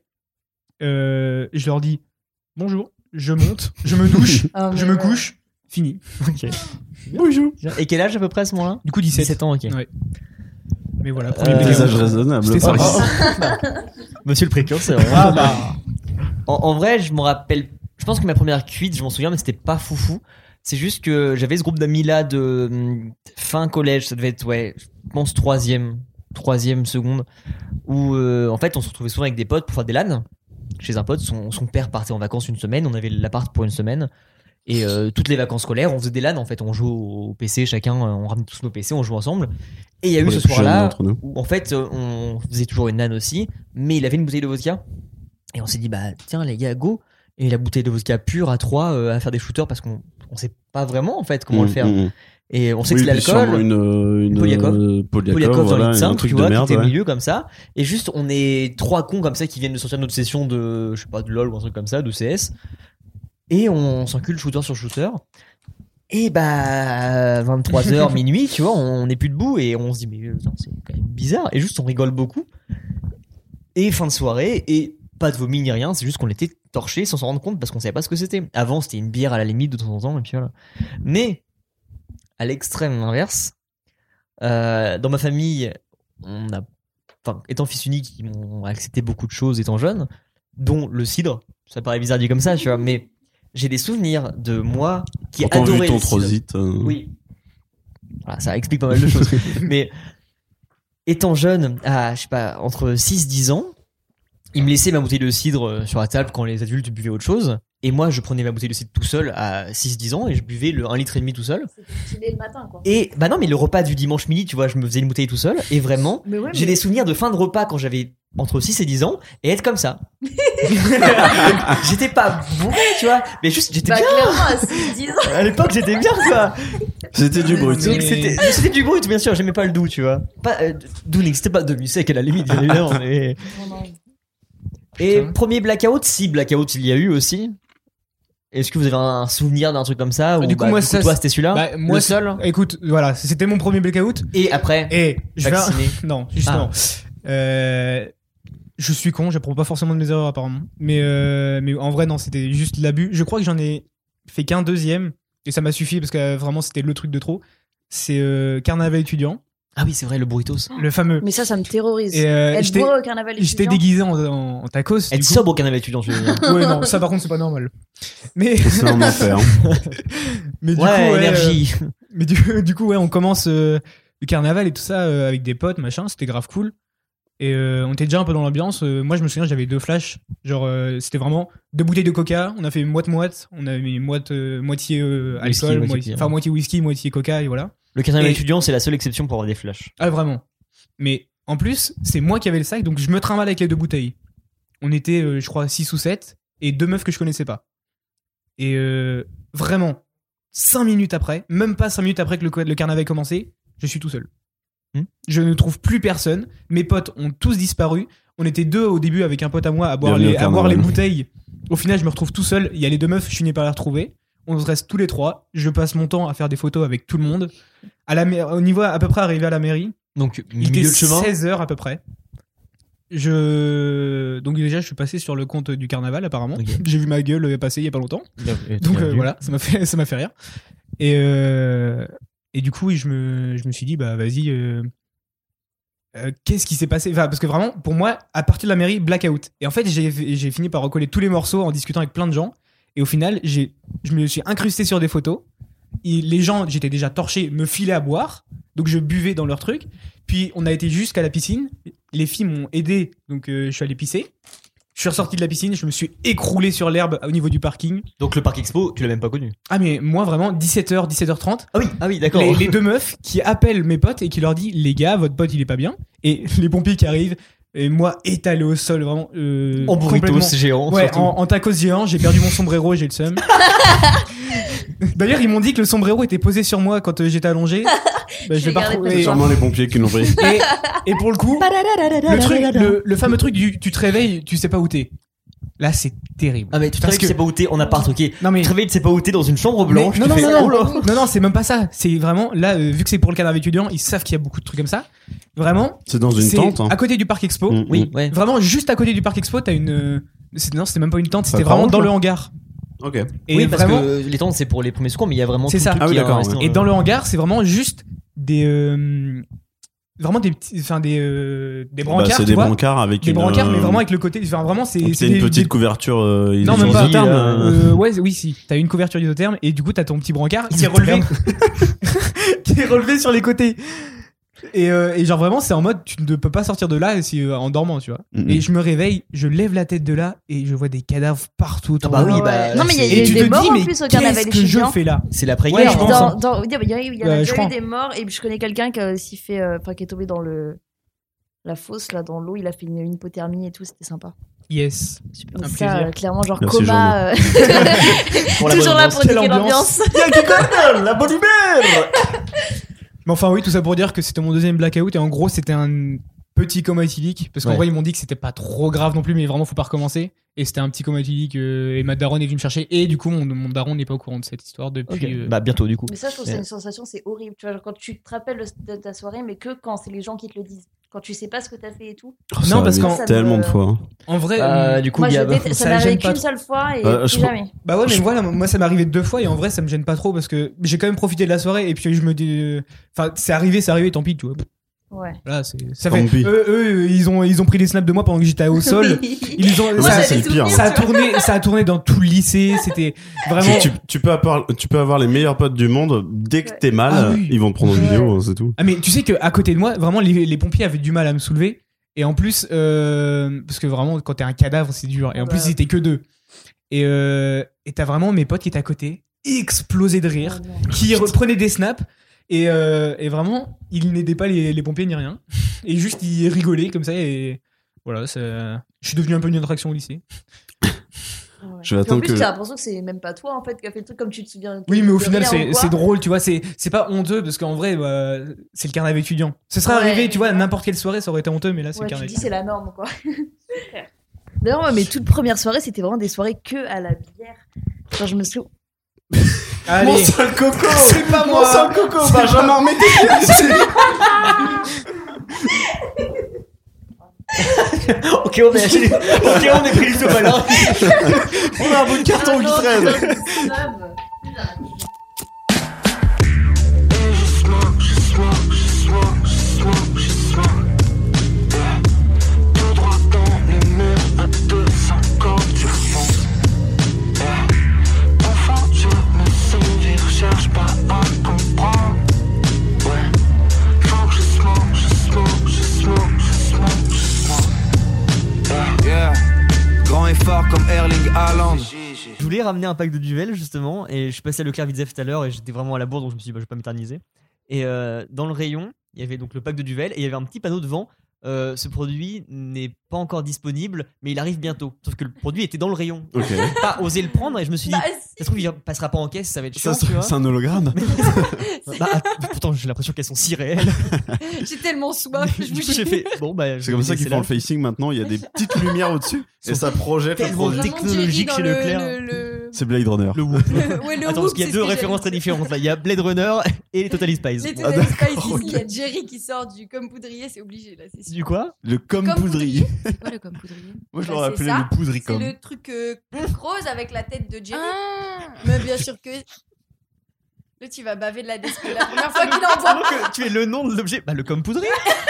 Je leur dis bonjour. Je monte, je me douche, je me couche. Fini. Ok. Bonjour. Et quel âge à peu près à ce moment-là? Du coup, 17 ans, ok. Ouais. Mais voilà, des âges raisonnables. C'était ça. Monsieur le précurseur. Ah bah. En vrai, je me rappelle. Je pense que ma première cuite, je m'en souviens, mais c'était pas foufou. C'est juste que j'avais ce groupe d'amis là de fin collège, ça devait être, ouais, je pense troisième seconde, où en fait on se retrouvait souvent avec des potes pour faire des LAN. Chez un pote, son père partait en vacances une semaine, on avait l'appart pour une semaine. Et toutes les vacances scolaires, on faisait des LAN en fait, on jouait au PC, chacun, on ramenait tous nos PC, on jouait ensemble. Et il y a eu ce soir-là où en fait on faisait toujours une LAN aussi, mais il avait une bouteille de vodka. Et on s'est dit, bah tiens les gars, go. Et la bouteille de vodka pure à 3 à faire des shooters parce qu'on sait pas vraiment en fait comment le faire. Et on sait que c'est l'alcool, une Polyakov dans voilà, les 5, tu vois, merde, qui était au ouais. milieu comme ça. Et juste, on est 3 cons comme ça qui viennent de sortir de notre session de, je sais pas, de LOL ou un truc comme ça, de CS. Et on s'encule shooter sur shooter. Et bah, 23h, minuit, tu vois, on n'est plus debout et on se dit, mais putain, c'est quand même bizarre. Et juste, on rigole beaucoup. Et fin de soirée, et pas de vomi ni rien, c'est juste qu'on était torchés sans s'en rendre compte parce qu'on savait pas ce que c'était. Avant, c'était une bière à la limite de temps en temps, et puis voilà. Mais, à l'extrême inverse, dans ma famille, étant fils unique, ils m'ont accepté beaucoup de choses étant jeune, dont le cidre. Ça paraît bizarre dit comme ça, tu vois, mais j'ai des souvenirs de moi qui adorais ton le cidre. Trozite. Oui. Voilà, ça explique pas mal de choses. Mais étant jeune, à je sais pas, entre 6-10 ans, il me laissait ma bouteille de cidre sur la table quand les adultes buvaient autre chose. Et moi, je prenais ma bouteille de cidre tout seul à 6-10 ans et je buvais le 1,5 litre tout seul. C'était stylé le matin, quoi. Et bah non, mais le repas du dimanche midi, tu vois, je me faisais une bouteille tout seul. Et vraiment, j'ai des souvenirs de fin de repas quand j'avais entre 6 et 10 ans et être comme ça. J'étais pas bourré, tu vois, mais juste j'étais bien. Clairement, à 6-10 ans. À l'époque, j'étais bien, quoi. C'était du brut. Donc, c'était du brut, bien sûr, j'aimais pas le doux, tu vois. Pas, doux n'existait pas, demi-sec à la limite, bien évidemment, mais... Et premier blackout, si blackout il y a eu aussi. Est-ce que vous avez un souvenir d'un truc comme ça ou du coup, moi, toi c'était celui-là, moi, le seul. Écoute, voilà, c'était mon premier blackout. Et après, je vacciné. Non, justement. Je suis con, j'apprends pas forcément de mes erreurs apparemment. Mais en vrai, non, c'était juste l'abus. Je crois que j'en ai fait qu'un deuxième et ça m'a suffi parce que vraiment c'était le truc de trop. C'est Carnaval étudiant. Ah oui, c'est vrai, le burritos. Le fameux. Mais ça me terrorise. Et Être bourré au carnaval étudiant. J'étais déguisé en tacos. Être sobre au carnaval étudiant, je veux dire. Ouais, non, ça par contre, c'est pas normal. Mais. C'est un enfer. Mais du ouais, coup, énergie. Mais du coup, ouais, on commence le carnaval et tout ça avec des potes, machin, c'était grave cool. Et on était déjà un peu dans l'ambiance. Moi, je me souviens, j'avais 2 flashs. Genre, c'était vraiment 2 bouteilles de coca. On a fait moite-moite. On a mis moitié alcool, moitié whisky, moitié coca, et voilà. Le carnaval étudiant, c'est la seule exception pour avoir des flashs. Ah, vraiment. Mais en plus, c'est moi qui avais le sac, donc je me trimballe avec les 2 bouteilles. On était, je crois, 6 ou 7, et 2 meufs que je connaissais pas. Et vraiment, 5 minutes après, même pas 5 minutes après que le carnaval commençait, je suis tout seul. Je ne trouve plus personne. Mes potes ont tous disparu. On était 2 au début avec un pote à moi à boire les bouteilles. Au final, je me retrouve tout seul. Il y a les 2 meufs, je finis par les retrouver. On se reste tous les 3. Je passe mon temps à faire des photos avec tout le monde. Au niveau à peu près arrivé à la mairie. Donc, il était milieu de chemin. 16h à peu près. Donc déjà, je suis passé sur le compte du carnaval apparemment. Okay. J'ai vu ma gueule passer il y a pas longtemps. Donc voilà, ça m'a fait rire. Et du coup, je me suis dit, bah vas-y, qu'est-ce qui s'est passé? Enfin, parce que vraiment, pour moi, à partir de la mairie, blackout. Et en fait, j'ai fini par recoller tous les morceaux en discutant avec plein de gens. Et au final, je me suis incrusté sur des photos. les gens, j'étais déjà torché, me filaient à boire. Donc je buvais dans leur truc. Puis on a été jusqu'à la piscine. Les filles m'ont aidé. Donc je suis allé pisser. Je suis ressorti de la piscine. Je me suis écroulé sur l'herbe au niveau du parking. Donc le Parc Expo, tu l'as même pas connu. Ah mais moi vraiment 17h, 17h30. Ah oui, d'accord. Les deux meufs qui appellent mes potes et qui leur disent les gars, votre pote il est pas bien. Et les pompiers qui arrivent. Et moi étalé au sol vraiment en burritos géant. Ouais, en tacos géant. J'ai perdu mon sombrero. J'ai le seum. D'ailleurs, ils m'ont dit que le sombrero était posé sur moi quand j'étais allongé. Bah, je vais pas retrouver. C'est sûrement les pompiers qui l'ont pris. Et pour le coup, le fameux truc du tu te réveilles, tu sais pas où t'es. Là, c'est terrible. Ah mais tu te réveilles, tu sais pas où t'es en appart, ok. Non mais tu te réveilles, tu sais pas où t'es dans une chambre blanche. Non, c'est même pas ça. C'est vraiment là, vu que c'est pour le cadre étudiant, ils savent qu'il y a beaucoup de trucs comme ça. Vraiment. C'est dans une tente. Hein. À côté du Parc Expo. Oui. Ouais. Vraiment juste à côté du Parc Expo, t'as une. Non, c'était même pas une tente. C'était vraiment dans le hangar. Ok. Et oui, parce vraiment, que les tentes c'est pour les premiers secours, mais il y a vraiment. C'est tout ça. Le truc Ah oui, d'accord. Et dans le hangar, c'est vraiment juste des. Vraiment des petits, enfin des brancards. C'est des brancards avec des brancards, mais vraiment avec le côté. Enfin vraiment, c'est une petite couverture. Non, même pas. Ouais, oui, si. T'as une couverture isotherme et du coup t'as ton petit brancard qui est relevé, qui est relevé sur les côtés. Et genre vraiment, c'est en mode tu ne peux pas sortir de là en dormant, tu vois. Et je me réveille, je lève la tête de là et je vois des cadavres partout. Ah bah oui, bah. Non mais il y a eu des morts en plus au carnaval qu'est-ce que je fais là? C'est l'après-guerre, je pense. Il y a déjà eu des morts et je connais quelqu'un qui a aussi fait, qui est tombé dans la fosse là dans l'eau. Il a fait une hypothermie et tout, c'était sympa. Yes. Super. Ça, clairement, genre merci, coma. Toujours là pour niquer l'ambiance. La bonne humeur. Mais enfin oui, tout ça pour dire que c'était mon deuxième blackout et en gros c'était un petit coma éthylique parce qu'en vrai ils m'ont dit que c'était pas trop grave non plus mais vraiment faut pas recommencer et c'était un petit coma éthylique et ma daronne est venue me chercher et du coup mon daron n'est pas au courant de cette histoire depuis bah bientôt du coup. Mais ça je trouve que c'est une sensation, c'est horrible, tu vois, genre quand tu te rappelles de ta soirée mais que quand c'est les gens qui te le disent. Quand tu sais pas ce que t'as fait et tout. Non, parce qu'en tellement de fois. En vrai, du coup, moi, ça m'est arrivé qu'une seule fois et plus jamais. Bah ouais, mais voilà, moi ça m'est arrivé 2 fois et en vrai ça me gêne pas trop parce que j'ai quand même profité de la soirée et puis je me dis, enfin c'est arrivé, tant pis, tu vois. Ouais. Là, ça fait. Eux, ils ont pris des snaps de moi pendant que j'étais au sol. Ils ont. Ça, c'est le pire. Ça a tourné dans tout le lycée. C'était vraiment. Tu peux avoir les meilleurs potes du monde. Dès que t'es mal, ils vont te prendre en vidéo, c'est tout. Ah mais tu sais que à côté de moi, vraiment les pompiers avaient du mal à me soulever. Et en plus, parce que vraiment quand t'es un cadavre, c'est dur. Et en plus, ils étaient que 2. Et t'as vraiment mes potes qui étaient à côté, explosés de rire, qui reprenaient des snaps. Et vraiment, il n'aidait pas les pompiers ni rien. Et juste, il rigolait comme ça. Et voilà, je suis devenu un peu une attraction au lycée. Ouais. Je vais attendre en plus, t'as l'impression que c'est même pas toi en fait qui a fait le truc comme tu te souviens. Oui, mais au final, c'est drôle, tu vois. C'est pas honteux parce qu'en vrai, c'est le carnaval étudiant. Ce serait arrivé, tu vois, à n'importe quelle soirée, ça aurait été honteux, mais là, c'est le carnaval. Tu dis, c'est la norme, quoi. D'ailleurs, moi, mes toutes premières soirées, c'était vraiment des soirées que à la bière. Genre, je me suis. Allez. Mon seul coco, c'est pas moi. Mon seul coco, Benjamin, mettez dessus. Ok, on est pris le malin. On a un bout de carton qui traîne. Tout droit dans les murs à 200 quand tu fonces. Enfant, je me souviens, cherche pas à comprendre. Ouais, faut que je smoke. Yeah, grand et fort comme Erling Haaland. Je voulais ramener un pack de Duvel justement et je suis passé à Leclerc Vitzef tout à l'heure et j'étais vraiment à la bourre donc je me suis dit je vais pas m'éterniser. Et dans le rayon, il y avait donc le pack de Duvel et il y avait un petit panneau devant. Ce produit n'est pas encore disponible, mais il arrive bientôt. Sauf que le produit était dans le rayon. Ok. J'ai pas osé le prendre et je me suis dit, ça se trouve, il passera pas en caisse, ça va être chiant. C'est un hologramme. Pourtant, j'ai l'impression qu'elles sont si réelles. J'ai tellement soif. J'ai fait, bon, bah, c'est comme ça qu'ils font le facing maintenant. Il y a des petites lumières au-dessus et ça projette le tellement produit. technologique chez Leclerc. C'est Blade Runner. Le Whoop. Attends, parce qu'il y a 2 références très différentes là. Il y a Blade Runner et les Totally Spies. Les Totally Spies, ici, il y a Jerry qui sort du Comme Poudrier, c'est obligé là. C'est du quoi? Le Comme Poudrier. C'est quoi le Comme Poudrier? Moi, je l'aurais appelé le Poudricom. C'est le truc rose avec la tête de Jerry. Mais bien sûr que. Là, tu vas baver de la description. La première fois qu'il en voit. Tu es le nom de l'objet. Bah, le Comme Poudrier.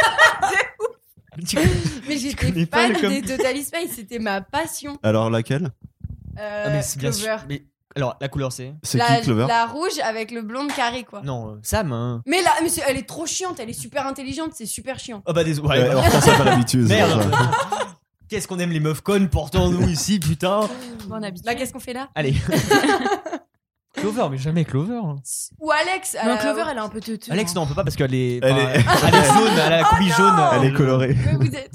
Mais j'étais fan des Totally Spies, c'était ma passion. Alors, laquelle? Mais c'est bien sûr. Mais Alors, la couleur, c'est La rouge avec le blonde carré, quoi. Non, Sam. Hein. Mais là, elle est trop chiante, elle est super intelligente, c'est super chiant. Oh bah désolé. Alors, quand ça pas l'habitude. Merde. Qu'est-ce qu'on aime les meufs connes, pourtant nous ici, putain. Bon, habitué. Bah, qu'est-ce qu'on fait là? Allez. Clover, mais jamais Clover. Ou Alex. Non, Clover, elle est un peu teuteux. Alex, non, on peut pas parce qu'elle est. Elle est jaune, elle a la combi jaune. Elle est colorée. Mais vous êtes.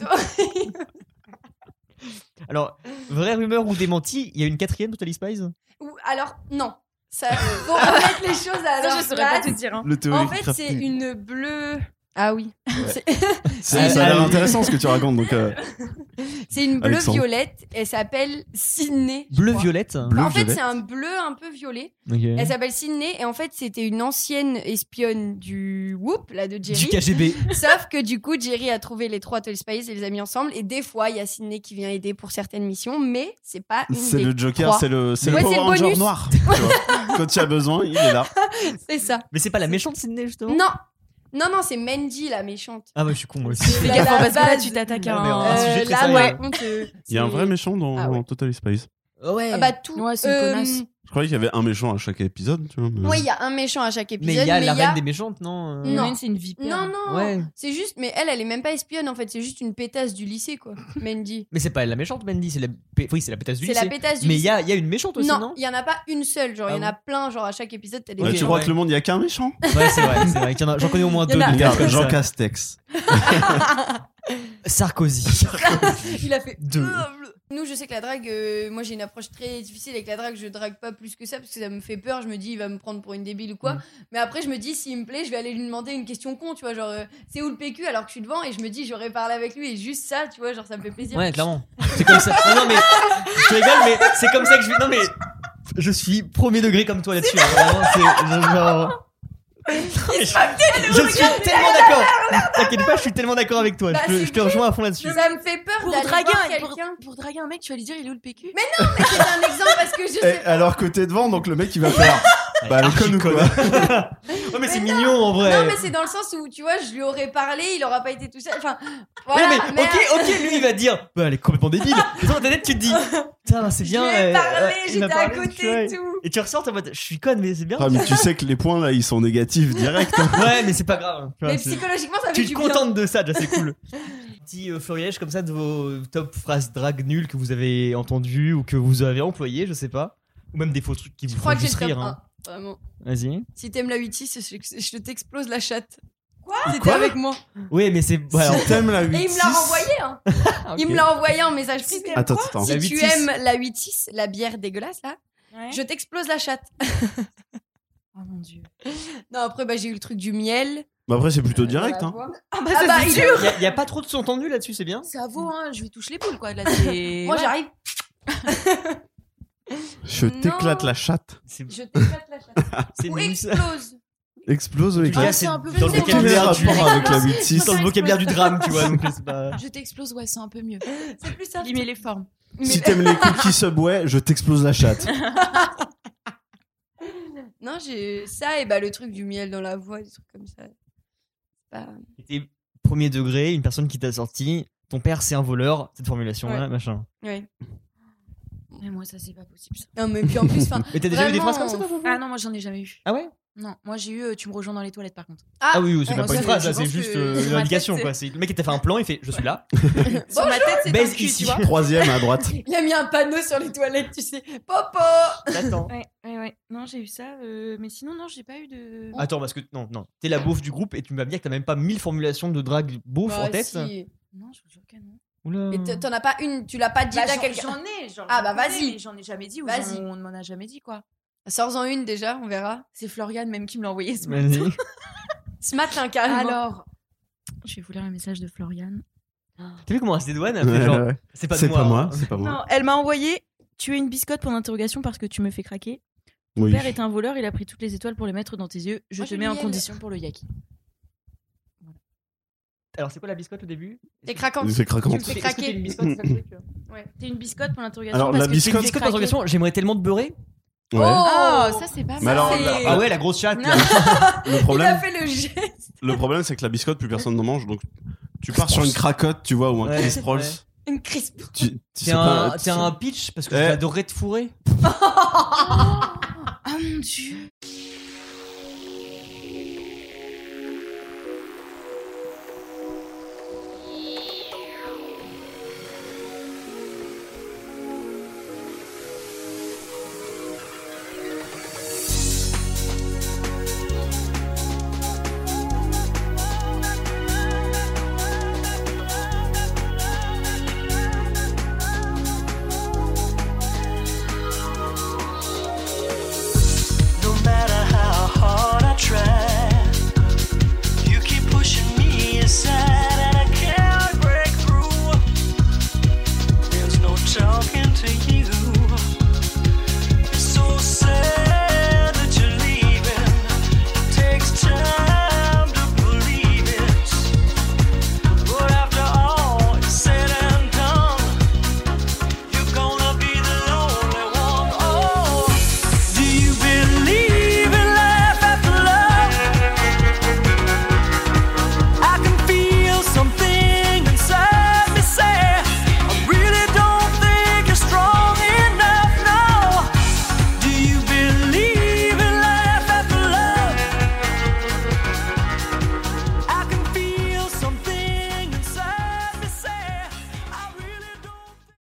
Alors, vraie rumeur ou démenti, il y a une 4ème Totally Spies? Alors, non. Ça, faut remettre les choses à leur Ça, je saurais pas place. te dire. Hein. En fait, c'est une bleue. Ah oui. Ça a l'air intéressant ce que tu racontes. Donc, c'est une bleu Alexandre. violette. Elle s'appelle Sydney. Bleu violette. En fait, c'est un bleu un peu violet. Okay. Elle s'appelle Sydney et en fait, c'était une ancienne espionne du Whoop, là, de Jerry. Du KGB. Sauf que du coup, Jerry a trouvé les 3 Totally Spies et les a mis ensemble. Et des fois, il y a Sydney qui vient aider pour certaines missions, mais c'est pas une c'est des le Joker, 3. c'est le Ouais, Power le Ranger bonus. noir. Tu vois. Quand tu as besoin, il est là. C'est ça. Mais c'est pas la méchante Sydney, justement? Non, c'est Mandy, la méchante. Ah bah je suis con moi aussi. Fais gaffe, parce que là, tu t'attaques à un sujet très là, sérieux. par contre, Il y a un vrai méchant dans Totally Spies. Ouais. Ah bah tout. Ouais, c'est une connasse. Je croyais qu'il y avait un méchant à chaque épisode. Tu vois, mais... Oui, il y a un méchant à chaque épisode. Mais il y a la reine des méchantes, non? Non, c'est une vipère. Non. Ouais. C'est juste, mais elle est même pas espionne en fait. C'est juste une pétasse du lycée, quoi. Mandy. Mais c'est pas elle la méchante, Mandy, c'est la oui, c'est la pétasse du C'est lycée. la pétasse du mais lycée. il y a une méchante aussi, non? Il y en a pas une seule. Genre, il y en a bon plein. Genre, à chaque épisode, t'as des. Ouais, tu crois que le monde, il y a qu'un méchant? Ouais, c'est vrai. qu'il y en a- J'en connais au moins Il y 2. en a- Regarde, Jean Castex. Sarkozy. Il a fait 2. Nous, je sais que la drague, moi j'ai une approche très difficile avec la drague. Je drague pas plus que ça parce que ça me fait peur. Je me dis, il va me prendre pour une débile ou quoi. Mais après, je me dis, s'il me plaît, je vais aller lui demander une question con, tu vois. Genre, c'est où le PQ alors que je suis devant et je me dis, j'aurais parlé avec lui et juste ça, tu vois. Genre, ça me fait plaisir. Ouais, clairement. C'est comme ça. Non, mais je rigole, mais c'est comme ça que je vis. Non, mais je suis premier degré comme toi là-dessus. Hein. Vraiment, c'est genre. Je suis tellement d'accord. T'inquiète pas, je suis tellement d'accord avec toi. Bah, Je te rejoins à fond là-dessus. Ça me fait peur Pour d'aller draguer, voir un, quelqu'un. pour draguer un mec, tu vas lui dire il est où le PQ? Mais non, mais c'est un exemple parce que je sais pas. Alors que t'es devant, donc le mec il va faire. Bah, le con ou quoi? Ouais, mais c'est mignon en vrai. Non, mais c'est dans le sens où, tu vois, je lui aurais parlé, il aura pas été tout seul. Enfin, voilà. Ouais, mais ok, lui il va dire, bah elle est complètement débile. Et toi dans ta tête tu te dis, putain c'est bien. Je lui ai parlé, il m'a j'étais à parlé, côté tu vois. et tout. Et tu ressors en mode, je suis conne mais c'est bien. Ah, mais tu sais que les points là ils sont négatifs direct. Hein. Ouais, mais c'est pas grave. Tu vois, Mais c'est- psychologiquement, ça fait tu du te bien. contentes de ça, déjà c'est cool. Petit fleuriage comme ça de vos top phrases drague nulles que vous avez entendues ou que vous avez employées, je sais pas. Ou même des faux trucs qui vous Je crois font que j'ai juste le top rire. Hein. 1, vraiment. Vas-y. Si t'aimes la 8-6, je t'explose la chatte. Quoi? C'était Quoi avec moi. Oui, mais c'est. Ouais, alors- Si t'aimes la Et 8-6. il me l'a renvoyé, hein. Il me l'a envoyé en message privé. Attends. Si La tu 8-6. aimes la 8-6, la bière dégueulasse là, Ouais. je t'explose la chatte. Oh mon dieu. Non, après, bah, j'ai eu le truc du miel. Bah après c'est plutôt direct. Dans la Hein. voix. Ah bah, Ah ça bah, c'est il- sûr. Y a pas trop de sous-entendu là-dessus, c'est bien. Ça vaut, hein, je lui touche les poules quoi. Là, c'est. Moi, Ouais. j'arrive. Je t'éclate Non. la chatte. Je t'éclate la chatte. C'est Ou nul, ça. explose. Explose ou Ah, éclate. c'est un peu dans le plus Quel est le vocabulaire du rapport avec la c'est 8-6? dans le vocabulaire du drame, tu vois. Donc c'est pas. Je t'explose, ouais, c'est un peu mieux. C'est plus ça. Limer les formes. Si t'aimes les cookies Subway, je t'explose la chatte. Non, j'ai ça et bah le truc du miel dans la voix, des trucs comme ça. Pas... T'es premier degré, une personne qui t'a sorti. Ton père c'est un voleur, cette formulation-là, Ouais. machin. Ouais. Mais moi, ça c'est pas possible. Ça. Non, mais puis en plus, enfin. Mais t'as déjà eu des vraiment, phrases comme ça, toi, Ah non, moi j'en ai jamais eu. Ah ouais? Non, moi j'ai eu tu me rejoins dans les toilettes par contre. Ah oui, c'est ouais, même pas moi, une ça, phrase, je là, c'est pense juste que une sur ma indication, tête, quoi. C'est le mec qui t'a fait un plan, il fait je suis là. Sur ma tête, c'est Baise un cul, ici. tu vois. Troisième à droite. Il a mis un panneau sur les toilettes, tu sais. Popo. Attends. Ouais. Non, j'ai eu ça. Mais sinon, non, j'ai pas eu de. Attends, parce que non, t'es la beauf du groupe et tu m'as dit que t'as même pas 1000 formulations de drague beauf Bah, en tête. si. Non, je vous jure que non. Oula. Mais t'en as pas une, tu l'as pas dit Bah, à quelqu'un. j'en ai, genre. Ah, j'en bah, connais, vas-y. mais j'en ai jamais dit ou Vas-y. on ne m'en a jamais dit quoi. Sors-en une déjà, on verra. C'est Florian même qui me l'a envoyé ce Vas-y. matin. Ce matin, carrément. Alors, je vais vous lire un message de Florian. T'as vu comment elle se dédouane? Elle fait genre, Ouais. c'est pas de C'est moi. pas moi, hein. c'est pas moi. Non, elle m'a envoyé. Tu es une biscotte pour l'interrogation parce que tu me fais craquer. Ton Oui. père est un voleur, il a pris toutes les étoiles pour les mettre dans tes yeux. Je Moi, te j'ai mets le en miel. condition pour le yaki. Alors, c'est quoi la biscotte au début? T'es craquante. C'est craquant. Tu me fais Est-ce que t'es craquer. une biscotte, c'est ça le truc? Ouais. T'es une biscotte pour l'interrogation Alors, parce la que tu me C'est une fais biscotte craquer. d'interrogation, j'aimerais tellement te beurrer. Ouais. Oh, ça c'est pas Mais alors, mal. là- Ah ouais, la grosse chatte. là. Le Il a problème, fait le geste. le problème, c'est que la biscotte, plus personne n'en mange. Donc, tu pars sur une cracotte, tu vois, ou un Ouais. Chris Prolls. Ouais. Une crisp. T'es un pitch parce que j'adorerais te fourrer. Ah mon dieu. Talking to you.